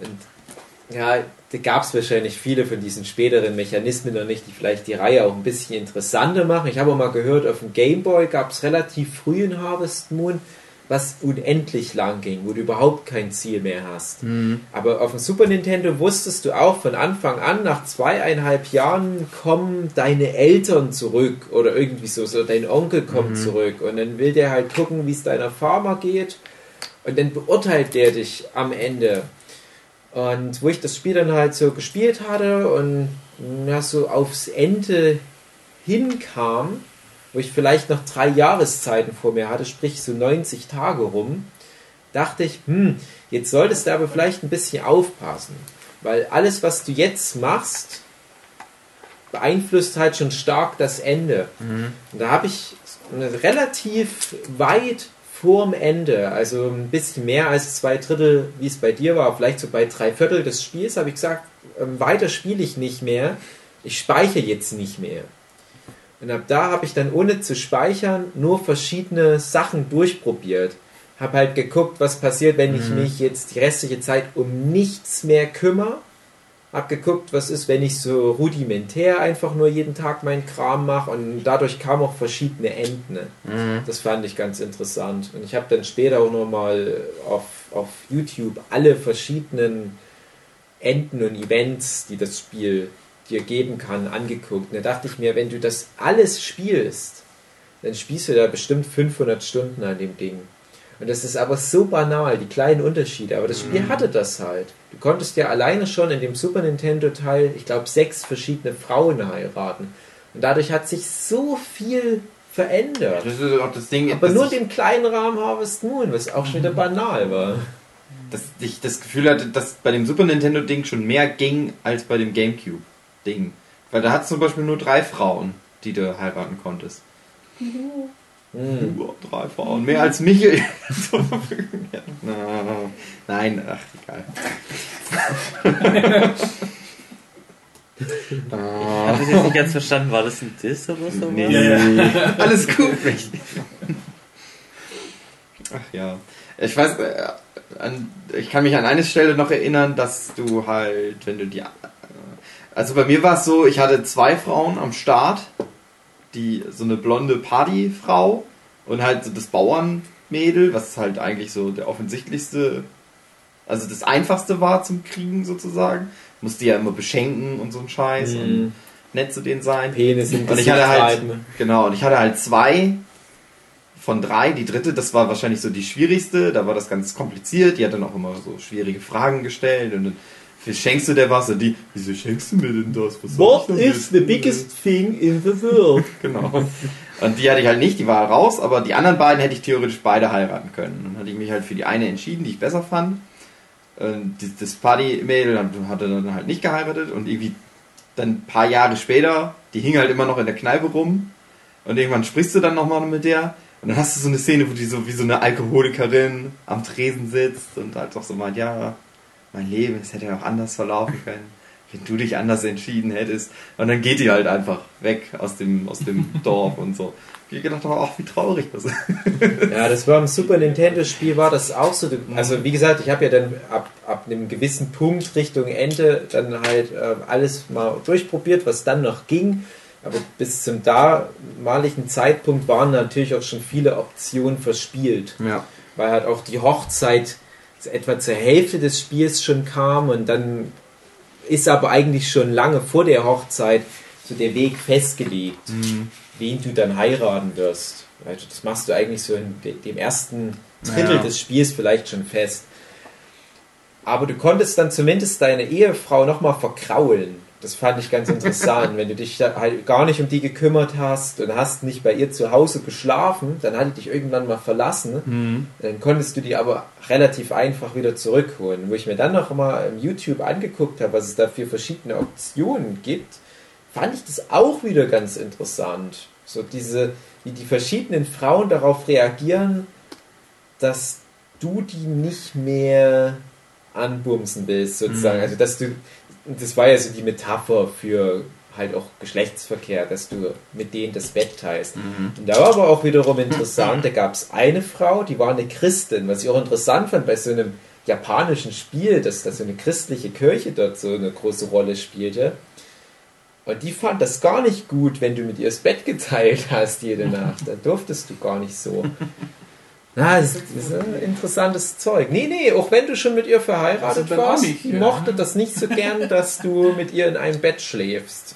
Und ja, da gab es wahrscheinlich viele von diesen späteren Mechanismen noch nicht, die vielleicht die Reihe auch ein bisschen interessanter machen. Ich habe auch mal gehört, auf dem Game Boy gab es relativ früh in Harvest Moon, was unendlich lang ging, wo du überhaupt kein Ziel mehr hast. Mhm. Aber auf dem Super Nintendo wusstest du auch von Anfang an, nach zweieinhalb Jahren kommen deine Eltern zurück oder irgendwie so, so dein Onkel kommt mhm. zurück und dann will der halt gucken, wie es deiner Farmer geht und dann beurteilt der dich am Ende. Und wo ich das Spiel dann halt so gespielt hatte und ja, so aufs Ende hinkam, wo ich vielleicht noch drei Jahreszeiten vor mir hatte, sprich so neunzig Tage rum, dachte ich, hm, jetzt solltest du aber vielleicht ein bisschen aufpassen, weil alles, was du jetzt machst, beeinflusst halt schon stark das Ende. Mhm. Und da habe ich relativ weit vorm Ende, also ein bisschen mehr als zwei Drittel, wie es bei dir war, vielleicht so bei drei Viertel des Spiels, habe ich gesagt, weiter spiele ich nicht mehr, ich speichere jetzt nicht mehr. Und ab da habe ich dann ohne zu speichern nur verschiedene Sachen durchprobiert. Habe halt geguckt, was passiert, wenn ich mhm. mich jetzt die restliche Zeit um nichts mehr kümmere. Habe geguckt, was ist, wenn ich so rudimentär einfach nur jeden Tag meinen Kram mache, und dadurch kamen auch verschiedene Enden. Mhm. Das fand ich ganz interessant. Und ich habe dann später auch nochmal auf, auf YouTube alle verschiedenen Enden und Events, die das Spiel dir geben kann, angeguckt. Und da dachte ich mir, wenn du das alles spielst, dann spielst du da bestimmt fünfhundert Stunden an dem Ding. Und das ist aber so banal, die kleinen Unterschiede. Aber das Spiel hatte das halt. Du konntest ja alleine schon in dem Super Nintendo-Teil, ich glaube, sechs verschiedene Frauen heiraten. Und dadurch hat sich so viel verändert. Das ist auch das Ding, aber dass nur ich, dem kleinen Rahmen Harvest Moon, was auch schon wieder banal war. dass ich das Gefühl hatte, dass bei dem Super Nintendo-Ding schon mehr ging als bei dem Gamecube-Ding. Weil da hat es zum Beispiel nur drei Frauen, die du heiraten konntest. Hm. Nur drei Frauen. Mehr als Michael. Nein, ach, egal. Ich habe das jetzt nicht ganz verstanden. War das ein Diss oder so? Nee, alles gut. Mich. Ach ja. Ich weiß, äh, an, ich kann mich an eine Stelle noch erinnern, dass du halt, wenn du die... Also bei mir war es so, ich hatte zwei Frauen am Start, die so eine blonde Partyfrau und halt so das Bauernmädel, was halt eigentlich so der offensichtlichste, also das einfachste war zum Kriegen sozusagen. Musste ja immer beschenken und so ein Scheiß Mhm. und nett zu denen sein. Penis im Und ich hatte halt, treiben. genau, und ich hatte halt zwei von drei. Die dritte, das war wahrscheinlich so die schwierigste. Da war das ganz kompliziert. Die hat dann auch immer so schwierige Fragen gestellt. Und dann, wie schenkst du der was? Und die, wieso schenkst du mir denn das? Was soll What ich damit? is the biggest thing in the world? Genau. Und die hatte ich halt nicht, die war raus. Aber die anderen beiden hätte ich theoretisch beide heiraten können. Dann hatte ich mich halt für die eine entschieden, die ich besser fand. Und das Party-Mädel hatte dann halt nicht geheiratet. Und irgendwie dann ein paar Jahre später, die hing halt immer noch in der Kneipe rum. Und irgendwann sprichst du dann nochmal mit der. Und dann hast du so eine Szene, wo die so wie so eine Alkoholikerin am Tresen sitzt und halt doch so meint, ja, mein Leben, es hätte ja auch anders verlaufen können, wenn du dich anders entschieden hättest. Und dann geht die halt einfach weg aus dem, aus dem Dorf und so. Ich gedacht habe, ach, wie traurig das ist. Ja, das war im Super Nintendo-Spiel, war das auch so. Also wie gesagt, ich habe ja dann ab, ab einem gewissen Punkt Richtung Ende dann halt äh, alles mal durchprobiert, was dann noch ging. Aber bis zum damaligen Zeitpunkt waren natürlich auch schon viele Optionen verspielt. Ja. Weil halt auch die Hochzeit etwa zur Hälfte des Spiels schon kam und dann ist aber eigentlich schon lange vor der Hochzeit so der Weg festgelegt, Mhm. wen du dann heiraten wirst. Also das machst du eigentlich so in de- dem ersten Drittel Ja. des Spiels vielleicht schon fest. Aber du konntest dann zumindest deine Ehefrau nochmal verkraulen. Das fand ich ganz interessant. Wenn du dich da halt gar nicht um die gekümmert hast und hast nicht bei ihr zu Hause geschlafen, dann hat die dich irgendwann mal verlassen. Mhm. Dann konntest du die aber relativ einfach wieder zurückholen. Wo ich mir dann noch mal im YouTube angeguckt habe, was es da für verschiedene Optionen gibt, fand ich das auch wieder ganz interessant. So diese, wie die verschiedenen Frauen darauf reagieren, dass du die nicht mehr anbumsen willst, sozusagen. Mhm. Also dass du, das war ja so die Metapher für halt auch Geschlechtsverkehr, dass du mit denen das Bett teilst. Mhm. Und da war aber auch wiederum interessant, da gab es eine Frau, die war eine Christin, was ich auch interessant fand bei so einem japanischen Spiel, dass da so eine christliche Kirche dort so eine große Rolle spielte. Und die fand das gar nicht gut, wenn du mit ihr das Bett geteilt hast jede Nacht. Da durftest du gar nicht so. Na, das ist, das ist ein interessantes Zeug. Nee, nee, auch wenn du schon mit ihr verheiratet Also dann auch warst, nicht, die ja. mochte das nicht so gern, dass du mit ihr in einem Bett schläfst.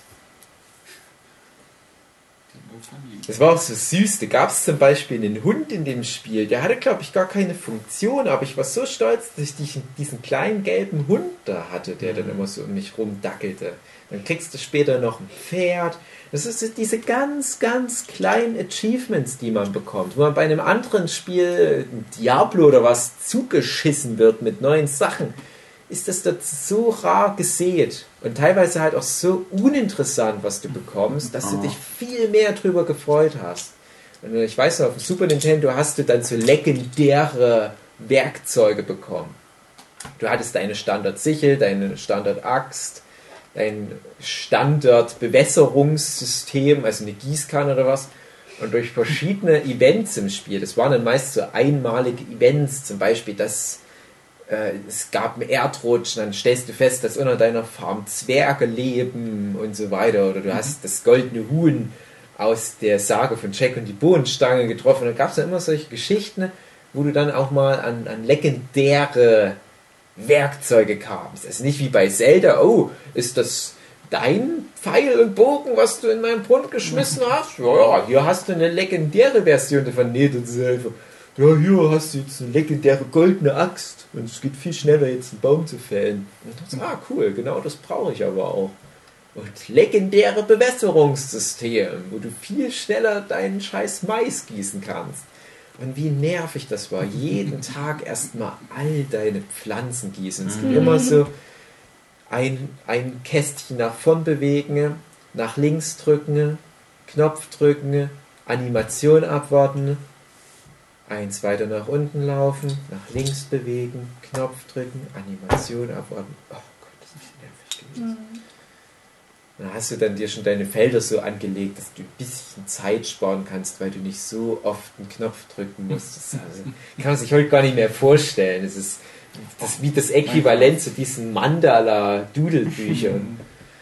Das war auch so süß. Da gab es zum Beispiel einen Hund in dem Spiel. Der hatte, glaube ich, gar keine Funktion, aber ich war so stolz, dass ich diesen, diesen kleinen gelben Hund da hatte, der dann immer so um mich rumdackelte. Dann kriegst du später noch ein Pferd. Das ist diese ganz, ganz kleinen Achievements, die man bekommt. Wo man bei einem anderen Spiel, Diablo oder was, zugeschissen wird mit neuen Sachen, ist das dort so rar gesät und teilweise halt auch so uninteressant, was du bekommst, dass du dich viel mehr drüber gefreut hast. Und ich weiß noch, auf dem Super Nintendo hast du dann so legendäre Werkzeuge bekommen. Du hattest deine Standard-Sichel, deine Standard-Axt, dein Standard-Bewässerungssystem, also eine Gießkanne oder was. Und durch verschiedene Events im Spiel, das waren dann meist so einmalige Events, zum Beispiel, dass äh, es gab einen Erdrutsch, dann stellst du fest, dass unter deiner Farm Zwerge leben und so weiter. Oder du hast das goldene Huhn aus der Sage von Jack und die Bohnenstange getroffen. Da gab es dann immer solche Geschichten, wo du dann auch mal an, an legendäre Werkzeuge kamst. Also nicht wie bei Zelda, oh, ist das dein Pfeil und Bogen, was du in meinen Brunnen geschmissen hast? Ja, ja, hier hast du eine legendäre Version davon. Nee, das ist einfach, ja, hier hast du jetzt eine legendäre goldene Axt und es geht viel schneller, jetzt einen Baum zu fällen. Und das, ah, cool, genau das brauche ich aber auch. Und legendäre Bewässerungssystem, wo du viel schneller deinen scheiß Mais gießen kannst. Und wie nervig das war. Jeden Tag erstmal all deine Pflanzen gießen. Es gibt immer so ein, ein Kästchen nach vorn bewegen, nach links drücken, Knopf drücken, Animation abwarten, eins weiter nach unten laufen, nach links bewegen, Knopf drücken, Animation abwarten. Oh Gott, das ist nervig gewesen. Mhm. Dann hast du dann dir schon deine Felder so angelegt, dass du ein bisschen Zeit sparen kannst, weil du nicht so oft einen Knopf drücken musst. Das also, kann man sich heute gar nicht mehr vorstellen. Es ist das wie das Äquivalent zu diesen Mandala-Doodle-Büchern.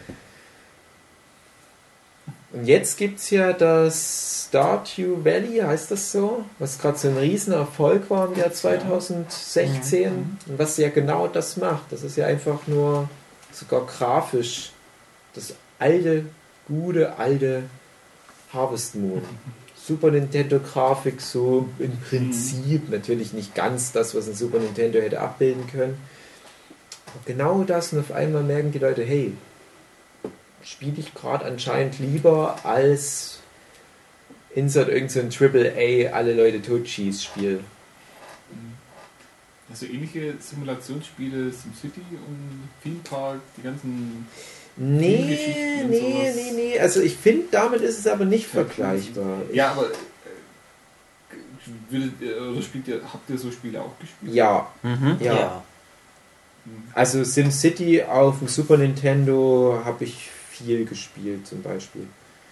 Und jetzt gibt es ja das Stardew Valley, heißt das so? Was gerade so ein Riesenerfolg war im Jahr zwanzig sechzehn. Und was ja genau das macht. Das ist ja einfach nur sogar grafisch das alte, gute, alte Harvest Moon. Super Nintendo-Grafik, so im Prinzip, natürlich nicht ganz das, was ein Super Nintendo hätte abbilden können. Aber genau das, und auf einmal merken die Leute, hey, spiele ich gerade anscheinend lieber als insert irgendein so Triple A alle Leute tot schießt Spiel. Also ähnliche Simulationsspiele, SimCity und Theme Park, die ganzen Nee, nee, nee, nee. Also ich finde, damit ist es aber nicht ja, vergleichbar. Ja, aber äh, würdet, oder spielt ihr, habt ihr so Spiele auch gespielt? Ja. Mhm. ja. ja. Also SimCity auf dem Super Nintendo habe ich viel gespielt zum Beispiel.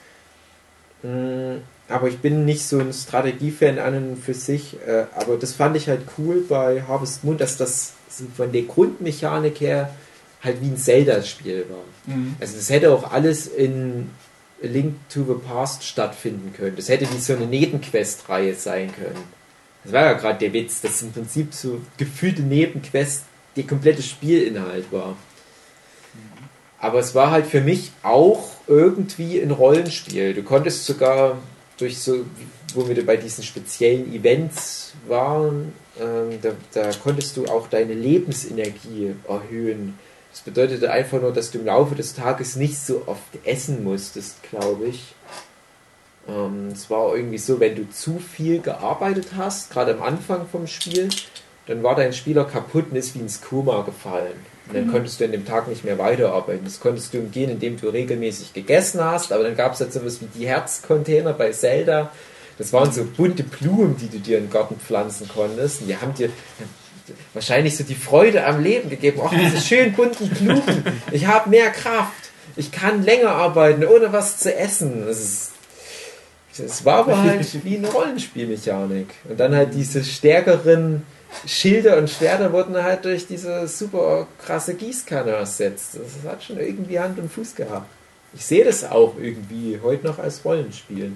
Aber ich bin nicht so ein Strategiefan an und für sich. Aber das fand ich halt cool bei Harvest Moon, dass das von der Grundmechanik her halt wie ein Zelda-Spiel war. Mhm. Also das hätte auch alles in A Link to the Past stattfinden können. Das hätte wie so eine Nebenquest-Reihe sein können. Das war ja gerade der Witz, dass im Prinzip so gefühlte Nebenquest der komplette Spielinhalt war. Mhm. Aber es war halt für mich auch irgendwie ein Rollenspiel. Du konntest sogar durch so, wo wir bei diesen speziellen Events waren, ähm, da, da konntest du auch deine Lebensenergie erhöhen. Das bedeutete einfach nur, dass du im Laufe des Tages nicht so oft essen musstest, glaube ich. Ähm, es war irgendwie so, wenn du zu viel gearbeitet hast, gerade am Anfang vom Spiel, dann war dein Spieler kaputt und ist wie ins Koma gefallen. Und dann mhm. konntest du an dem Tag nicht mehr weiterarbeiten. Das konntest du umgehen, indem du regelmäßig gegessen hast, aber dann gab es halt sowas wie die Herzcontainer bei Zelda. Das waren so bunte Blumen, die du dir in den Garten pflanzen konntest. Und die haben dir wahrscheinlich so die Freude am Leben gegeben. Ach, diese schönen bunten Blumen. Ich habe mehr Kraft. Ich kann länger arbeiten, ohne was zu essen. Das ist, es war aber halt wie eine Rollenspielmechanik. Und dann halt diese stärkeren Schilder und Schwerter wurden halt durch diese super krasse Gießkanne ersetzt. Das hat schon irgendwie Hand und Fuß gehabt. Ich sehe das auch irgendwie heute noch als Rollenspiel.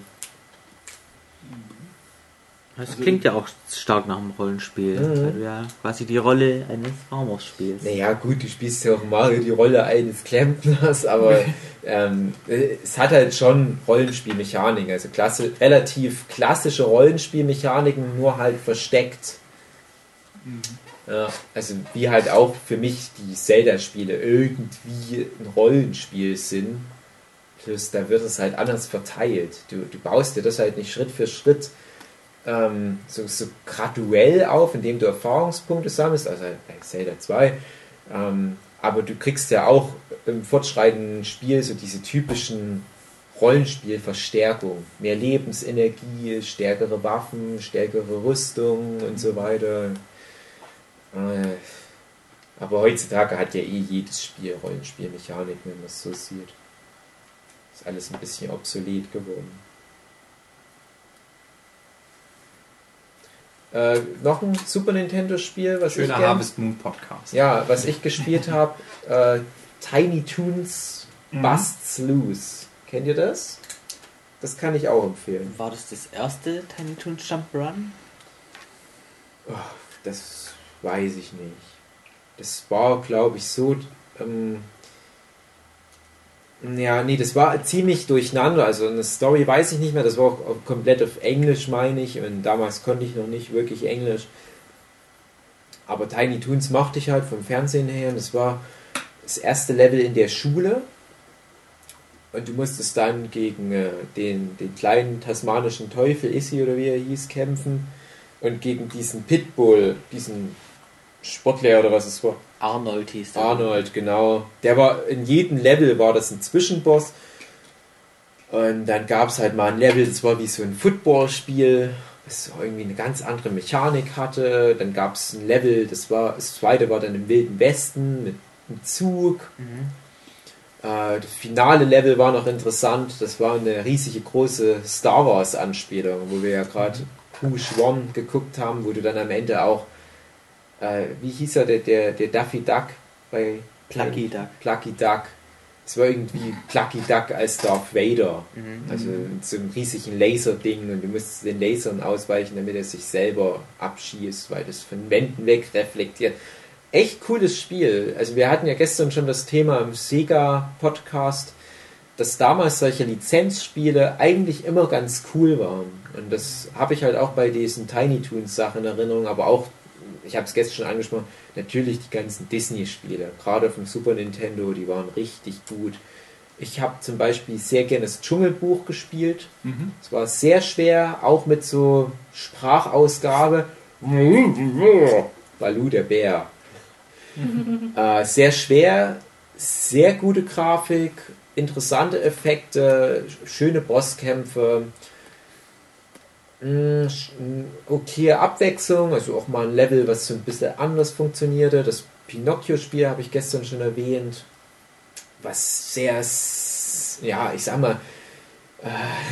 Das also klingt ja auch stark nach einem Rollenspiel, mhm. weil du ja quasi die Rolle eines Farmers spielst. Naja gut, du spielst ja auch Mario die Rolle eines Klempners, aber ähm, es hat halt schon Rollenspielmechaniken, also klasse, relativ klassische Rollenspielmechaniken, nur halt versteckt. Mhm. Ja, also wie halt auch für mich die Zelda-Spiele irgendwie ein Rollenspiel sind, plus da wird es halt anders verteilt. Du, du baust dir das halt nicht Schritt für Schritt Ähm, so, so graduell auf, indem du Erfahrungspunkte sammelst, also bei Zelda zwei, ähm, aber du kriegst ja auch im fortschreitenden Spiel so diese typischen Rollenspielverstärkungen, mehr Lebensenergie, stärkere Waffen, stärkere Rüstung und so weiter. Äh, aber heutzutage hat ja eh jedes Spiel Rollenspielmechanik, wenn man es so sieht. Ist alles ein bisschen obsolet geworden. Äh, noch ein Super Nintendo Spiel, was Schöner ich gern, Harvest Moon Podcast. Ja, was ich gespielt habe, äh, Tiny Toons mhm. Busts Loose. Kennt ihr das? Das kann ich auch empfehlen. War das das erste Tiny Toons Jump Run? Oh, das weiß ich nicht. Das war, glaube ich, so. Ähm, Ja, nee, das war ziemlich durcheinander. Also eine Story weiß ich nicht mehr. Das war auch komplett auf Englisch, meine ich. Und damals konnte ich noch nicht wirklich Englisch. Aber Tiny Toons mochte ich halt vom Fernsehen her. Und das war das erste Level in der Schule. Und du musstest dann gegen äh, den, den kleinen tasmanischen Teufel, Issy oder wie er hieß, kämpfen. Und gegen diesen Pitbull, diesen Sportlehrer oder was es war. Arnold hieß der. Arnold, genau. Der war in jedem Level war das ein Zwischenboss. Und dann gab es halt mal ein Level, das war wie so ein Footballspiel, das irgendwie eine ganz andere Mechanik hatte. Dann gab es ein Level, das war, das zweite war dann im Wilden Westen mit einem Zug. Mhm. Äh, das finale Level war noch interessant. Das war eine riesige große Star Wars Anspielung, wo wir ja gerade Push One geguckt haben, wo du dann am Ende auch Äh, wie hieß er, der, der, der Daffy Duck bei Plucky Duck. Plucky Duck. Es war irgendwie Plucky Duck als Darth Vader. Mhm. Also mit so einem riesigen Laserding und du musst den Lasern ausweichen, damit er sich selber abschießt, weil das von Wänden weg reflektiert. Echt cooles Spiel. Also wir hatten ja gestern schon das Thema im Sega-Podcast, dass damals solche Lizenzspiele eigentlich immer ganz cool waren. Und das habe ich halt auch bei diesen Tiny Toons Sachen in Erinnerung, aber auch ich habe es gestern schon angesprochen, natürlich die ganzen Disney-Spiele, gerade auf dem Super Nintendo, die waren richtig gut. Ich habe zum Beispiel sehr gerne das Dschungelbuch gespielt. Mhm. Es war sehr schwer, auch mit so Sprachausgabe. Baloo der Bär. äh, sehr schwer, sehr gute Grafik, interessante Effekte, schöne Bosskämpfe. Okay, Abwechslung, also auch mal ein Level, was so ein bisschen anders funktionierte. Das Pinocchio-Spiel habe ich gestern schon erwähnt, was sehr, ja, ich sag mal, äh,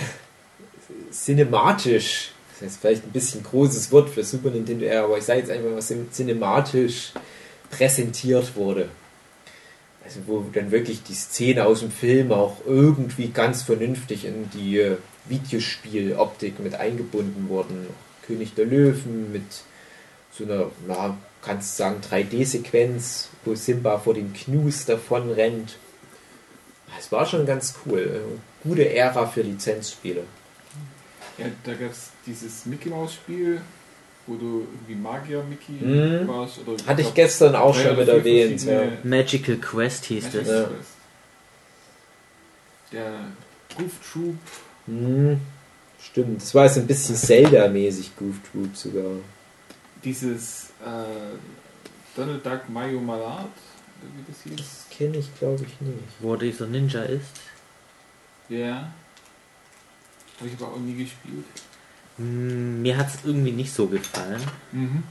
cinematisch, das ist vielleicht ein bisschen großes Wort für Super Nintendo, aber ich sage jetzt einfach mal, was cinematisch präsentiert wurde. Also wo dann wirklich die Szene aus dem Film auch irgendwie ganz vernünftig in die Videospieloptik mit eingebunden wurden. König der Löwen mit so einer, na, kannst du sagen, drei D-Sequenz, wo Simba vor dem Knus davon rennt. Es war schon ganz cool. Gute Ära für Lizenzspiele. Ja, da gab es dieses Mickey-Maus-Spiel, wo du irgendwie Magier-Mickey Mhm. warst. Oder Hatte ich glaub, gestern auch drei schon oder mit vier erwähnt. verschiedene Ja. Magical Quest hieß Magic das. Ja. Quest. Der Goof Troop. Mhm. Stimmt, das war jetzt ein bisschen Zelda-mäßig, Goof Troop sogar. Dieses äh, Donald Duck Mayo Malard, wie das hieß. Das kenne ich, glaube ich, nicht. Wo dieser Ninja ist. Ja. Habe ich aber auch nie gespielt. Hm, Mir hat es irgendwie nicht so gefallen. Mhm.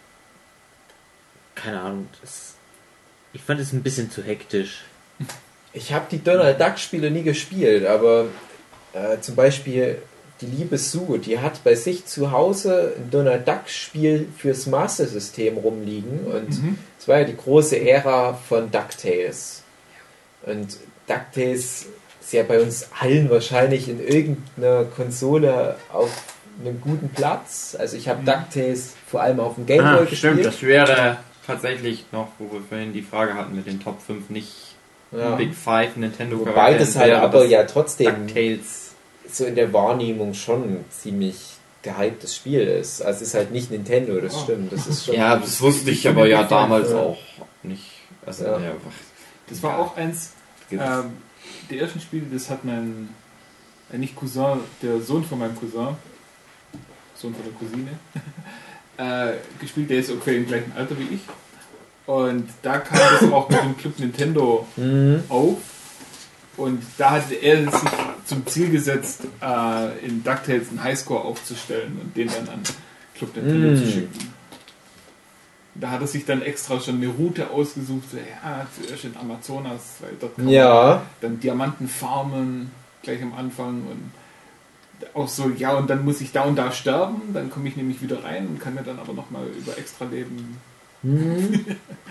Keine Ahnung. Das, ich fand es ein bisschen zu hektisch. Ich habe die Donald Duck Spiele nie gespielt, aber äh, zum Beispiel die liebe Sue, die hat bei sich zu Hause ein Donald Duck Spiel fürs Master System rumliegen und Mhm. es war ja die große Ära von DuckTales. Und DuckTales ist ja bei uns allen wahrscheinlich in irgendeiner Konsole auf einem guten Platz. Also ich habe Mhm. DuckTales vor allem auf dem Game Boy Ah, gespielt. stimmt, das wäre tatsächlich noch, wo wir vorhin die Frage hatten mit den Top fünf nicht Ja. Big Five Nintendo Wobei das halt wäre aber das ja trotzdem DuckTales. so in der Wahrnehmung schon ein ziemlich gehyptes Spiel ist. Also es ist halt nicht Nintendo, das Oh. stimmt. Das ist schon Ja, das wusste ich aber ja damals Ja. auch nicht. Also, Ja. ja. Das war auch eins ähm, der ersten Spiele, das hat mein, äh, nicht Cousin, der Sohn von meinem Cousin, Sohn von der Cousine, äh, gespielt, der ist ungefähr im gleichen Alter wie ich. Und da kam das auch mit dem Club Nintendo Mhm. auf. Und da hatte er sich zum Ziel gesetzt, äh, in DuckTales einen Highscore aufzustellen und den dann an Club Nintendo Mm. zu schicken. Da hat er sich dann extra schon eine Route ausgesucht, so, ja, zuerst in Amazonas, weil dort kann man Ja, dann Diamanten farmen, gleich am Anfang und auch so, ja, und dann muss ich da und da sterben, dann komme ich nämlich wieder rein und kann mir dann aber nochmal über extra Leben. mhm.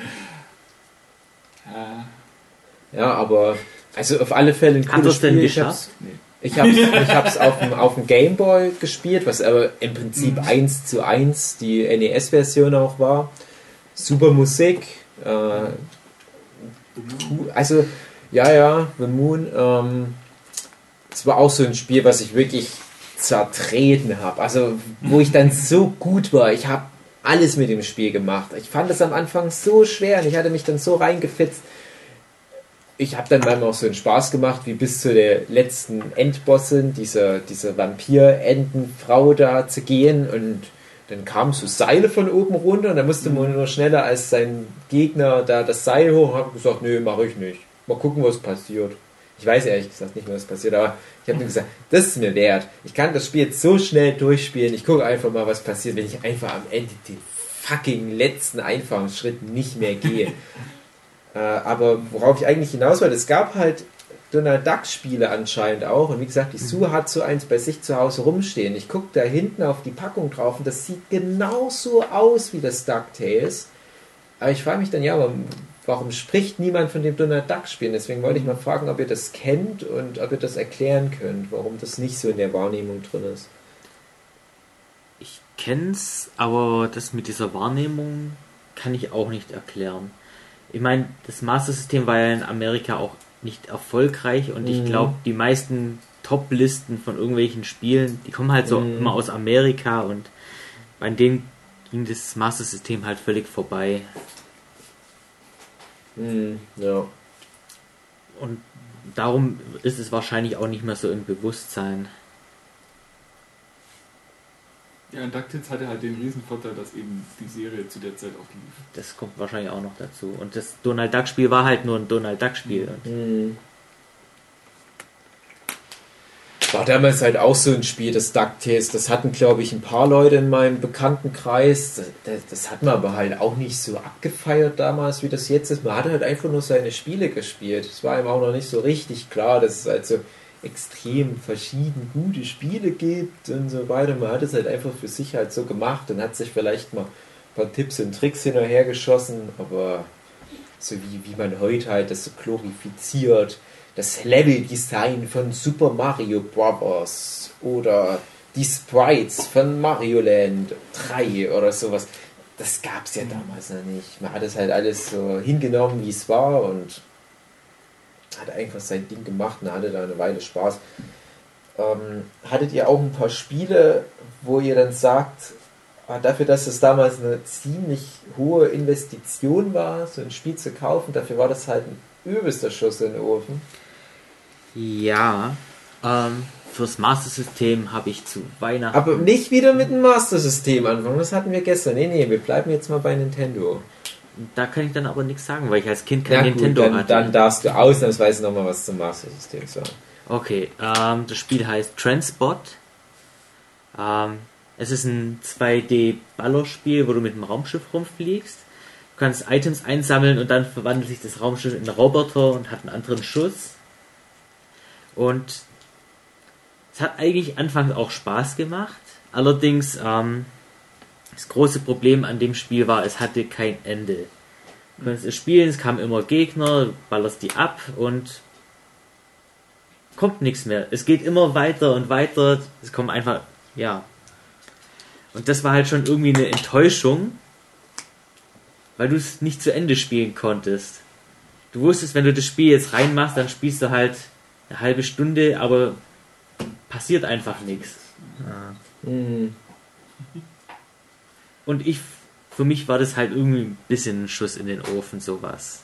Äh, ja, aber also auf alle Fälle ein Hat cooles das denn Spiel. Ich geschafft? hab's, ich hab's, ich hab's auf dem, auf dem Game Boy gespielt, was aber im Prinzip Mhm. eins zu eins die N E S-Version auch war. Super Musik. Äh, cool. Also Ja, ja, The Moon. Ähm, das war auch so ein Spiel, was ich wirklich zertreten habe. Also, wo ich dann so gut war. Ich habe alles mit dem Spiel gemacht. Ich fand es am Anfang so schwer und ich hatte mich dann so reingefitzt. Ich habe dann manchmal auch so einen Spaß gemacht, wie bis zu der letzten Endbossin, diese, diese Vampir-Entenfrau da zu gehen und dann kamen so Seile von oben runter und dann musste man nur schneller als sein Gegner da das Seil hoch und habe gesagt, nö, mache ich nicht. Mal gucken, was passiert. Ich weiß ehrlich gesagt nicht mehr, was passiert, aber ich habe mir gesagt, das ist mir wert. Ich kann das Spiel jetzt so schnell durchspielen. Ich gucke einfach mal, was passiert, wenn ich einfach am Ende den fucking letzten einfachen Schritt nicht mehr gehe. äh, aber worauf ich eigentlich hinaus wollte, es gab halt Donald Duck Spiele anscheinend auch und wie gesagt, die Sue hat so eins bei sich zu Hause rumstehen. Ich gucke da hinten auf die Packung drauf und das sieht genauso aus wie das DuckTales. Aber ich frage mich dann, ja, warum spricht niemand von dem Donald Duck Spiel? Deswegen wollte ich mal fragen, ob ihr das kennt und ob ihr das erklären könnt, warum das nicht so in der Wahrnehmung drin ist. Ich kenn's, aber das mit dieser Wahrnehmung kann ich auch nicht erklären. Ich meine, das Master System war ja in Amerika auch nicht erfolgreich und ich glaube, die meisten Top-Listen von irgendwelchen Spielen, die kommen halt so mm. immer aus Amerika und bei denen ging das Master System halt völlig vorbei. Mm, ja. Und darum ist es wahrscheinlich auch nicht mehr so im Bewusstsein. Ja, und DuckTales hatte halt den Riesenvorteil, dass eben die Serie zu der Zeit auch lief. Das kommt wahrscheinlich auch noch dazu. Und das Donald Duck Spiel war halt nur ein Donald Duck Spiel. Mhm. War damals halt auch so ein Spiel, das DuckTales. Das hatten, glaube ich, ein paar Leute in meinem Bekanntenkreis. Das, das hat man aber halt auch nicht so abgefeiert damals, wie das jetzt ist. Man hat halt einfach nur seine Spiele gespielt. Es war ihm auch noch nicht so richtig klar, dass es halt so extrem verschieden gute Spiele gibt und so weiter. Man hat es halt einfach für sich halt so gemacht und hat sich vielleicht mal ein paar Tipps und Tricks hin und her geschossen, aber so wie, wie man heute halt das so glorifiziert, das Level-Design von Super Mario Bros. Oder die Sprites von Mario Land drei oder sowas, das gab es ja damals noch nicht. Man hat es halt alles so hingenommen, wie es war und hat einfach sein Ding gemacht und hatte da eine Weile Spaß. Ähm, hattet ihr auch ein paar Spiele, wo ihr dann sagt, ah, dafür, dass es damals eine ziemlich hohe Investition war, so ein Spiel zu kaufen, dafür war das halt ein übelster Schuss in den Ofen? Ja, ähm, fürs Master System habe ich zu Weihnachten... Aber nicht wieder mit dem Master System anfangen, das hatten wir gestern. Nee, nee, wir bleiben jetzt mal bei Nintendo. Da kann ich dann aber nichts sagen, weil ich als Kind kein ja, Nintendo gut, dann, hatte. Dann darfst du ausnahmsweise nochmal was zum Master System sagen. Okay, ähm, das Spiel heißt Transport. Ähm, es ist ein zwei D-Ballerspiel, wo du mit dem Raumschiff rumfliegst. Du kannst Items einsammeln und dann verwandelt sich das Raumschiff in einen Roboter und hat einen anderen Schuss. Und es hat eigentlich anfangs auch Spaß gemacht. Allerdings, ähm, das große Problem an dem Spiel war, es hatte kein Ende. Du konntest es spielen, es kamen immer Gegner, du ballerst die ab und kommt nichts mehr. Es geht immer weiter und weiter, es kommt einfach, ja. Und das war halt schon irgendwie eine Enttäuschung, weil du es nicht zu Ende spielen konntest. Du wusstest, wenn du das Spiel jetzt reinmachst, dann spielst du halt eine halbe Stunde, aber passiert einfach nichts. Ja. Mhm. Und ich, für mich war das halt irgendwie ein bisschen ein Schuss in den Ofen, sowas.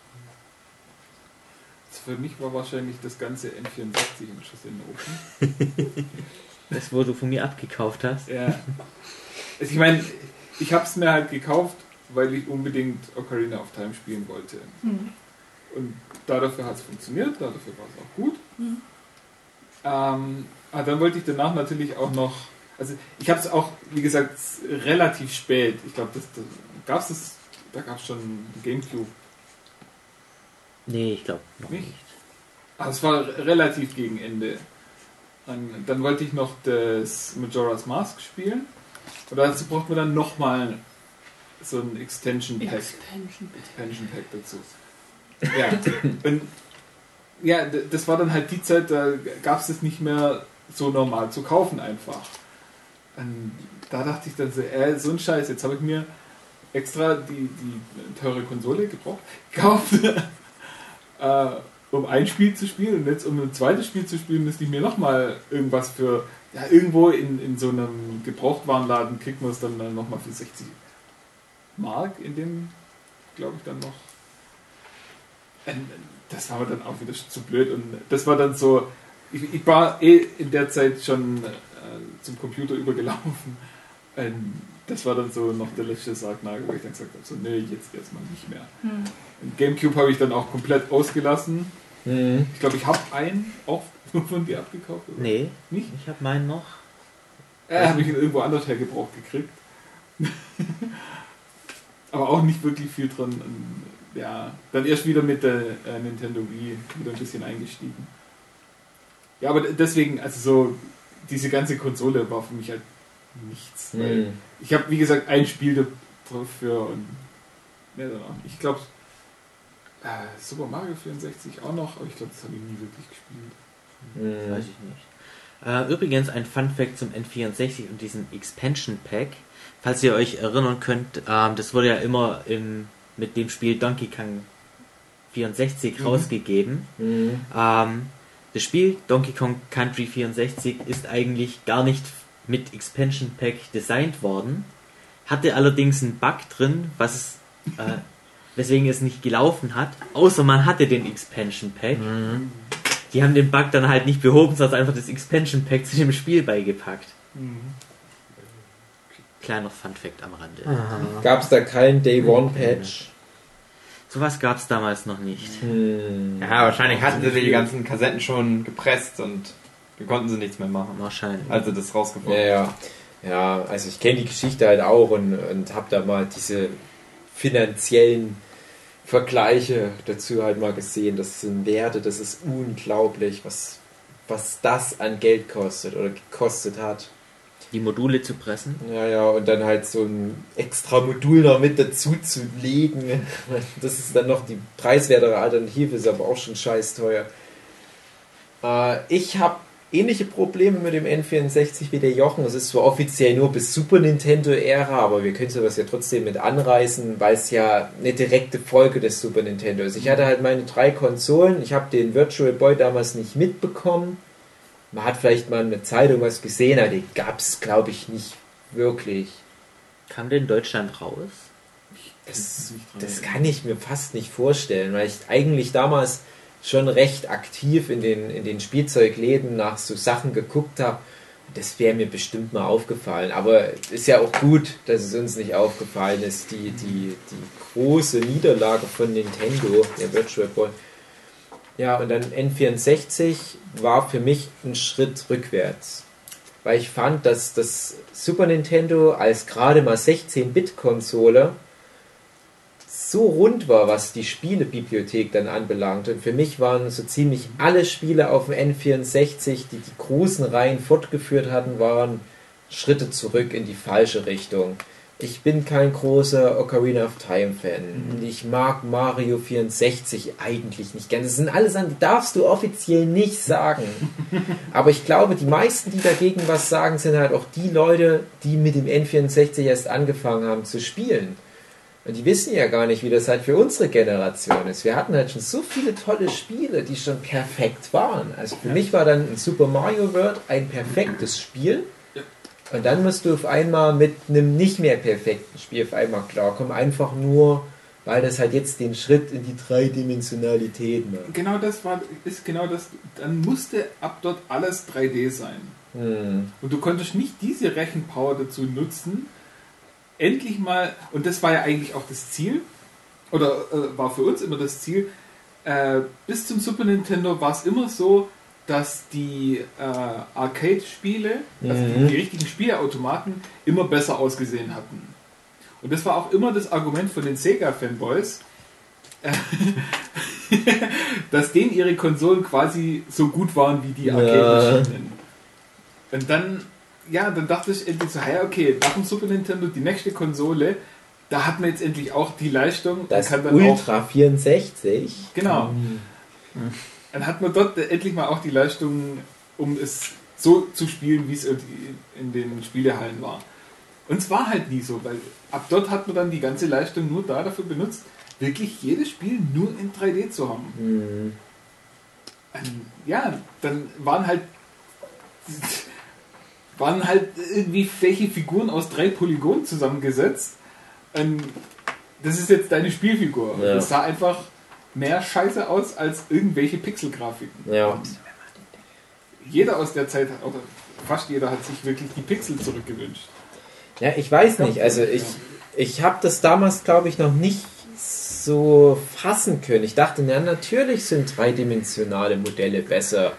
Für mich war wahrscheinlich das ganze N vierundsechzig ein Schuss in den Ofen. Das, wo du von mir abgekauft hast? Ja. Also ich meine, ich habe es mir halt gekauft, weil ich unbedingt Ocarina of Time spielen wollte. Mhm. Und dafür hat es funktioniert, dafür war es auch gut. Mhm. Ähm, aber dann wollte ich danach natürlich auch noch, also ich habe es auch, wie gesagt, relativ spät, ich glaube, das, das gab es, da gab es schon Gamecube. Nee, ich glaube noch nicht. nicht. Aber es war relativ gegen Ende. Und dann wollte ich noch das Majora's Mask spielen. Und dazu braucht man dann nochmal so ein Extension Pack. Expansion Pack. Expansion Pack dazu. Ja, und ja, das war dann halt die Zeit, da gab es es nicht mehr so normal zu kaufen einfach. Und da dachte ich dann so, äh, so ein Scheiß, jetzt habe ich mir extra die, die teure Konsole gebraucht, gekauft. äh, um ein Spiel zu spielen und jetzt um ein zweites Spiel zu spielen, müsste ich mir nochmal irgendwas für, ja, irgendwo in, in so einem Gebrauchtwarenladen kriegt man es dann nochmal für sechzig Mark, in dem, glaube ich, dann noch. Das war mir dann auch wieder zu blöd und das war dann so, ich, ich war eh in der Zeit schon äh, zum Computer übergelaufen. Ähm, das war dann so noch der letzte Sargnagel, wo ich dann gesagt habe, so, nee, jetzt erstmal nicht mehr. Hm. Gamecube habe ich dann auch komplett ausgelassen. Hm. Ich glaube, ich habe einen auch von dir abgekauft. Oder? Nee, nicht? Ich habe meinen noch. Äh, habe ich ihn irgendwo anders hergebraucht gekriegt. Aber auch nicht wirklich viel dran. Ja, dann erst wieder mit der äh, Nintendo Wii wieder ein bisschen eingestiegen. Ja, aber deswegen, also so, diese ganze Konsole war für mich halt nichts. Weil mm. ich habe, wie gesagt, ein Spiel dafür und mehr dann auch nicht. Ich glaube, äh, Super Mario vierundsechzig auch noch, aber ich glaube, das habe ich nie wirklich gespielt. Mm. Weiß ich nicht. Äh, übrigens ein Fun Fact zum N vierundsechzig und diesem Expansion Pack. Falls ihr euch erinnern könnt, ähm, das wurde ja immer im, mit dem Spiel Donkey Kong vierundsechzig mhm. rausgegeben. Mhm. Ähm, das Spiel Donkey Kong Country vierundsechzig ist eigentlich gar nicht mit Expansion Pack designt worden, hatte allerdings einen Bug drin, was äh, weswegen es nicht gelaufen hat, außer man hatte den Expansion Pack. Mhm. Die haben den Bug dann halt nicht behoben, sondern einfach das Expansion Pack zu dem Spiel beigepackt. Mhm. Kleiner Funfact am Rande. Gab es da keinen Day One Patch? Sowas gab es damals noch nicht. Hm. Ja, wahrscheinlich hatten sie die ganzen Kassetten schon gepresst und wir konnten sie nichts mehr machen. Wahrscheinlich. Also das rausgefunden. Ja, ja. Ja, also ich kenne die Geschichte halt auch und, und habe da mal diese finanziellen Vergleiche dazu halt mal gesehen. Das sind Werte, das ist unglaublich, was, was das an Geld kostet oder gekostet hat. Die Module zu pressen. Ja, ja, und dann halt so ein extra Modul noch mit dazu zu legen. Das ist dann noch die preiswertere Alternative, ist aber auch schon scheiß teuer. Äh, ich habe ähnliche Probleme mit dem N vierundsechzig wie der Jochen. Es ist zwar offiziell nur bis Super Nintendo-Ära, aber wir können sowas ja trotzdem mit anreißen, weil es ja eine direkte Folge des Super Nintendo ist. Ich hatte halt meine drei Konsolen. Ich habe den Virtual Boy damals nicht mitbekommen. Man hat vielleicht mal in der Zeitung was gesehen, aber die gab es, glaube ich, nicht wirklich. Kam der in Deutschland raus? Das, das kann ich mir fast nicht vorstellen, weil ich eigentlich damals schon recht aktiv in den, in den Spielzeugläden nach so Sachen geguckt habe. Das wäre mir bestimmt mal aufgefallen. Aber ist ja auch gut, dass es uns nicht aufgefallen ist. Die, die, die große Niederlage von Nintendo, der Virtual Boy. Ja, und dann N vierundsechzig war für mich ein Schritt rückwärts. Weil ich fand, dass das Super Nintendo als gerade mal sechzehn-Bit-Konsole so rund war, was die Spielebibliothek dann anbelangt. Und für mich waren so ziemlich alle Spiele auf dem N vierundsechzig, die die großen Reihen fortgeführt hatten, waren Schritte zurück in die falsche Richtung. Ich bin kein großer Ocarina of Time Fan. Mhm. Ich mag Mario vierundsechzig eigentlich nicht gern. Das sind alle Sachen, die darfst du offiziell nicht sagen. Aber ich glaube, die meisten, die dagegen was sagen, sind halt auch die Leute, die mit dem N vierundsechzig erst angefangen haben zu spielen. Und die wissen ja gar nicht, wie das halt für unsere Generation ist. Wir hatten halt schon so viele tolle Spiele, die schon perfekt waren. Also für ja. mich war dann ein Super Mario World ein perfektes Spiel. Und dann musst du auf einmal mit einem nicht mehr perfekten Spiel auf einmal klarkommen. Einfach nur, weil das halt jetzt den Schritt in die Dreidimensionalität macht. Genau das war, ist genau das. Dann musste ab dort alles drei D sein. Hm. Und du konntest nicht diese Rechenpower dazu nutzen, endlich mal, und das war ja eigentlich auch das Ziel, oder äh, war für uns immer das Ziel, äh, bis zum Super Nintendo war es immer so, dass die äh, Arcade-Spiele, also mhm. die, die richtigen Spieleautomaten, immer besser ausgesehen hatten. Und das war auch immer das Argument von den Sega-Fanboys, äh, dass denen ihre Konsolen quasi so gut waren wie die Arcade-Maschinen. Ja. Und dann, ja, dann dachte ich endlich so, ja, okay, nach dem Super Nintendo, die nächste Konsole, da hat man jetzt endlich auch die Leistung. Das kann dann Ultra auch, vierundsechzig. Genau. Mhm. Dann hat man dort endlich mal auch die Leistung, um es so zu spielen, wie es in den Spielehallen war. Und es war halt nie so, weil ab dort hat man dann die ganze Leistung nur da dafür benutzt, wirklich jedes Spiel nur in drei D zu haben. Mhm. ähm, ja, dann waren halt waren halt irgendwie welche Figuren aus drei Polygonen zusammengesetzt. Ähm, das ist jetzt deine Spielfigur. Ja. Das sah einfach mehr scheiße aus als irgendwelche Pixelgrafiken. Ja. Und jeder aus der Zeit, oder fast jeder, hat sich wirklich die Pixel zurückgewünscht. Ja, ich weiß nicht. Also ich, ich habe das damals, glaube ich, noch nicht so fassen können. Ich dachte, na, natürlich sind dreidimensionale Modelle besser.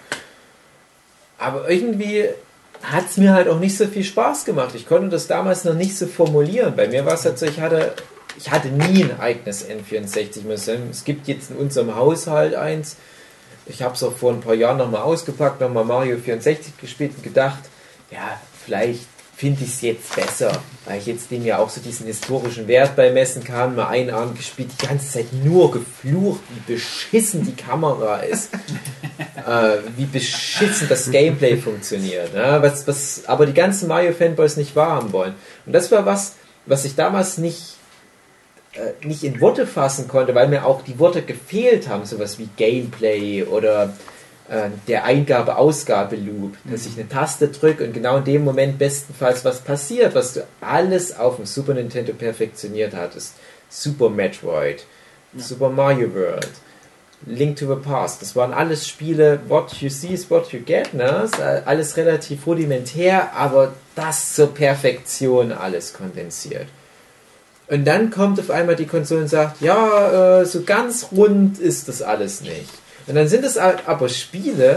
Aber irgendwie hat es mir halt auch nicht so viel Spaß gemacht. Ich konnte das damals noch nicht so formulieren. Bei mir war es halt so, ich hatte, ich hatte nie ein eigenes N vierundsechzig. Es gibt jetzt in unserem Haushalt eins. Ich habe es auch vor ein paar Jahren nochmal ausgepackt, nochmal Mario vierundsechzig gespielt und gedacht, ja, vielleicht finde ich es jetzt besser, weil ich jetzt dem ja auch so diesen historischen Wert beimessen kann. Mal einen Abend gespielt, die ganze Zeit nur geflucht, wie beschissen die Kamera ist, äh, wie beschissen das Gameplay funktioniert, ne? was, was aber die ganzen Mario-Fanboys nicht wahrhaben wollen. Und das war was, was ich damals nicht äh, nicht in Worte fassen konnte, weil mir auch die Worte gefehlt haben, sowas wie Gameplay oder der Eingabe-Ausgabe-Loop, dass ich eine Taste drücke und genau in dem Moment bestenfalls was passiert, was du alles auf dem Super Nintendo perfektioniert hattest. Super Metroid, ja. Super Mario World, Link to the Past, das waren alles Spiele, what you see is what you get, ne? Alles relativ rudimentär, aber das zur Perfektion alles kondensiert. Und dann kommt auf einmal die Konsole und sagt, ja, äh, so ganz rund ist das alles nicht. Und dann sind es aber Spiele,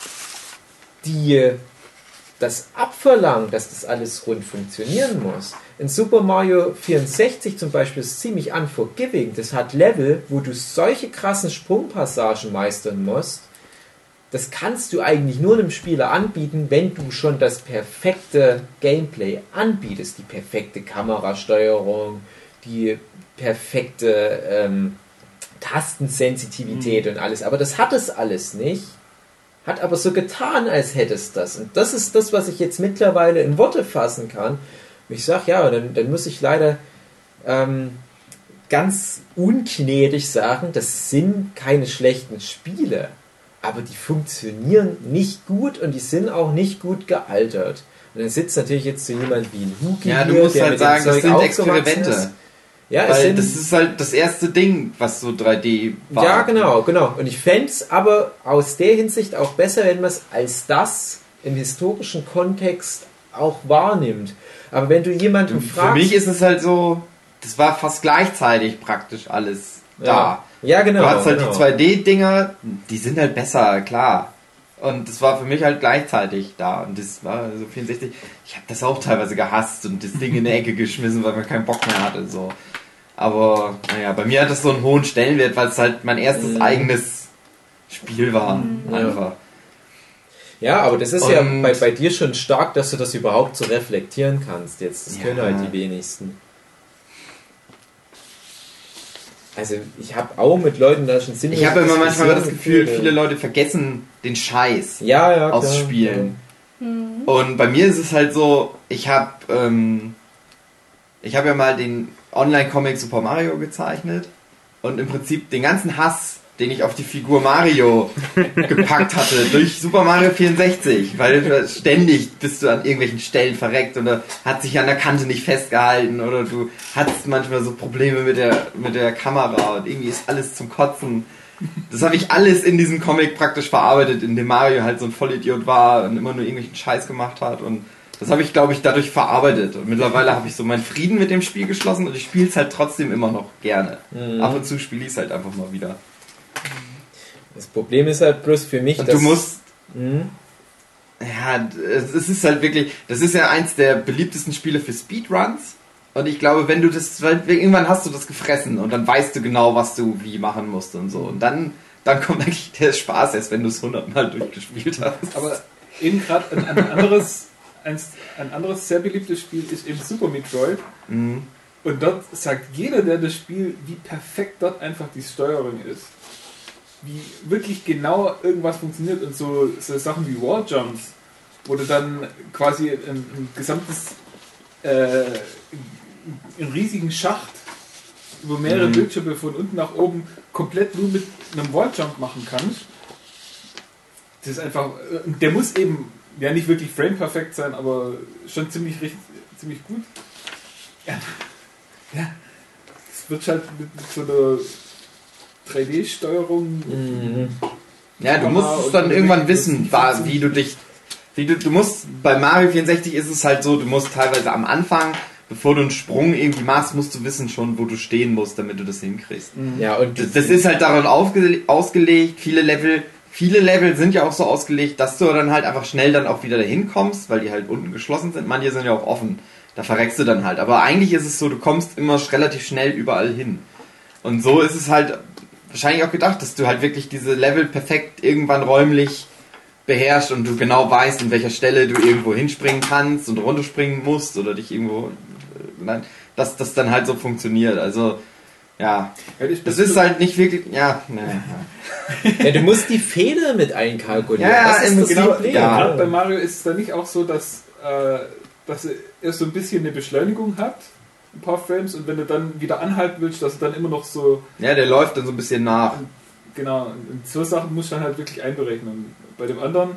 die das abverlangen, dass das alles rund funktionieren muss. In Super Mario vierundsechzig zum Beispiel ist ziemlich unforgiving. Das hat Level, wo du solche krassen Sprungpassagen meistern musst. Das kannst du eigentlich nur einem Spieler anbieten, wenn du schon das perfekte Gameplay anbietest. Die perfekte Kamerasteuerung, die perfekte ähm, Tastensensitivität mhm. und alles, aber das hat es alles nicht, hat aber so getan, als hätte es das. Und das ist das, was ich jetzt mittlerweile in Worte fassen kann. Und ich sage, ja, dann, dann muss ich leider ähm, ganz ungnädig sagen, das sind keine schlechten Spiele, aber die funktionieren nicht gut und die sind auch nicht gut gealtert. Und dann sitzt natürlich jetzt so jemand wie ein Huki ja, du hier, musst der halt mit sagen, dem das Zeug sind Experimente. Ist. Ja, Weil es sind, das ist halt das erste Ding, was so drei D war. Ja, genau, genau. Und ich fände es aber aus der Hinsicht auch besser, wenn man es als das im historischen Kontext auch wahrnimmt. Aber wenn du jemanden Für fragst... mich ist es halt so, das war fast gleichzeitig praktisch alles da. Ja, ja genau. Du hast halt genau. die zwei D-Dinger, die sind halt besser, klar. Und das war für mich halt gleichzeitig da. Und das war so vierundsechzig. Ich habe das auch teilweise gehasst und das Ding in die Ecke geschmissen, weil man keinen Bock mehr hatte. So. Aber naja, bei mir hat das so einen hohen Stellenwert, weil es halt mein erstes mhm. eigenes Spiel war. Mhm. Einfach. Ja, aber das ist und ja bei, bei dir schon stark, dass du das überhaupt so reflektieren kannst jetzt. Das ja. können halt die wenigsten. Also ich habe auch mit Leuten da schon ziemlich... Ich habe immer manchmal das Gefühl, viele Leute vergessen den Scheiß ja, ja, aus klar, Spielen. Ja. Mhm. Und bei mir ist es halt so, ich habe ähm, ich habe ja mal den Online-Comic Super Mario gezeichnet und im Prinzip den ganzen Hass, den ich auf die Figur Mario gepackt hatte, durch Super Mario vierundsechzig, weil ständig bist du an irgendwelchen Stellen verreckt oder hat sich an der Kante nicht festgehalten oder du hattest manchmal so Probleme mit der, mit der Kamera und irgendwie ist alles zum Kotzen. Das habe ich alles in diesem Comic praktisch verarbeitet, in dem Mario halt so ein Vollidiot war und immer nur irgendwelchen Scheiß gemacht hat und das habe ich, glaube ich, dadurch verarbeitet. Und mittlerweile habe ich so meinen Frieden mit dem Spiel geschlossen und ich spiele es halt trotzdem immer noch gerne. Mhm. Ab und zu spiele ich es halt einfach mal wieder. Das Problem ist halt bloß für mich, und dass... du musst... Mhm. Ja, es ist halt wirklich... Das ist ja eins der beliebtesten Spiele für Speedruns. Und ich glaube, wenn du das... Weil irgendwann hast du das gefressen und dann weißt du genau, was du wie machen musst und so. Und dann, dann kommt eigentlich der Spaß erst, wenn du es hundertmal durchgespielt hast. Aber eben gerade ein, ein anderes... Ein, ein anderes sehr beliebtes Spiel ist eben Super Metroid. Mhm. Und dort sagt jeder, der das Spiel, wie perfekt dort einfach die Steuerung ist. Wie wirklich genau irgendwas funktioniert und so, so Sachen wie Walljumps, wo du dann quasi ein, ein gesamtes, äh, einen riesigen Schacht über mehrere mhm. Bildschirme von unten nach oben komplett nur mit einem Walljump machen kannst. das ist einfach, der muss eben ja nicht wirklich frame-perfekt sein, aber schon ziemlich richtig, ziemlich gut. Ja, ja. Es wird halt mit, mit so einer drei D-Steuerung. Mhm. Ja, du musst es dann irgendwann wissen, wie du dich. Wie du, du musst, bei Mario vierundsechzig ist es halt so, du musst teilweise am Anfang, bevor du einen Sprung irgendwie machst, musst du wissen schon, wo du stehen musst, damit du das hinkriegst. Ja, und Das, das ist halt daran aufge, ausgelegt, viele Level, viele Level sind ja auch so ausgelegt, dass du dann halt einfach schnell dann auch wieder dahin kommst, weil die halt unten geschlossen sind, manche sind ja auch offen, da verreckst du dann halt. Aber eigentlich ist es so, du kommst immer relativ schnell überall hin. Und so ist es halt wahrscheinlich auch gedacht, dass du halt wirklich diese Level perfekt irgendwann räumlich beherrscht und du genau weißt, in welcher Stelle du irgendwo hinspringen kannst und runterspringen musst oder dich irgendwo, nein, dass das dann halt so funktioniert. Also, ja, das ist halt nicht wirklich, ja, ne. ja, du musst die Fehler mit einkalkulieren. Ja, das ist das genau, Problem. ja. Ja. Gerade bei Mario ist es dann nicht auch so, dass, äh, dass er so ein bisschen eine Beschleunigung hat, ein paar Frames, und wenn du dann wieder anhalten willst, dass er dann immer noch so... Ja, der läuft dann so ein bisschen nach. Genau, und so Sachen musst du dann halt wirklich einberechnen. Und bei dem anderen,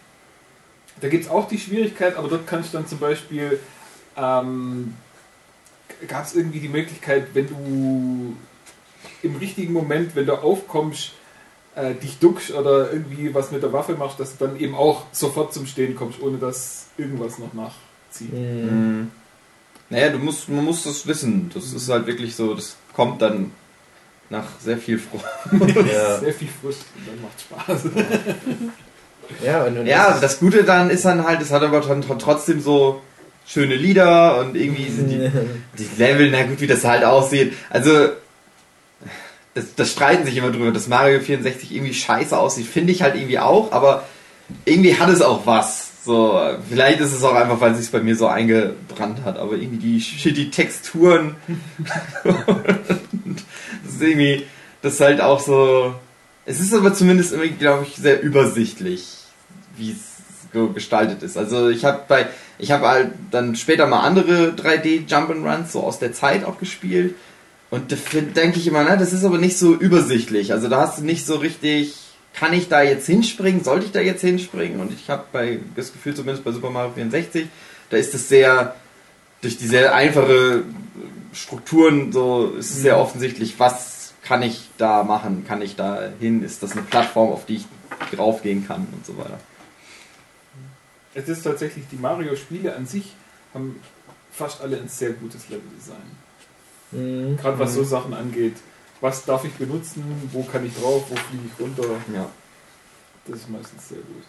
da gibt es auch die Schwierigkeit, aber dort kannst du dann zum Beispiel, ähm, gab es irgendwie die Möglichkeit, wenn du im richtigen Moment, wenn du aufkommst, äh, dich duckst oder irgendwie was mit der Waffe machst, dass du dann eben auch sofort zum Stehen kommst, ohne dass irgendwas noch nachzieht. Mhm. Naja, du musst, man muss das wissen. Das ist halt wirklich so, das kommt dann nach sehr viel Frust. Ja. Sehr viel Frust und dann macht Spaß. Ja, und, und Ja, das Gute dann ist dann halt, es hat aber dann trotzdem so schöne Lieder und irgendwie sind die, die Level, na gut, wie das halt aussieht. Also, das, das streiten sich immer drüber, dass Mario vierundsechzig irgendwie scheiße aussieht. Finde ich halt irgendwie auch, aber irgendwie hat es auch was. So, vielleicht ist es auch einfach, weil es sich bei mir so eingebrannt hat, aber irgendwie die shitty Texturen. Das ist irgendwie, das ist halt auch so. Es ist aber zumindest irgendwie, glaube ich, sehr übersichtlich, wie es so gestaltet ist. Also ich habe bei, ich habe halt dann später mal andere drei D Jump'n'Runs so aus der Zeit auch gespielt und da denke ich immer, na, das ist aber nicht so übersichtlich. Also da hast du nicht so richtig, kann ich da jetzt hinspringen, sollte ich da jetzt hinspringen? Und ich habe bei das Gefühl, zumindest bei Super Mario vierundsechzig, da ist es sehr durch die sehr einfache Strukturen so ist es sehr offensichtlich, was kann ich da machen, kann ich da hin, ist das eine Plattform, auf die ich draufgehen kann und so weiter. Es ist tatsächlich, die Mario-Spiele an sich haben fast alle ein sehr gutes Leveldesign. Mhm. Gerade was so Sachen angeht. Was darf ich benutzen, wo kann ich drauf, wo fliege ich runter. Ja. Das ist meistens sehr gut.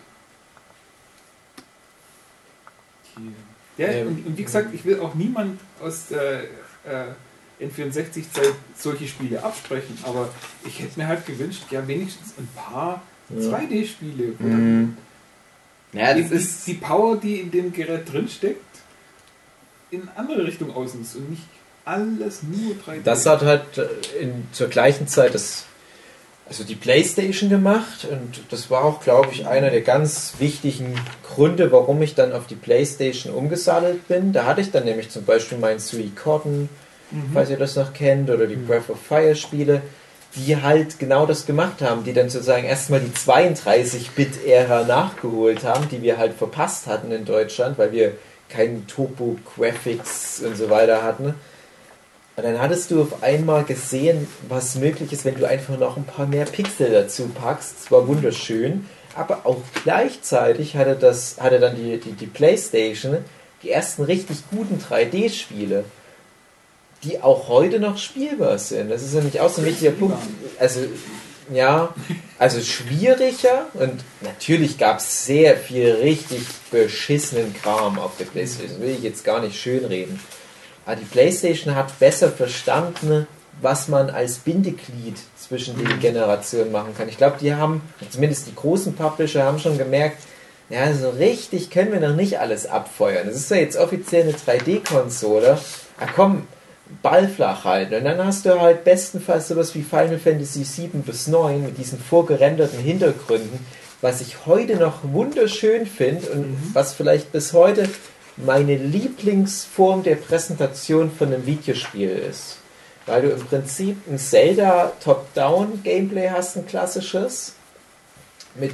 Ja, Ähm, und, und wie gesagt, ich will auch niemand aus der äh, N vierundsechzig-Zeit solche Spiele absprechen, aber ich hätte mir halt gewünscht, ja wenigstens ein paar Ja. zwei D-Spiele, wo Mhm. dann Ja, das die, ist die Power, die in dem Gerät drinsteckt, in andere Richtung ausnutzt und nicht alles nur drei D. Das hat halt in, zur gleichen Zeit das, also die PlayStation gemacht und das war auch, glaube ich, einer der ganz wichtigen Gründe, warum ich dann auf die PlayStation umgesattelt bin. Da hatte ich dann nämlich zum Beispiel meinen Suikoden, Mhm. falls ihr das noch kennt, oder die Breath of Fire Spiele, die halt genau das gemacht haben, die dann sozusagen erstmal die zweiunddreißig-Bit-Ära nachgeholt haben, die wir halt verpasst hatten in Deutschland, weil wir keinen Turbo-Graphics und so weiter hatten. Und dann hattest du auf einmal gesehen, was möglich ist, wenn du einfach noch ein paar mehr Pixel dazu packst. Es war wunderschön, aber auch gleichzeitig hatte, das, hatte dann die, die, die PlayStation die ersten richtig guten drei D-Spiele, die auch heute noch spielbar sind. Das ist nämlich auch so ein wichtiger Punkt. Also, ja, also schwieriger und natürlich gab es sehr viel richtig beschissenen Kram auf der PlayStation. Will ich jetzt gar nicht schönreden. Aber die PlayStation hat besser verstanden, was man als Bindeglied zwischen den Generationen machen kann. Ich glaube, die haben, zumindest die großen Publisher, haben schon gemerkt, ja, so richtig können wir noch nicht alles abfeuern. Das ist ja jetzt offiziell eine drei D-Konsole. Ah komm, Ball flach halten. Und dann hast du halt bestenfalls sowas wie Final Fantasy sieben bis neun mit diesen vorgerenderten Hintergründen, was ich heute noch wunderschön finde und mhm. was vielleicht bis heute meine Lieblingsform der Präsentation von einem Videospiel ist. Weil du im Prinzip ein Zelda Top-Down-Gameplay hast, ein klassisches, mit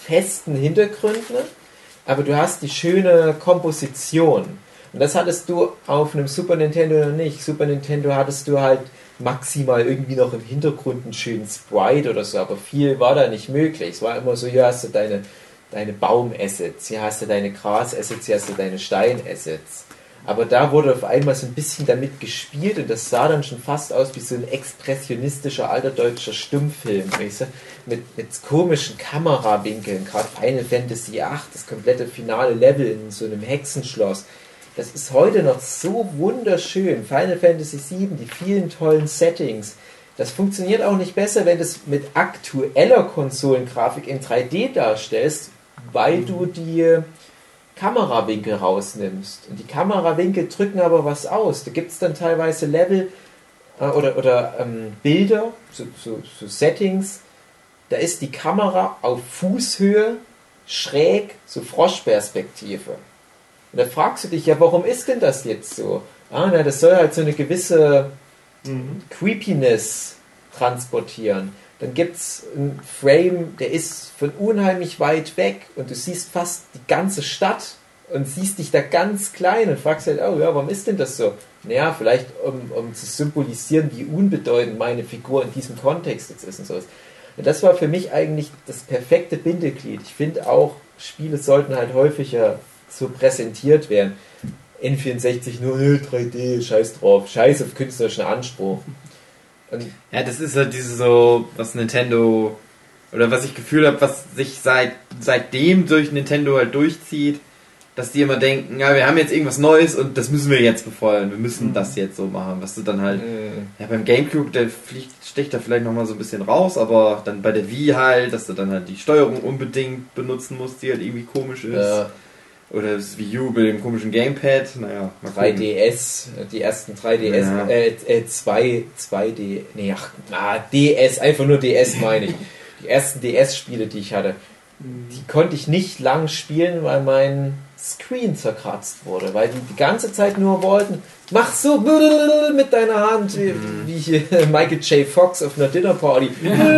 festen Hintergründen, aber du hast die schöne Komposition. Und das hattest du auf einem Super Nintendo noch nicht. Super Nintendo hattest du halt maximal irgendwie noch im Hintergrund einen schönen Sprite oder so, aber viel war da nicht möglich. Es war immer so, hier hast du deine, deine Baumassets, hier hast du deine Grasassets, hier hast du deine Steinassets. Aber da wurde auf einmal so ein bisschen damit gespielt und das sah dann schon fast aus wie so ein expressionistischer alter deutscher Stummfilm, weißt du? mit, mit komischen Kamerawinkeln, gerade Final Fantasy acht, das komplette finale Level in so einem Hexenschloss. Das ist heute noch so wunderschön. Final Fantasy sieben, die vielen tollen Settings. Das funktioniert auch nicht besser, wenn du es mit aktueller Konsolengrafik in drei D darstellst, weil du die Kamerawinkel rausnimmst. Und die Kamerawinkel drücken aber was aus. Da gibt es dann teilweise Level äh, oder, oder ähm, Bilder, so, so, so Settings. Da ist die Kamera auf Fußhöhe, schräg, so Froschperspektive. Und da fragst du dich, ja, warum ist denn das jetzt so? Ah, na, das soll halt so eine gewisse mhm. Creepiness transportieren. Dann gibt es einen Frame, der ist von unheimlich weit weg und du siehst fast die ganze Stadt und siehst dich da ganz klein und fragst halt, oh ja, warum ist denn das so? Naja, vielleicht um, um zu symbolisieren, wie unbedeutend meine Figur in diesem Kontext jetzt ist und sowas. Und das war für mich eigentlich das perfekte Bindeglied. Ich finde auch, Spiele sollten halt häufiger so präsentiert werden. N vierundsechzig, nur drei D, scheiß drauf, scheiß auf künstlerischen Anspruch. Und ja, das ist halt dieses so, was Nintendo, oder was ich Gefühl habe, was sich seit seitdem durch Nintendo halt durchzieht, dass die immer denken, ja, wir haben jetzt irgendwas Neues und das müssen wir jetzt befeuern, wir müssen mhm. das jetzt so machen, was du dann halt, mhm. ja, beim Gamecube, der fliegt, sticht da vielleicht nochmal so ein bisschen raus, aber dann bei der Wii halt, dass du dann halt die Steuerung unbedingt benutzen musst, die halt irgendwie komisch ist. Ja. Oder das Wii U mit dem komischen Gamepad, naja. drei D S, die ersten drei D S, ja. äh, äh, zwei, zwei D, nee, ach, na, D S, einfach nur D S meine ich. Die ersten D S-Spiele, die ich hatte, die konnte ich nicht lang spielen, weil mein Screen zerkratzt wurde, weil die die ganze Zeit nur wollten, mach so mit deiner Hand, wie, wie Michael J. Fox auf einer Dinnerparty.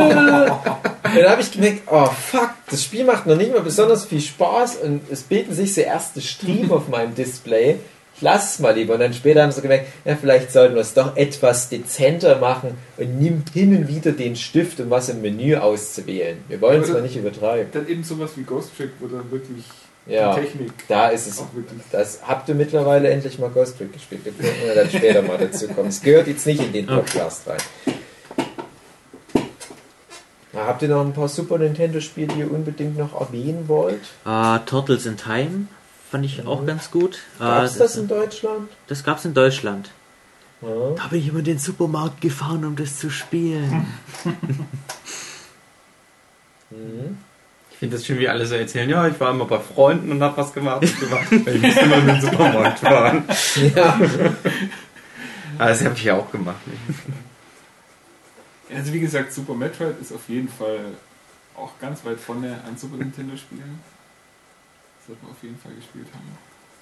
Dann habe ich gemerkt, oh fuck, das Spiel macht noch nicht mal besonders viel Spaß und es bilden sich so erste Striemen auf meinem Display. Ich lasse es mal lieber. Und dann später haben sie gemerkt, ja, vielleicht sollten wir es doch etwas dezenter machen und nimmt hin und wieder den Stift, um was im Menü auszuwählen. Wir wollen es mal nicht übertreiben. Dann eben sowas wie Ghost Trick, wo dann wirklich ja, die Technik. Da ist es. Das habt ihr mittlerweile endlich mal Ghost Trick gespielt. Wir können ja dann später mal dazu kommen. Es gehört jetzt nicht in den Podcast rein. Na, habt ihr noch ein paar Super Nintendo-Spiele, die ihr unbedingt noch erwähnen wollt? Uh, Turtles in Time fand ich mhm. auch ganz gut. Gab es uh, das in Deutschland? Das gab es in Deutschland. Ja. Da bin ich immer in den Supermarkt gefahren, um das zu spielen. mhm. Ich finde das schön, wie alle so erzählen, ja, ich war immer bei Freunden und hab was gemacht. Ich musste immer in den Supermarkt fahren. Ja. Aber das habe ich ja auch gemacht. Also wie gesagt, Super Metroid ist auf jeden Fall auch ganz weit vorne an Super Nintendo Spielen. Das sollte man auf jeden Fall gespielt haben.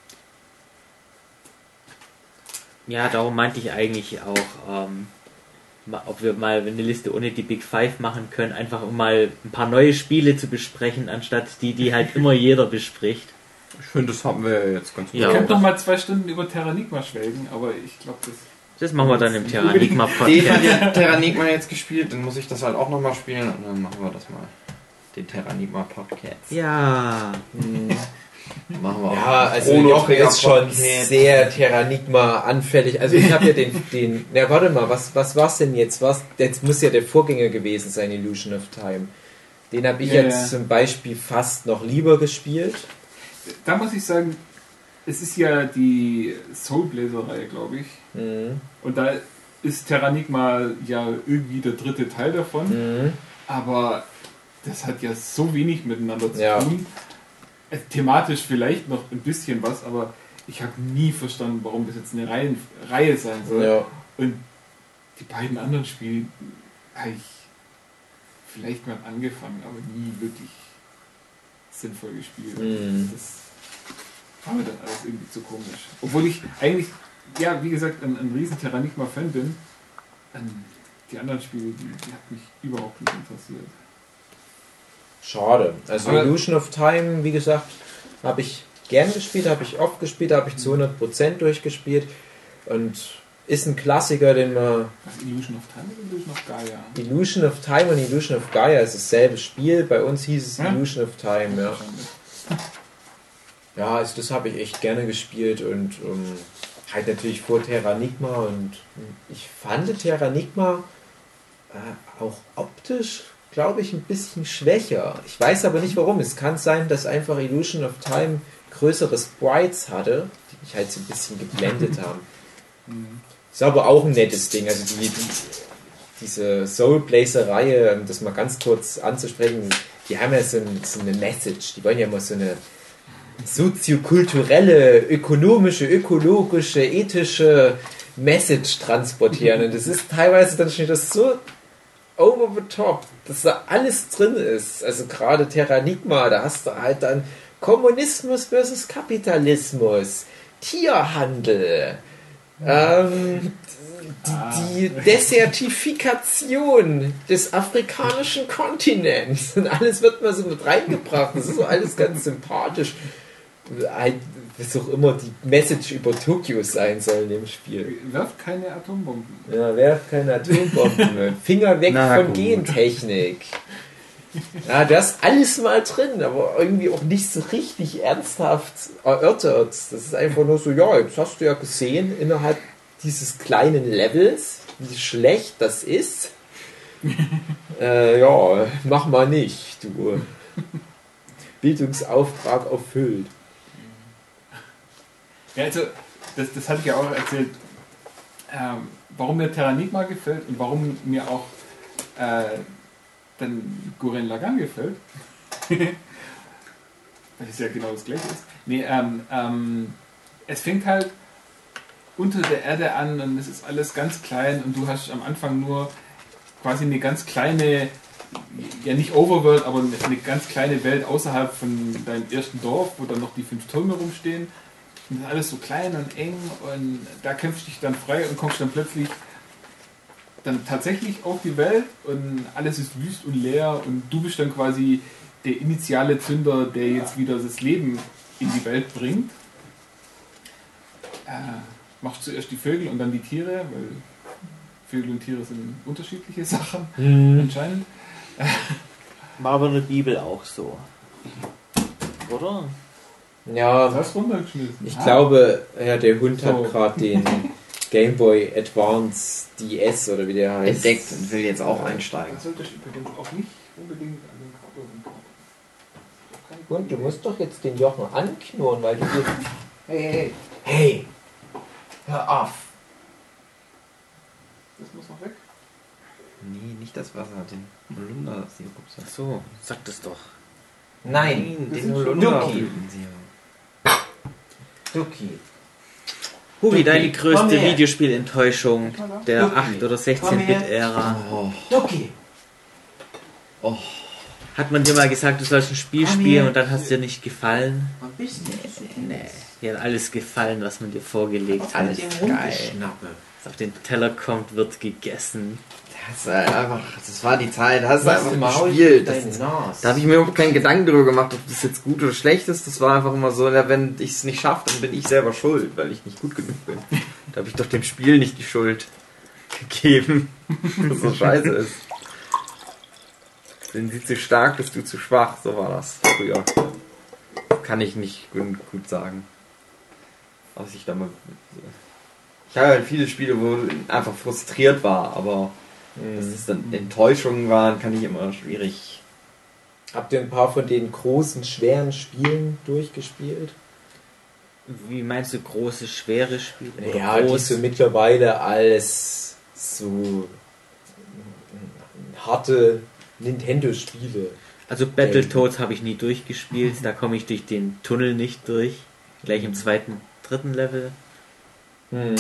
Ja, darum meinte ich eigentlich auch, ähm, ob wir mal eine Liste ohne die Big Five machen können, einfach um mal ein paar neue Spiele zu besprechen, anstatt die, die halt immer jeder bespricht. Ich finde, das haben wir jetzt ganz gut. Ja, wir können noch mal zwei Stunden über Terranigma schwelgen, aber ich glaube, das... Das machen wir dann im Terranigma-Podcast. Den hat ja Terranigma jetzt gespielt, dann muss ich das halt auch nochmal spielen und dann machen wir das mal. Den Terranigma-Podcast. Ja. Hm. Machen wir auch. Ja, also Jochen ist schon sehr Terranigma-anfällig. Also ich habe ja den, den, na warte mal, was, was war's denn jetzt? Was, jetzt muss ja der Vorgänger gewesen sein, Illusion of Time. Den habe ich ja, jetzt ja. zum Beispiel fast noch lieber gespielt. Da muss ich sagen, es ist ja die Soul Blazer-Reihe, glaube ich. Mhm. Und da ist Terranigma ja irgendwie der dritte Teil davon. Mhm. Aber das hat ja so wenig miteinander zu ja. tun. Also, thematisch vielleicht noch ein bisschen was, aber ich habe nie verstanden, warum das jetzt eine Reihe, Reihe sein soll. Ja. Und die beiden anderen Spiele habe ich vielleicht mal angefangen, aber nie wirklich sinnvoll gespielt. Mhm. Das war mir dann alles irgendwie zu komisch. Obwohl ich eigentlich, ja, wie gesagt, ein, ein riesen Terranigma-Fan bin. Die anderen Spiele, die, die hat mich überhaupt nicht interessiert. schade. Also Aber Illusion of Time, wie gesagt, habe ich gern gespielt, habe ich oft gespielt, habe ich zu hundert Prozent durchgespielt und ist ein Klassiker, den man... Was, Illusion of Time oder Illusion of Gaia? Illusion of Time und Illusion of Gaia ist dasselbe Spiel. Bei uns hieß es Ja? Illusion of Time, ja. Ja, also das habe ich echt gerne gespielt und um, halt natürlich vor Terranigma und ich fand Terranigma äh, auch optisch, glaube ich, ein bisschen schwächer. Ich weiß aber nicht warum. Es kann sein, dass einfach Illusion of Time größere Sprites hatte, die mich halt so ein bisschen geblendet haben. Ist aber auch ein nettes Ding. Also die, die, diese Soul-Blazer-Reihe, um das mal ganz kurz anzusprechen, die haben ja so, ein, so eine Message. Die wollen ja immer so eine soziokulturelle, ökonomische, ökologische, ethische Message transportieren. Und das ist teilweise dann schon das so over the top, dass da alles drin ist. Also gerade Terranigma, da hast du halt dann Kommunismus versus Kapitalismus, Tierhandel, ähm, die, die Desertifikation des afrikanischen Kontinents und alles wird mal so mit reingebracht. Das ist so alles ganz sympathisch. Was auch immer die Message über Tokio sein soll in dem Spiel. Werft keine Atombomben. Ja, werft keine Atombomben. Finger weg Na von gut. Gentechnik. Ja, da ist alles mal drin, aber irgendwie auch nicht so richtig ernsthaft erörtert. Das ist einfach nur so, ja, jetzt hast du ja gesehen, innerhalb dieses kleinen Levels, wie schlecht das ist. äh, ja, mach mal nicht, du. Bildungsauftrag erfüllt. Ja, also, das, das hatte ich ja auch erzählt, ähm, warum mir Terranigma gefällt und warum mir auch äh, dann Gurren Lagann gefällt. Weil es ja genau das gleiche ist. Nee, ähm, ähm, es fängt halt unter der Erde an und es ist alles ganz klein und du hast am Anfang nur quasi eine ganz kleine, ja nicht Overworld, aber eine ganz kleine Welt außerhalb von deinem ersten Dorf, wo dann noch die fünf Türme rumstehen. Und das ist alles so klein und eng und da kämpfst du dich dann frei und kommst dann plötzlich dann tatsächlich auf die Welt und alles ist wüst und leer und du bist dann quasi der initiale Zünder, der jetzt wieder das Leben in die Welt bringt. Äh, machst zuerst die Vögel und dann die Tiere, weil Vögel und Tiere sind unterschiedliche Sachen Mhm. anscheinend. War aber in der Bibel auch so. Oder? Ja, Was runtergeschmissen? ich Ah. glaube, ja, der Hund So. hat gerade den Game Boy Advance D S oder wie der heißt. Entdeckt und will jetzt auch einsteigen. Das sollte ich übrigens auch nicht unbedingt an den Kabel rankommen. Und du musst doch jetzt den Jochen anknurren, weil du hier... Hey, hey, hey. Hey, hör auf. Das muss noch weg. Nee, nicht das Wasser, den Holunder-Sirup. Ach so, sag das doch. Nein, den sind Holunder-Blütensirup. Duki. Hubi, Duki, deine komm größte her. Videospielenttäuschung der Duki, acht- oder komm sechzehn-Bit-Ära. Oh, Duki. oh. Hat man dir mal gesagt, du sollst ein Spiel Komm spielen her. und dann hast es dir nicht gefallen? Ein bisschen. Nee, dir hat alles gefallen, was man dir vorgelegt hat. Alles geil. Schnappe. Was auf den Teller kommt, wird gegessen. Das war einfach, das war die Zeit, hast du Was einfach Maul gespielt. dein Das, Nas. da habe ich mir überhaupt keinen Gedanken darüber gemacht, ob das jetzt gut oder schlecht ist. Das war einfach immer so, ja, wenn ich es nicht schaffe, dann bin ich selber schuld, weil ich nicht gut genug bin. Da habe ich doch dem Spiel nicht die Schuld gegeben, dass so scheiße ist. Sind sie zu stark, bist du zu schwach. So war das früher. Kann ich nicht gut, gut sagen. Was ich da mal... Ich habe halt viele Spiele, wo ich einfach frustriert war, aber dass es dann Enttäuschungen waren, kann ich immer schwierig. Habt ihr ein paar von den großen, schweren Spielen durchgespielt? Wie meinst du große, schwere Spiele? Oder Ja, die groß? so mittlerweile als so harte Nintendo-Spiele. Also Battletoads habe ich nie durchgespielt, da komme ich durch den Tunnel nicht durch. Gleich im zweiten, dritten Level. Hm.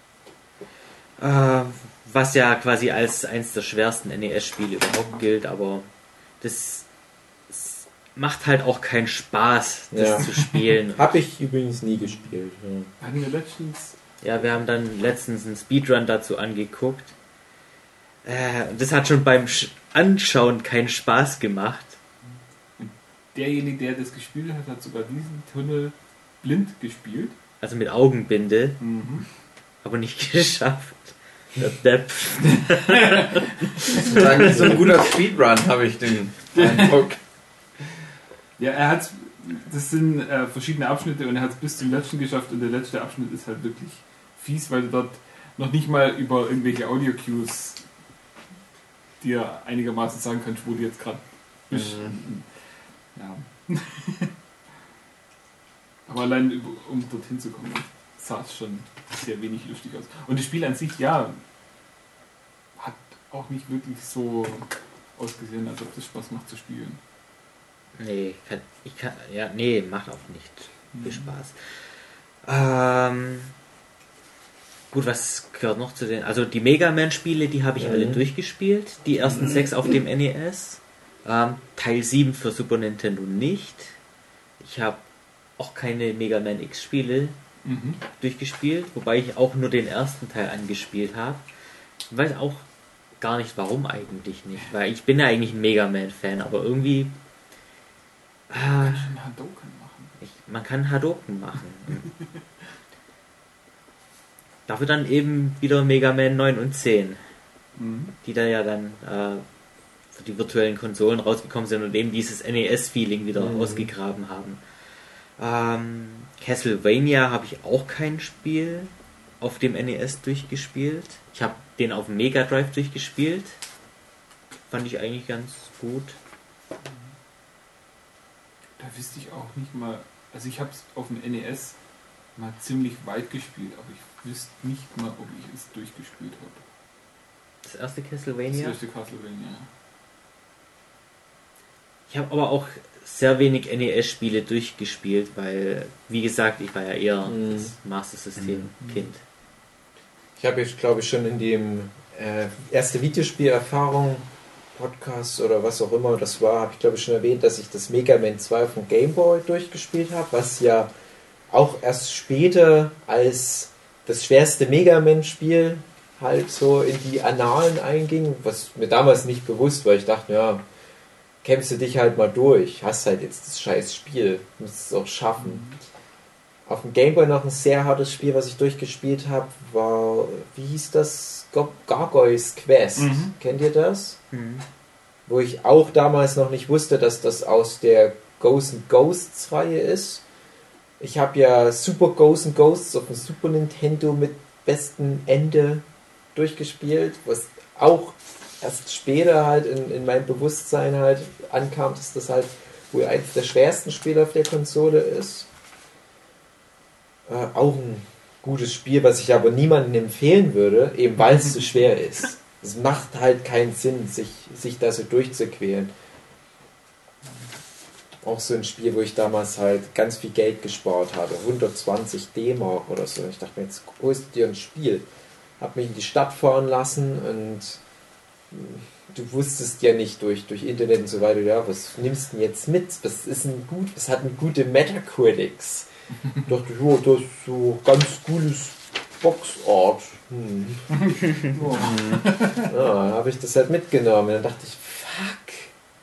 Äh, was ja quasi als eins der schwersten N E S-Spiele überhaupt gilt, aber das, das macht halt auch keinen Spaß, das Ja. zu spielen. Habe ich übrigens nie gespielt. Ja. Hatten wir letztens. Ja, wir haben dann letztens einen Speedrun dazu angeguckt. Äh, das hat schon beim Sch- Anschauen keinen Spaß gemacht. derjenige, der das gespielt hat, hat sogar diesen Tunnel blind gespielt. Also mit Augenbinde, Mhm. aber nicht geschafft. Der Depp. Sagen, nicht so ein guter Speedrun, habe ich den Eindruck. Ja, er hat, das sind äh, verschiedene Abschnitte und er hat es bis zum letzten geschafft und der letzte Abschnitt ist halt wirklich fies, weil du dort noch nicht mal über irgendwelche Audio-Cues dir einigermaßen sagen kannst, wo du jetzt gerade bist. Mhm. Ja. Aber allein über- um dorthin zu kommen, sah es schon sehr wenig lustig aus. Und das Spiel an sich, ja, hat auch nicht wirklich so ausgesehen, als ob das Spaß macht zu spielen. Nee, kann, ich kann, ja, nee, macht auch nicht viel Spaß. Ähm, gut, was gehört noch zu den, also die Mega Man Spiele, die habe ich Mhm. alle durchgespielt, die ersten sechs auf dem N E S, ähm, Teil sieben für Super Nintendo nicht. Ich habe auch keine Mega Man X Spiele Mhm. durchgespielt, wobei ich auch nur den ersten Teil angespielt habe. Ich weiß auch gar nicht, warum eigentlich nicht, weil ich bin ja eigentlich ein Mega Man Fan, aber irgendwie Du ah, kannst schon Hadoken machen. ich, man kann Hadoken machen. Dafür dann eben wieder Mega Man neun und zehn, Mhm. die da ja dann äh, für die virtuellen Konsolen rausgekommen sind und eben dieses N E S-Feeling wieder Mhm. ausgegraben haben. Ähm, Castlevania habe ich auch kein Spiel auf dem N E S durchgespielt. Ich habe den auf dem Mega Drive durchgespielt. Fand ich eigentlich ganz gut. Da wüsste ich auch nicht mal, also ich habe es auf dem N E S mal ziemlich weit gespielt, aber ich wüsste nicht mal, ob ich es durchgespielt habe. Das erste Das Castlevania. erste Castlevania. Ich habe aber auch sehr wenig N E S-Spiele durchgespielt, weil, wie gesagt, ich war ja eher Mhm. das Master System-Kind. Ich habe jetzt, glaube ich, schon in dem äh, erste Videospielerfahrung Podcast oder was auch immer das war, habe ich glaube ich schon erwähnt, dass ich das Mega Man zwei von Game Boy durchgespielt habe, was ja auch erst später als das schwerste Mega Man Spiel halt so in die Annalen einging, was mir damals nicht bewusst war. Ich dachte, ja, kämpfst du dich halt mal durch, hast halt jetzt das scheiß Spiel, musst es auch schaffen. Auf dem Game Boy noch ein sehr hartes Spiel, was ich durchgespielt habe, war, wie hieß das? Gar- Gargoyles Quest. Mhm. Kennt ihr das? Mhm. Wo ich auch damals noch nicht wusste, dass das aus der Ghosts and Ghosts Reihe ist. Ich habe ja Super Ghosts and Ghosts auf dem Super Nintendo mit bestem Ende durchgespielt, was auch erst später halt in, in meinem Bewusstsein halt ankam, dass das halt wohl eines der schwersten Spiele auf der Konsole ist. Äh, auch ein gutes Spiel, was ich aber niemandem empfehlen würde, eben weil es so schwer ist. Es macht halt keinen Sinn, sich, sich da so durchzuquälen. Auch so ein Spiel, wo ich damals halt ganz viel Geld gespart habe, hundertzwanzig D-Mark oder so. Ich dachte mir, jetzt holst du dir ein Spiel. Hab mich in die Stadt fahren lassen und du wusstest ja nicht durch, durch Internet und so weiter, ja, was nimmst du denn jetzt mit? Was ist ein gut, was hat eine gute Metacritics? Ich dachte, ja, das ist so ganz cooles Boxart. Hm. Ja, dann habe ich das halt mitgenommen. Dann dachte ich, fuck.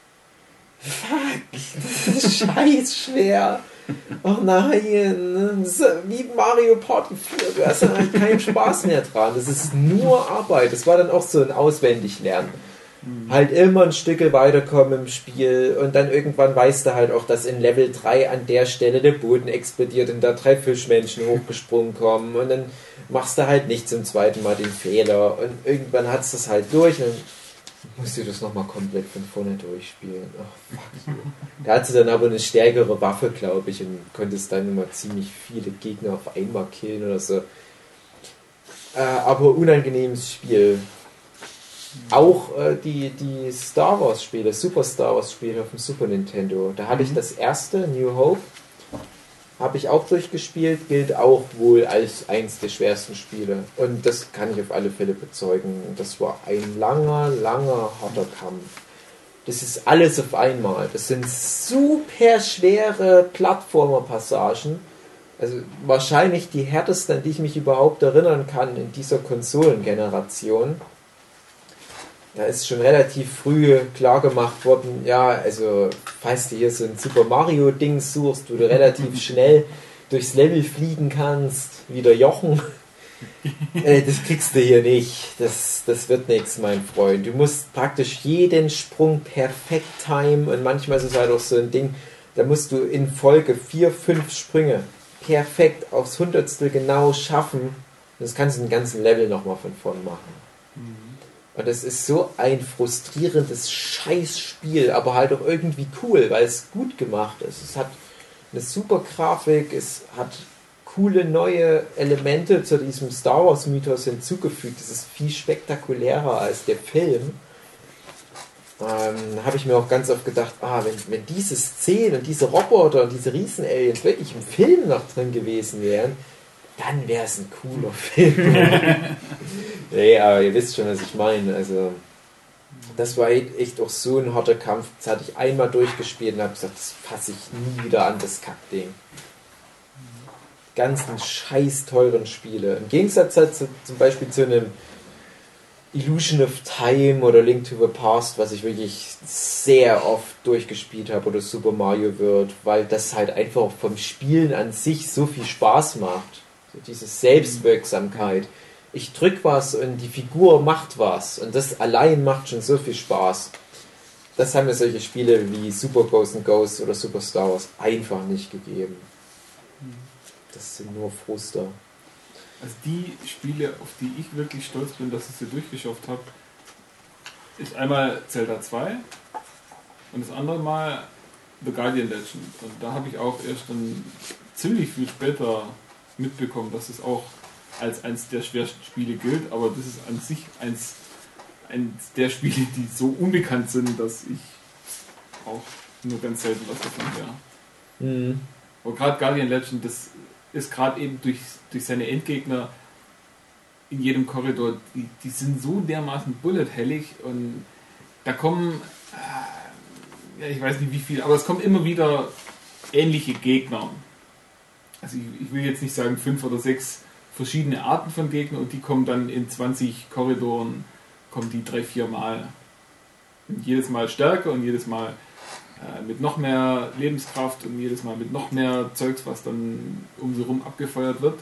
Fuck, das ist scheiß schwer. Oh nein, das ist wie Mario Party vier, du hast dann halt keinen Spaß mehr dran. Das ist nur Arbeit. Das war dann auch so ein Auswendiglernen. Halt immer ein Stück weiterkommen im Spiel und dann irgendwann weißt du halt auch, dass in Level drei an der Stelle der Boden explodiert und da drei Fischmenschen hochgesprungen kommen und dann machst du halt nicht zum zweiten Mal den Fehler und irgendwann hat es das halt durch und dann musst du das nochmal komplett von vorne durchspielen. Oh, fuck. Da hat sie dann aber eine stärkere Waffe, glaube ich, und konntest dann immer ziemlich viele Gegner auf einmal killen oder so. Äh, aber unangenehmes Spiel. Auch äh, die, die Star Wars Spiele, Super Star Wars Spiele auf dem Super Nintendo. Da hatte ich das erste, New Hope, habe ich auch durchgespielt, gilt auch wohl als eins der schwersten Spiele. Und das kann ich auf alle Fälle bezeugen. Das war ein langer, langer, harter Kampf. Das ist alles auf einmal. Das sind super schwere Plattformer-Passagen. Also wahrscheinlich die härtesten, an die ich mich überhaupt erinnern kann in dieser Konsolengeneration. da ist schon relativ früh klar gemacht worden, ja, also falls du hier so ein Super Mario Ding suchst, wo du relativ schnell durchs Level fliegen kannst, wie der Jochen, äh, das kriegst du hier nicht. Das, das wird nichts, mein Freund. Du musst praktisch jeden Sprung perfekt timen und manchmal ist es halt auch so ein Ding, da musst du in Folge vier, fünf Sprünge perfekt aufs Hundertstel genau schaffen. Das kannst du den ganzen Level nochmal von vorn machen. Und das ist so ein frustrierendes Scheißspiel, aber halt auch irgendwie cool, weil es gut gemacht ist. Es hat eine super Grafik, es hat coole neue Elemente zu diesem Star Wars Mythos hinzugefügt. Es ist viel spektakulärer als der Film. Ähm, habe ich mir auch ganz oft gedacht, ah, wenn, wenn diese Szenen und diese Roboter und diese Riesen-Aliens wirklich im Film noch drin gewesen wären, dann wäre es ein cooler Film. Nee, aber ihr wisst schon, was ich meine. Also, das war echt auch so ein harter Kampf. Das hatte ich einmal durchgespielt und habe gesagt, das fasse ich nie wieder an, das Kackding. Die ganzen scheiß teuren Spiele. Im Gegensatz halt zu, zum Beispiel zu einem Illusion of Time oder Link to the Past, was ich wirklich sehr oft durchgespielt habe, oder Super Mario World, weil das halt einfach vom Spielen an sich so viel Spaß macht. So diese Selbstwirksamkeit. Ich drück was und die Figur macht was und das allein macht schon so viel Spaß. Das haben mir solche Spiele wie Super Ghosts and Ghosts oder Super Star Wars einfach nicht gegeben. Das sind nur Fruster. Also die Spiele, auf die ich wirklich stolz bin, dass ich sie durchgeschafft habe, ist einmal Zelda zwei und das andere Mal The Guardian Legend. Und da habe ich auch erst dann ziemlich viel später mitbekommen, dass es auch als eines der schwersten Spiele gilt, aber das ist an sich eins, eins der Spiele, die so unbekannt sind, dass ich auch nur ganz selten was davon höre. Mhm. Aber gerade Guardian Legend, das ist gerade eben durch, durch seine Endgegner in jedem Korridor, die, die sind so dermaßen bullethellig und da kommen, äh, ja, ich weiß nicht wie viel, aber es kommen immer wieder ähnliche Gegner. Also ich, ich will jetzt nicht sagen fünf oder sechs verschiedene Arten von Gegnern und die kommen dann in zwanzig Korridoren, kommen die drei, vier Mal. Und jedes Mal stärker und jedes Mal äh, mit noch mehr Lebenskraft und jedes Mal mit noch mehr Zeugs, was dann um sie rum abgefeuert wird.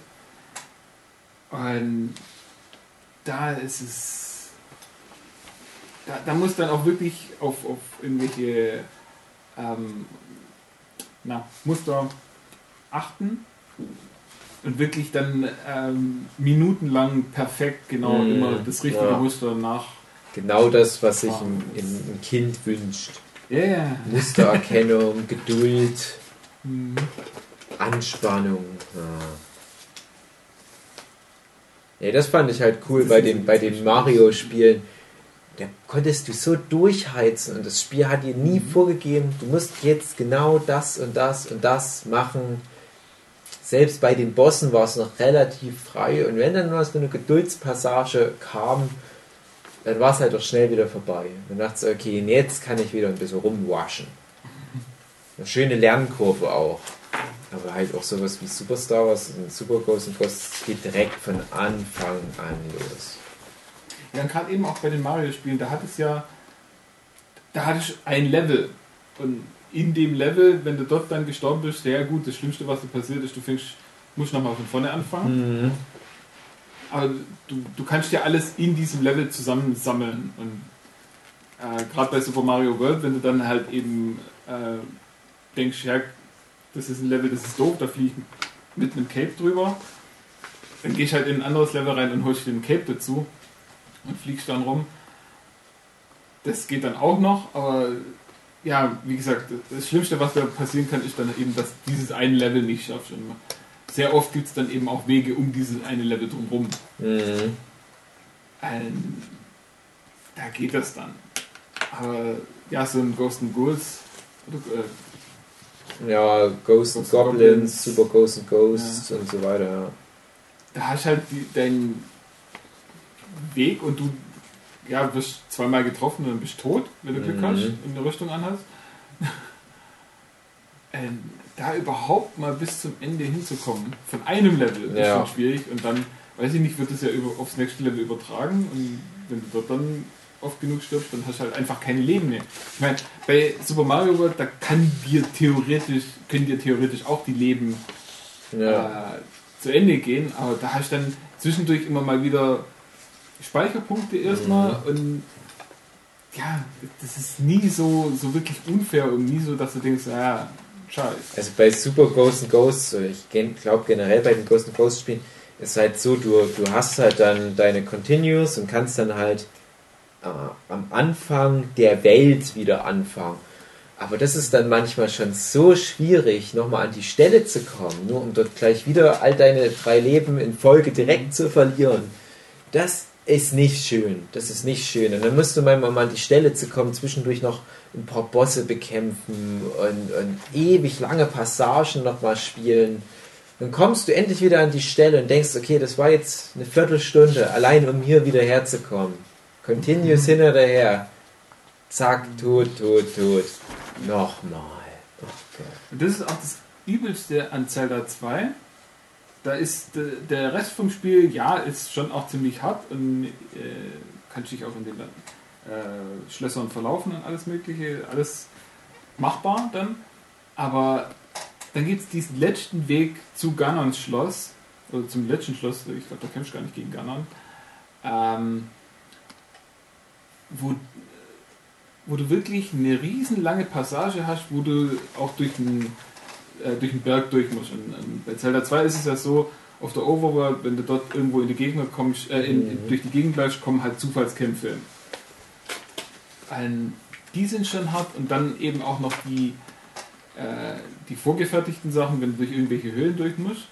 Und da ist es, da, da muss dann auch wirklich auf, auf irgendwelche ähm, na, Muster achten. Und wirklich dann ähm, minutenlang perfekt genau mm, immer das richtige ja. Muster nach. Genau das, was sich ein, ein Kind wünscht. Yeah. Mustererkennung, Geduld, mm. Anspannung. Ja. Ja, das fand ich halt cool bei den, bei den Mario-Spielen. Da konntest du so durchheizen und das Spiel hat dir nie mm. vorgegeben, du musst jetzt genau das und das und das machen. Selbst bei den Bossen war es noch relativ frei und wenn dann mal so eine Geduldspassage kam, dann war es halt auch schnell wieder vorbei. Dann dachte ich, okay, jetzt kann ich wieder ein bisschen rumwaschen. Eine schöne Lernkurve auch. Aber halt auch sowas wie Super Star Wars und Super Ghosts and Ghosts geht direkt von Anfang an los. Ja, und gerade eben auch bei den Mario-Spielen, da hat es ja, da hatte ich ein Level und in dem Level, wenn du dort dann gestorben bist, ja gut, das Schlimmste, was dir passiert ist, du fängst, musst nochmal von vorne anfangen. Mhm. Aber du, du kannst ja alles in diesem Level zusammensammeln. Und äh, gerade bei Super Mario World, wenn du dann halt eben äh, denkst, ja, das ist ein Level, das ist doof, da fliege ich mit einem Cape drüber, dann gehst du halt in ein anderes Level rein und holst dir ein Cape dazu und fliegst dann rum. Das geht dann auch noch, aber ja, wie gesagt, das Schlimmste, was da passieren kann, ist dann eben, dass dieses eine Level nicht schaffst. Und sehr oft gibt es dann eben auch Wege um dieses eine Level drumherum. Mhm. Ähm, da geht das dann. Aber ja, so ein Ghosts and Ghouls. Äh, ja, Ghosts and Goblins, Goblins, Super Ghosts and Ghosts ja. und so weiter. Ja. Da hast du halt die, deinen Weg und du ja, wirst zweimal getroffen und dann bist du tot, wenn du Glück mhm. hast und eine Rüstung anhast. ähm, da überhaupt mal bis zum Ende hinzukommen, von einem Level, ja. ist schon schwierig und dann, weiß ich nicht, wird es ja über, aufs nächste Level übertragen und wenn du dort dann oft genug stirbst, dann hast du halt einfach keine Leben mehr. Ich meine, bei Super Mario World, da kann dir theoretisch, können dir theoretisch auch die Leben Ja. äh, zu Ende gehen, aber da hast du dann zwischendurch immer mal wieder Speicherpunkte erstmal Mhm. und ja, das ist nie so, so wirklich unfair und nie so, dass du denkst, ja, scheiße. Also bei Super Ghosts and Ghosts, ich glaube generell bei den Ghosts and Ghosts Spielen, ist halt so, du, du hast halt dann deine Continues und kannst dann halt äh, am Anfang der Welt wieder anfangen. Aber das ist dann manchmal schon so schwierig, nochmal an die Stelle zu kommen, nur um dort gleich wieder all deine drei Leben in Folge direkt zu verlieren. Das ist nicht schön. Das ist nicht schön. Und dann musst du manchmal mal an die Stelle zu kommen, zwischendurch noch ein paar Bosse bekämpfen und, und ewig lange Passagen nochmal spielen. Dann kommst du endlich wieder an die Stelle und denkst, okay, das war jetzt eine Viertelstunde, allein um hier wieder herzukommen. Continuous mhm. hin oder her. Zack, tot, tot, tot. Nochmal. Oh Gott. Und das ist auch das Übelste an Zelda zwei. Da ist de, der Rest vom Spiel, ja, ist schon auch ziemlich hart und äh, kannst dich auch in den äh, Schlössern verlaufen und alles Mögliche, alles machbar dann. Aber dann gibt es diesen letzten Weg zu Ganons Schloss, oder zum letzten Schloss, ich glaube, da kämpfst du gar nicht gegen Ganon, ähm, wo, wo du wirklich eine riesenlange Passage hast, wo du auch durch den durch den Berg durch musst. Und, und bei Zelda zwei ist es ja so, auf der Overworld, wenn du dort irgendwo in die Gegner kommst, äh, in, in, durch die Gegend läufst, kommen halt Zufallskämpfe. Und die sind schon hart und dann eben auch noch die, äh, die vorgefertigten Sachen, wenn du durch irgendwelche Höhlen durch musst.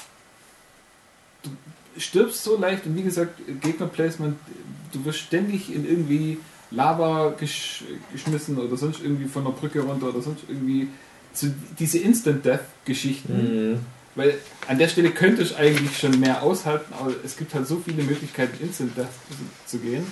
Du stirbst so leicht und wie gesagt, Gegnerplacement, du wirst ständig in irgendwie Lava gesch geschmissen oder sonst irgendwie von der Brücke runter oder sonst irgendwie zu diese Instant-Death-Geschichten, mhm. weil an der Stelle könnte ich eigentlich schon mehr aushalten, aber es gibt halt so viele Möglichkeiten, Instant-Death zu gehen.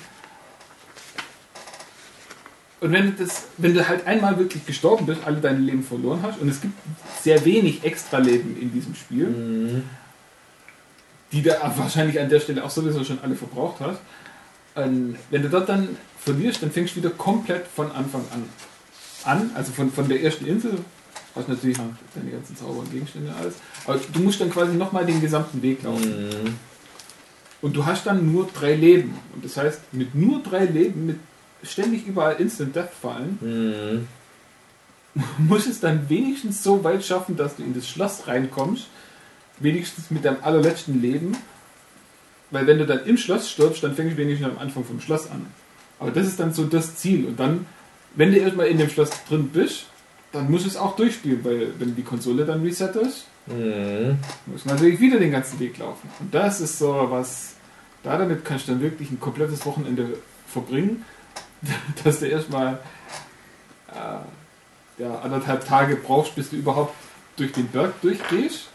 Und wenn du, das, wenn du halt einmal wirklich gestorben bist, alle deine Leben verloren hast, und es gibt sehr wenig Extra-Leben in diesem Spiel, mhm. die du wahrscheinlich an der Stelle auch sowieso schon alle verbraucht hast, und wenn du dort dann verlierst, dann fängst du wieder komplett von Anfang an an, also von, von der ersten Insel, hast natürlich noch deine ganzen Zauber und Gegenstände und alles, aber du musst dann quasi nochmal den gesamten Weg laufen. Mhm. Und du hast dann nur drei Leben. Und das heißt, mit nur drei Leben, mit ständig überall Instant Death fallen, mhm. musst es dann wenigstens so weit schaffen, dass du in das Schloss reinkommst, wenigstens mit deinem allerletzten Leben, weil wenn du dann im Schloss stirbst, dann fängst du wenigstens am Anfang vom Schloss an. Aber das ist dann so das Ziel. Und dann, wenn du erstmal in dem Schloss drin bist, dann musst du es auch durchspielen, weil wenn die Konsole dann resettest, mhm. muss man natürlich wieder den ganzen Weg laufen. Und das ist so was, da damit kannst du dann wirklich ein komplettes Wochenende verbringen, dass du erstmal äh, ja, anderthalb Tage brauchst, bis du überhaupt durch den Berg durchgehst.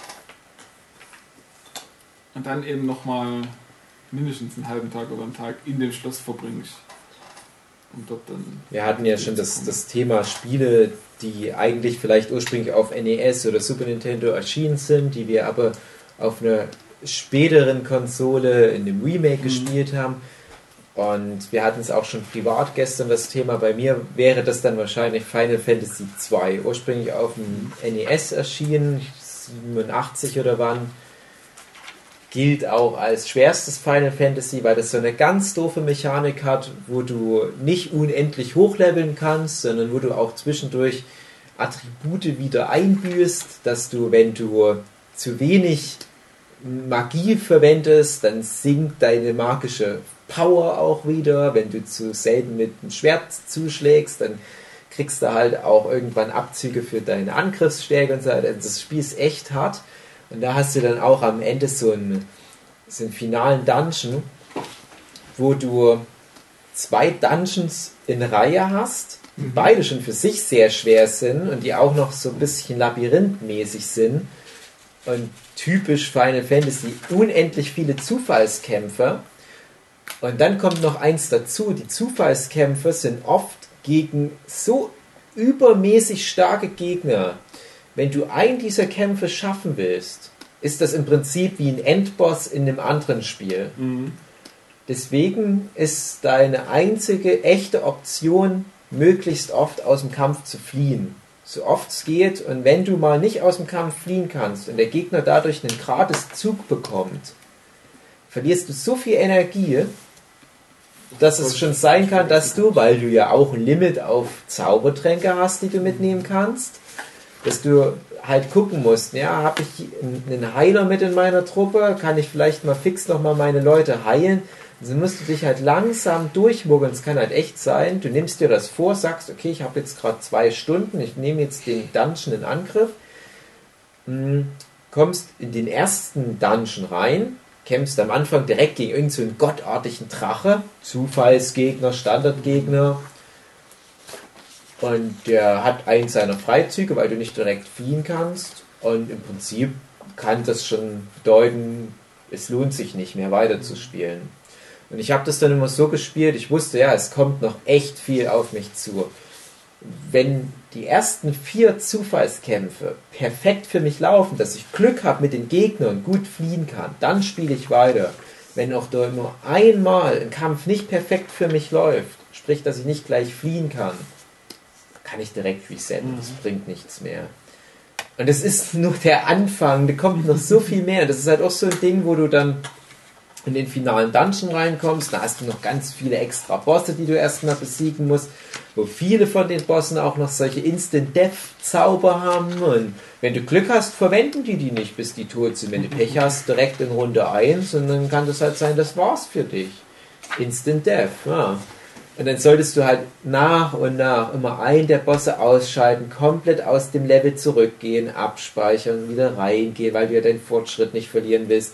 Und dann eben nochmal mindestens einen halben Tag oder einen Tag in dem Schloss verbringst. Und dort dann Wir hatten ja schon das, das Thema Spiele, die eigentlich vielleicht ursprünglich auf N E S oder Super Nintendo erschienen sind, die wir aber auf einer späteren Konsole in dem Remake mhm. gespielt haben. Und wir hatten es auch schon privat gestern das Thema. Bei mir wäre das dann wahrscheinlich Final Fantasy zwei. Ursprünglich auf dem N E S erschienen, siebenundachtzig oder wann. Gilt auch als schwerstes Final Fantasy, weil das so eine ganz doofe Mechanik hat, wo du nicht unendlich hochleveln kannst, sondern wo du auch zwischendurch Attribute wieder einbüßt, dass du, wenn du zu wenig Magie verwendest, dann sinkt deine magische Power auch wieder. Wenn du zu selten mit dem Schwert zuschlägst, dann kriegst du halt auch irgendwann Abzüge für deine Angriffsstärke und so weiter. Das Spiel ist echt hart. Und da hast du dann auch am Ende so einen, so einen finalen Dungeon, wo du zwei Dungeons in Reihe hast, die mhm. beide schon für sich sehr schwer sind und die auch noch so ein bisschen labyrinthmäßig sind. Und typisch Final Fantasy, unendlich viele Zufallskämpfer. Und dann kommt noch eins dazu, die Zufallskämpfer sind oft gegen so übermäßig starke Gegner. Wenn du einen dieser Kämpfe schaffen willst, ist das im Prinzip wie ein Endboss in einem anderen Spiel. Mhm. Deswegen ist deine einzige echte Option, möglichst oft aus dem Kampf zu fliehen. So oft es geht. Und wenn du mal nicht aus dem Kampf fliehen kannst und der Gegner dadurch einen gratis Zug bekommt, verlierst du so viel Energie, dass es schon sein kann, dass du, weil du ja auch ein Limit auf Zaubertränke hast, die du mitnehmen kannst, dass du halt gucken musst, ja, habe ich einen Heiler mit in meiner Truppe, kann ich vielleicht mal fix nochmal meine Leute heilen. Also musst du dich halt langsam durchmogeln. Es kann halt echt sein, du nimmst dir das vor, sagst, okay, ich habe jetzt gerade zwei Stunden, ich nehme jetzt den Dungeon in Angriff, kommst in den ersten Dungeon rein, kämpfst am Anfang direkt gegen irgendeinen so einen gottartigen Drache, Zufallsgegner, Standardgegner, und der hat einen seiner Freizüge, weil du nicht direkt fliehen kannst, und im Prinzip kann das schon bedeuten, es lohnt sich nicht mehr weiterzuspielen. Und ich habe das dann immer so gespielt, ich wusste, ja, es kommt noch echt viel auf mich zu. Wenn die ersten vier Zufallskämpfe perfekt für mich laufen, dass ich Glück habe mit den Gegnern und gut fliehen kann, dann spiele ich weiter. Wenn auch nur einmal ein Kampf nicht perfekt für mich läuft, sprich, dass ich nicht gleich fliehen kann, kann ich direkt resetten, das bringt nichts mehr. Und das ist nur der Anfang, da kommt noch so viel mehr. Das ist halt auch so ein Ding, wo du dann in den finalen Dungeon reinkommst, da hast du noch ganz viele extra Bosse, die du erstmal besiegen musst, wo viele von den Bossen auch noch solche Instant-Death-Zauber haben, und wenn du Glück hast, verwenden die die nicht, bis die tot sind. Wenn du Pech hast, direkt in Runde eins, und dann kann das halt sein, das war's für dich. Instant-Death, ja. Und dann solltest du halt nach und nach immer einen der Bosse ausschalten, komplett aus dem Level zurückgehen, abspeichern, wieder reingehen, weil du ja deinen Fortschritt nicht verlieren willst.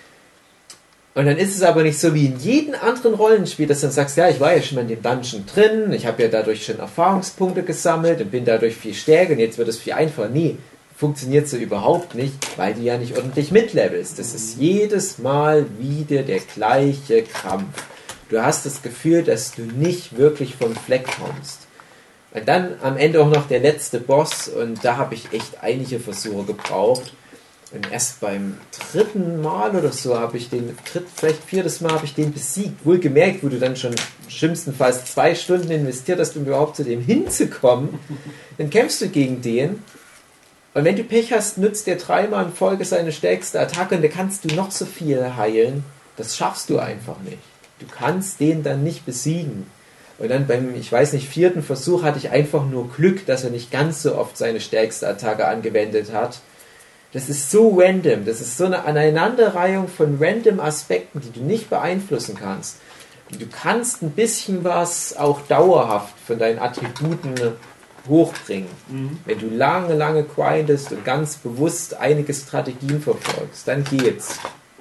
Und dann ist es aber nicht so wie in jedem anderen Rollenspiel, dass du dann sagst, ja, ich war ja schon mal in dem Dungeon drin, ich habe ja dadurch schon Erfahrungspunkte gesammelt und bin dadurch viel stärker und jetzt wird es viel einfacher. Nee, funktioniert so überhaupt nicht, weil du ja nicht ordentlich mitlevelst. Das ist jedes Mal wieder der gleiche Kampf. Du hast das Gefühl, dass du nicht wirklich vom Fleck kommst. Und dann am Ende auch noch der letzte Boss, und da habe ich echt einige Versuche gebraucht. Und erst beim dritten Mal oder so habe ich den, dritt, vielleicht viertes Mal habe ich den besiegt. Wohlgemerkt, wo du dann schon schlimmstenfalls zwei Stunden investiert hast, um überhaupt zu dem hinzukommen. Dann kämpfst du gegen den. Und wenn du Pech hast, nutzt der dreimal in Folge seine stärkste Attacke, und da kannst du noch so viel heilen. Das schaffst du einfach nicht. Du kannst den dann nicht besiegen. Und dann beim, ich weiß nicht, vierten Versuch hatte ich einfach nur Glück, dass er nicht ganz so oft seine stärkste Attacke angewendet hat. Das ist so random, das ist so eine Aneinanderreihung von random Aspekten, die du nicht beeinflussen kannst. Und du kannst ein bisschen was auch dauerhaft von deinen Attributen hochbringen, mhm. wenn du lange, lange grindest und ganz bewusst einige Strategien verfolgst, dann geht's.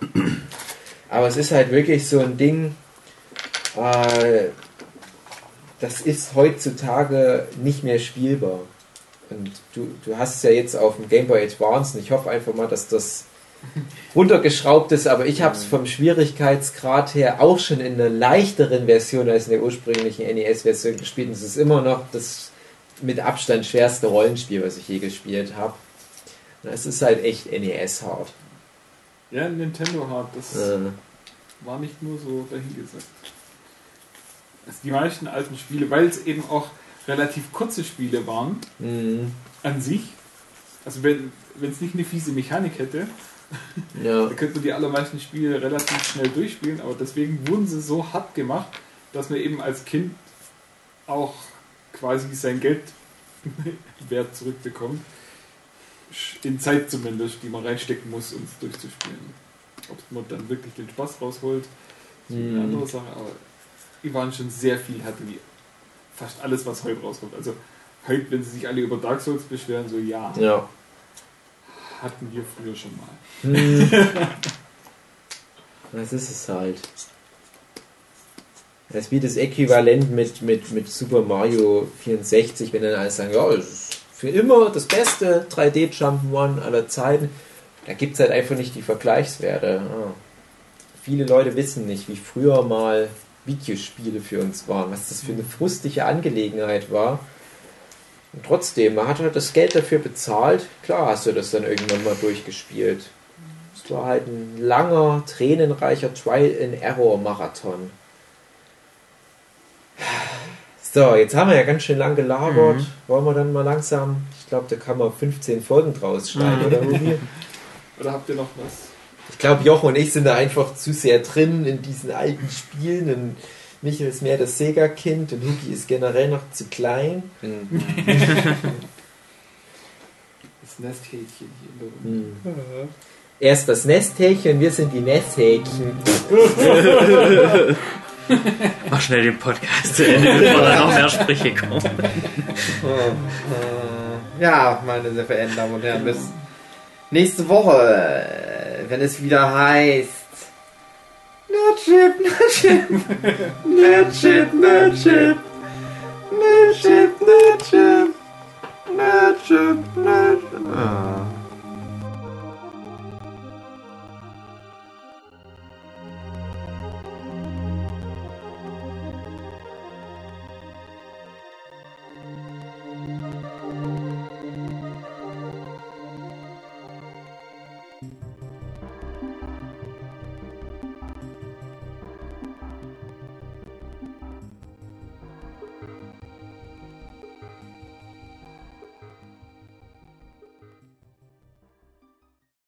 Aber es ist halt wirklich so ein Ding, äh, das ist heutzutage nicht mehr spielbar. Und du, du hast es ja jetzt auf dem Game Boy Advance, und ich hoffe einfach mal, dass das runtergeschraubt ist, aber ich habe es vom Schwierigkeitsgrad her auch schon in einer leichteren Version als in der ursprünglichen N E S-Version gespielt, und es ist immer noch das mit Abstand schwerste Rollenspiel, was ich je gespielt habe. Es ist halt echt N E S-hard. Ja, Nintendo hard, das äh. war nicht nur so dahingesagt. Also die meisten alten Spiele, weil es eben auch relativ kurze Spiele waren, mhm. an sich. Also wenn es nicht eine fiese Mechanik hätte, ja. dann könnte man die allermeisten Spiele relativ schnell durchspielen, aber deswegen wurden sie so hart gemacht, dass man eben als Kind auch quasi sein Geld wert zurückbekommt. In Zeit zumindest, die man reinstecken muss, um es durchzuspielen. Ob man dann wirklich den Spaß rausholt, ist mhm. eine andere Sache, aber die waren schon sehr viel härter wie fast alles, was heute rauskommt. Also heute, wenn sie sich alle über Dark Souls beschweren, so ja. Ja. Hatten wir früher schon mal. Hm. Das ist es halt. Das ist wie das Äquivalent mit, mit, mit Super Mario vierundsechzig, wenn dann alle sagen, ja, das ist für immer das beste drei D Jump'n'Run aller Zeiten. Da gibt es halt einfach nicht die Vergleichswerte. Ah. Viele Leute wissen nicht, wie früher mal Videospiele für uns waren, was das für eine frustige Angelegenheit war. Und trotzdem, man hat halt das Geld dafür bezahlt. Klar hast du das dann irgendwann mal durchgespielt. Es war halt ein langer, tränenreicher Trial-and-Error-Marathon. So, jetzt haben wir ja ganz schön lang gelabert. Mhm. Wollen wir dann mal langsam, ich glaube, da kann man fünfzehn Folgen draus schneiden, mhm. oder Hugi? Oder habt ihr noch was? Ich glaube, Jochen und ich sind da einfach zu sehr drin in diesen alten Spielen. Und Michael ist mehr das Sega-Kind und Hugi ist generell noch zu klein. Mhm. Das Nesthäkchen hier in der Runde. Mhm. Er ist das Nesthäkchen, wir sind die Nesthäkchen. Mach schnell den Podcast zu Ende, bevor da noch mehr Sprüche kommen. Ja, meine sehr verehrten Damen und Herren, bis nächste Woche, wenn es wieder heißt Nerdship, Nerdship, Nerdship, Nerdship, Nerdship, Nerdship, Nerdship, Nerdship.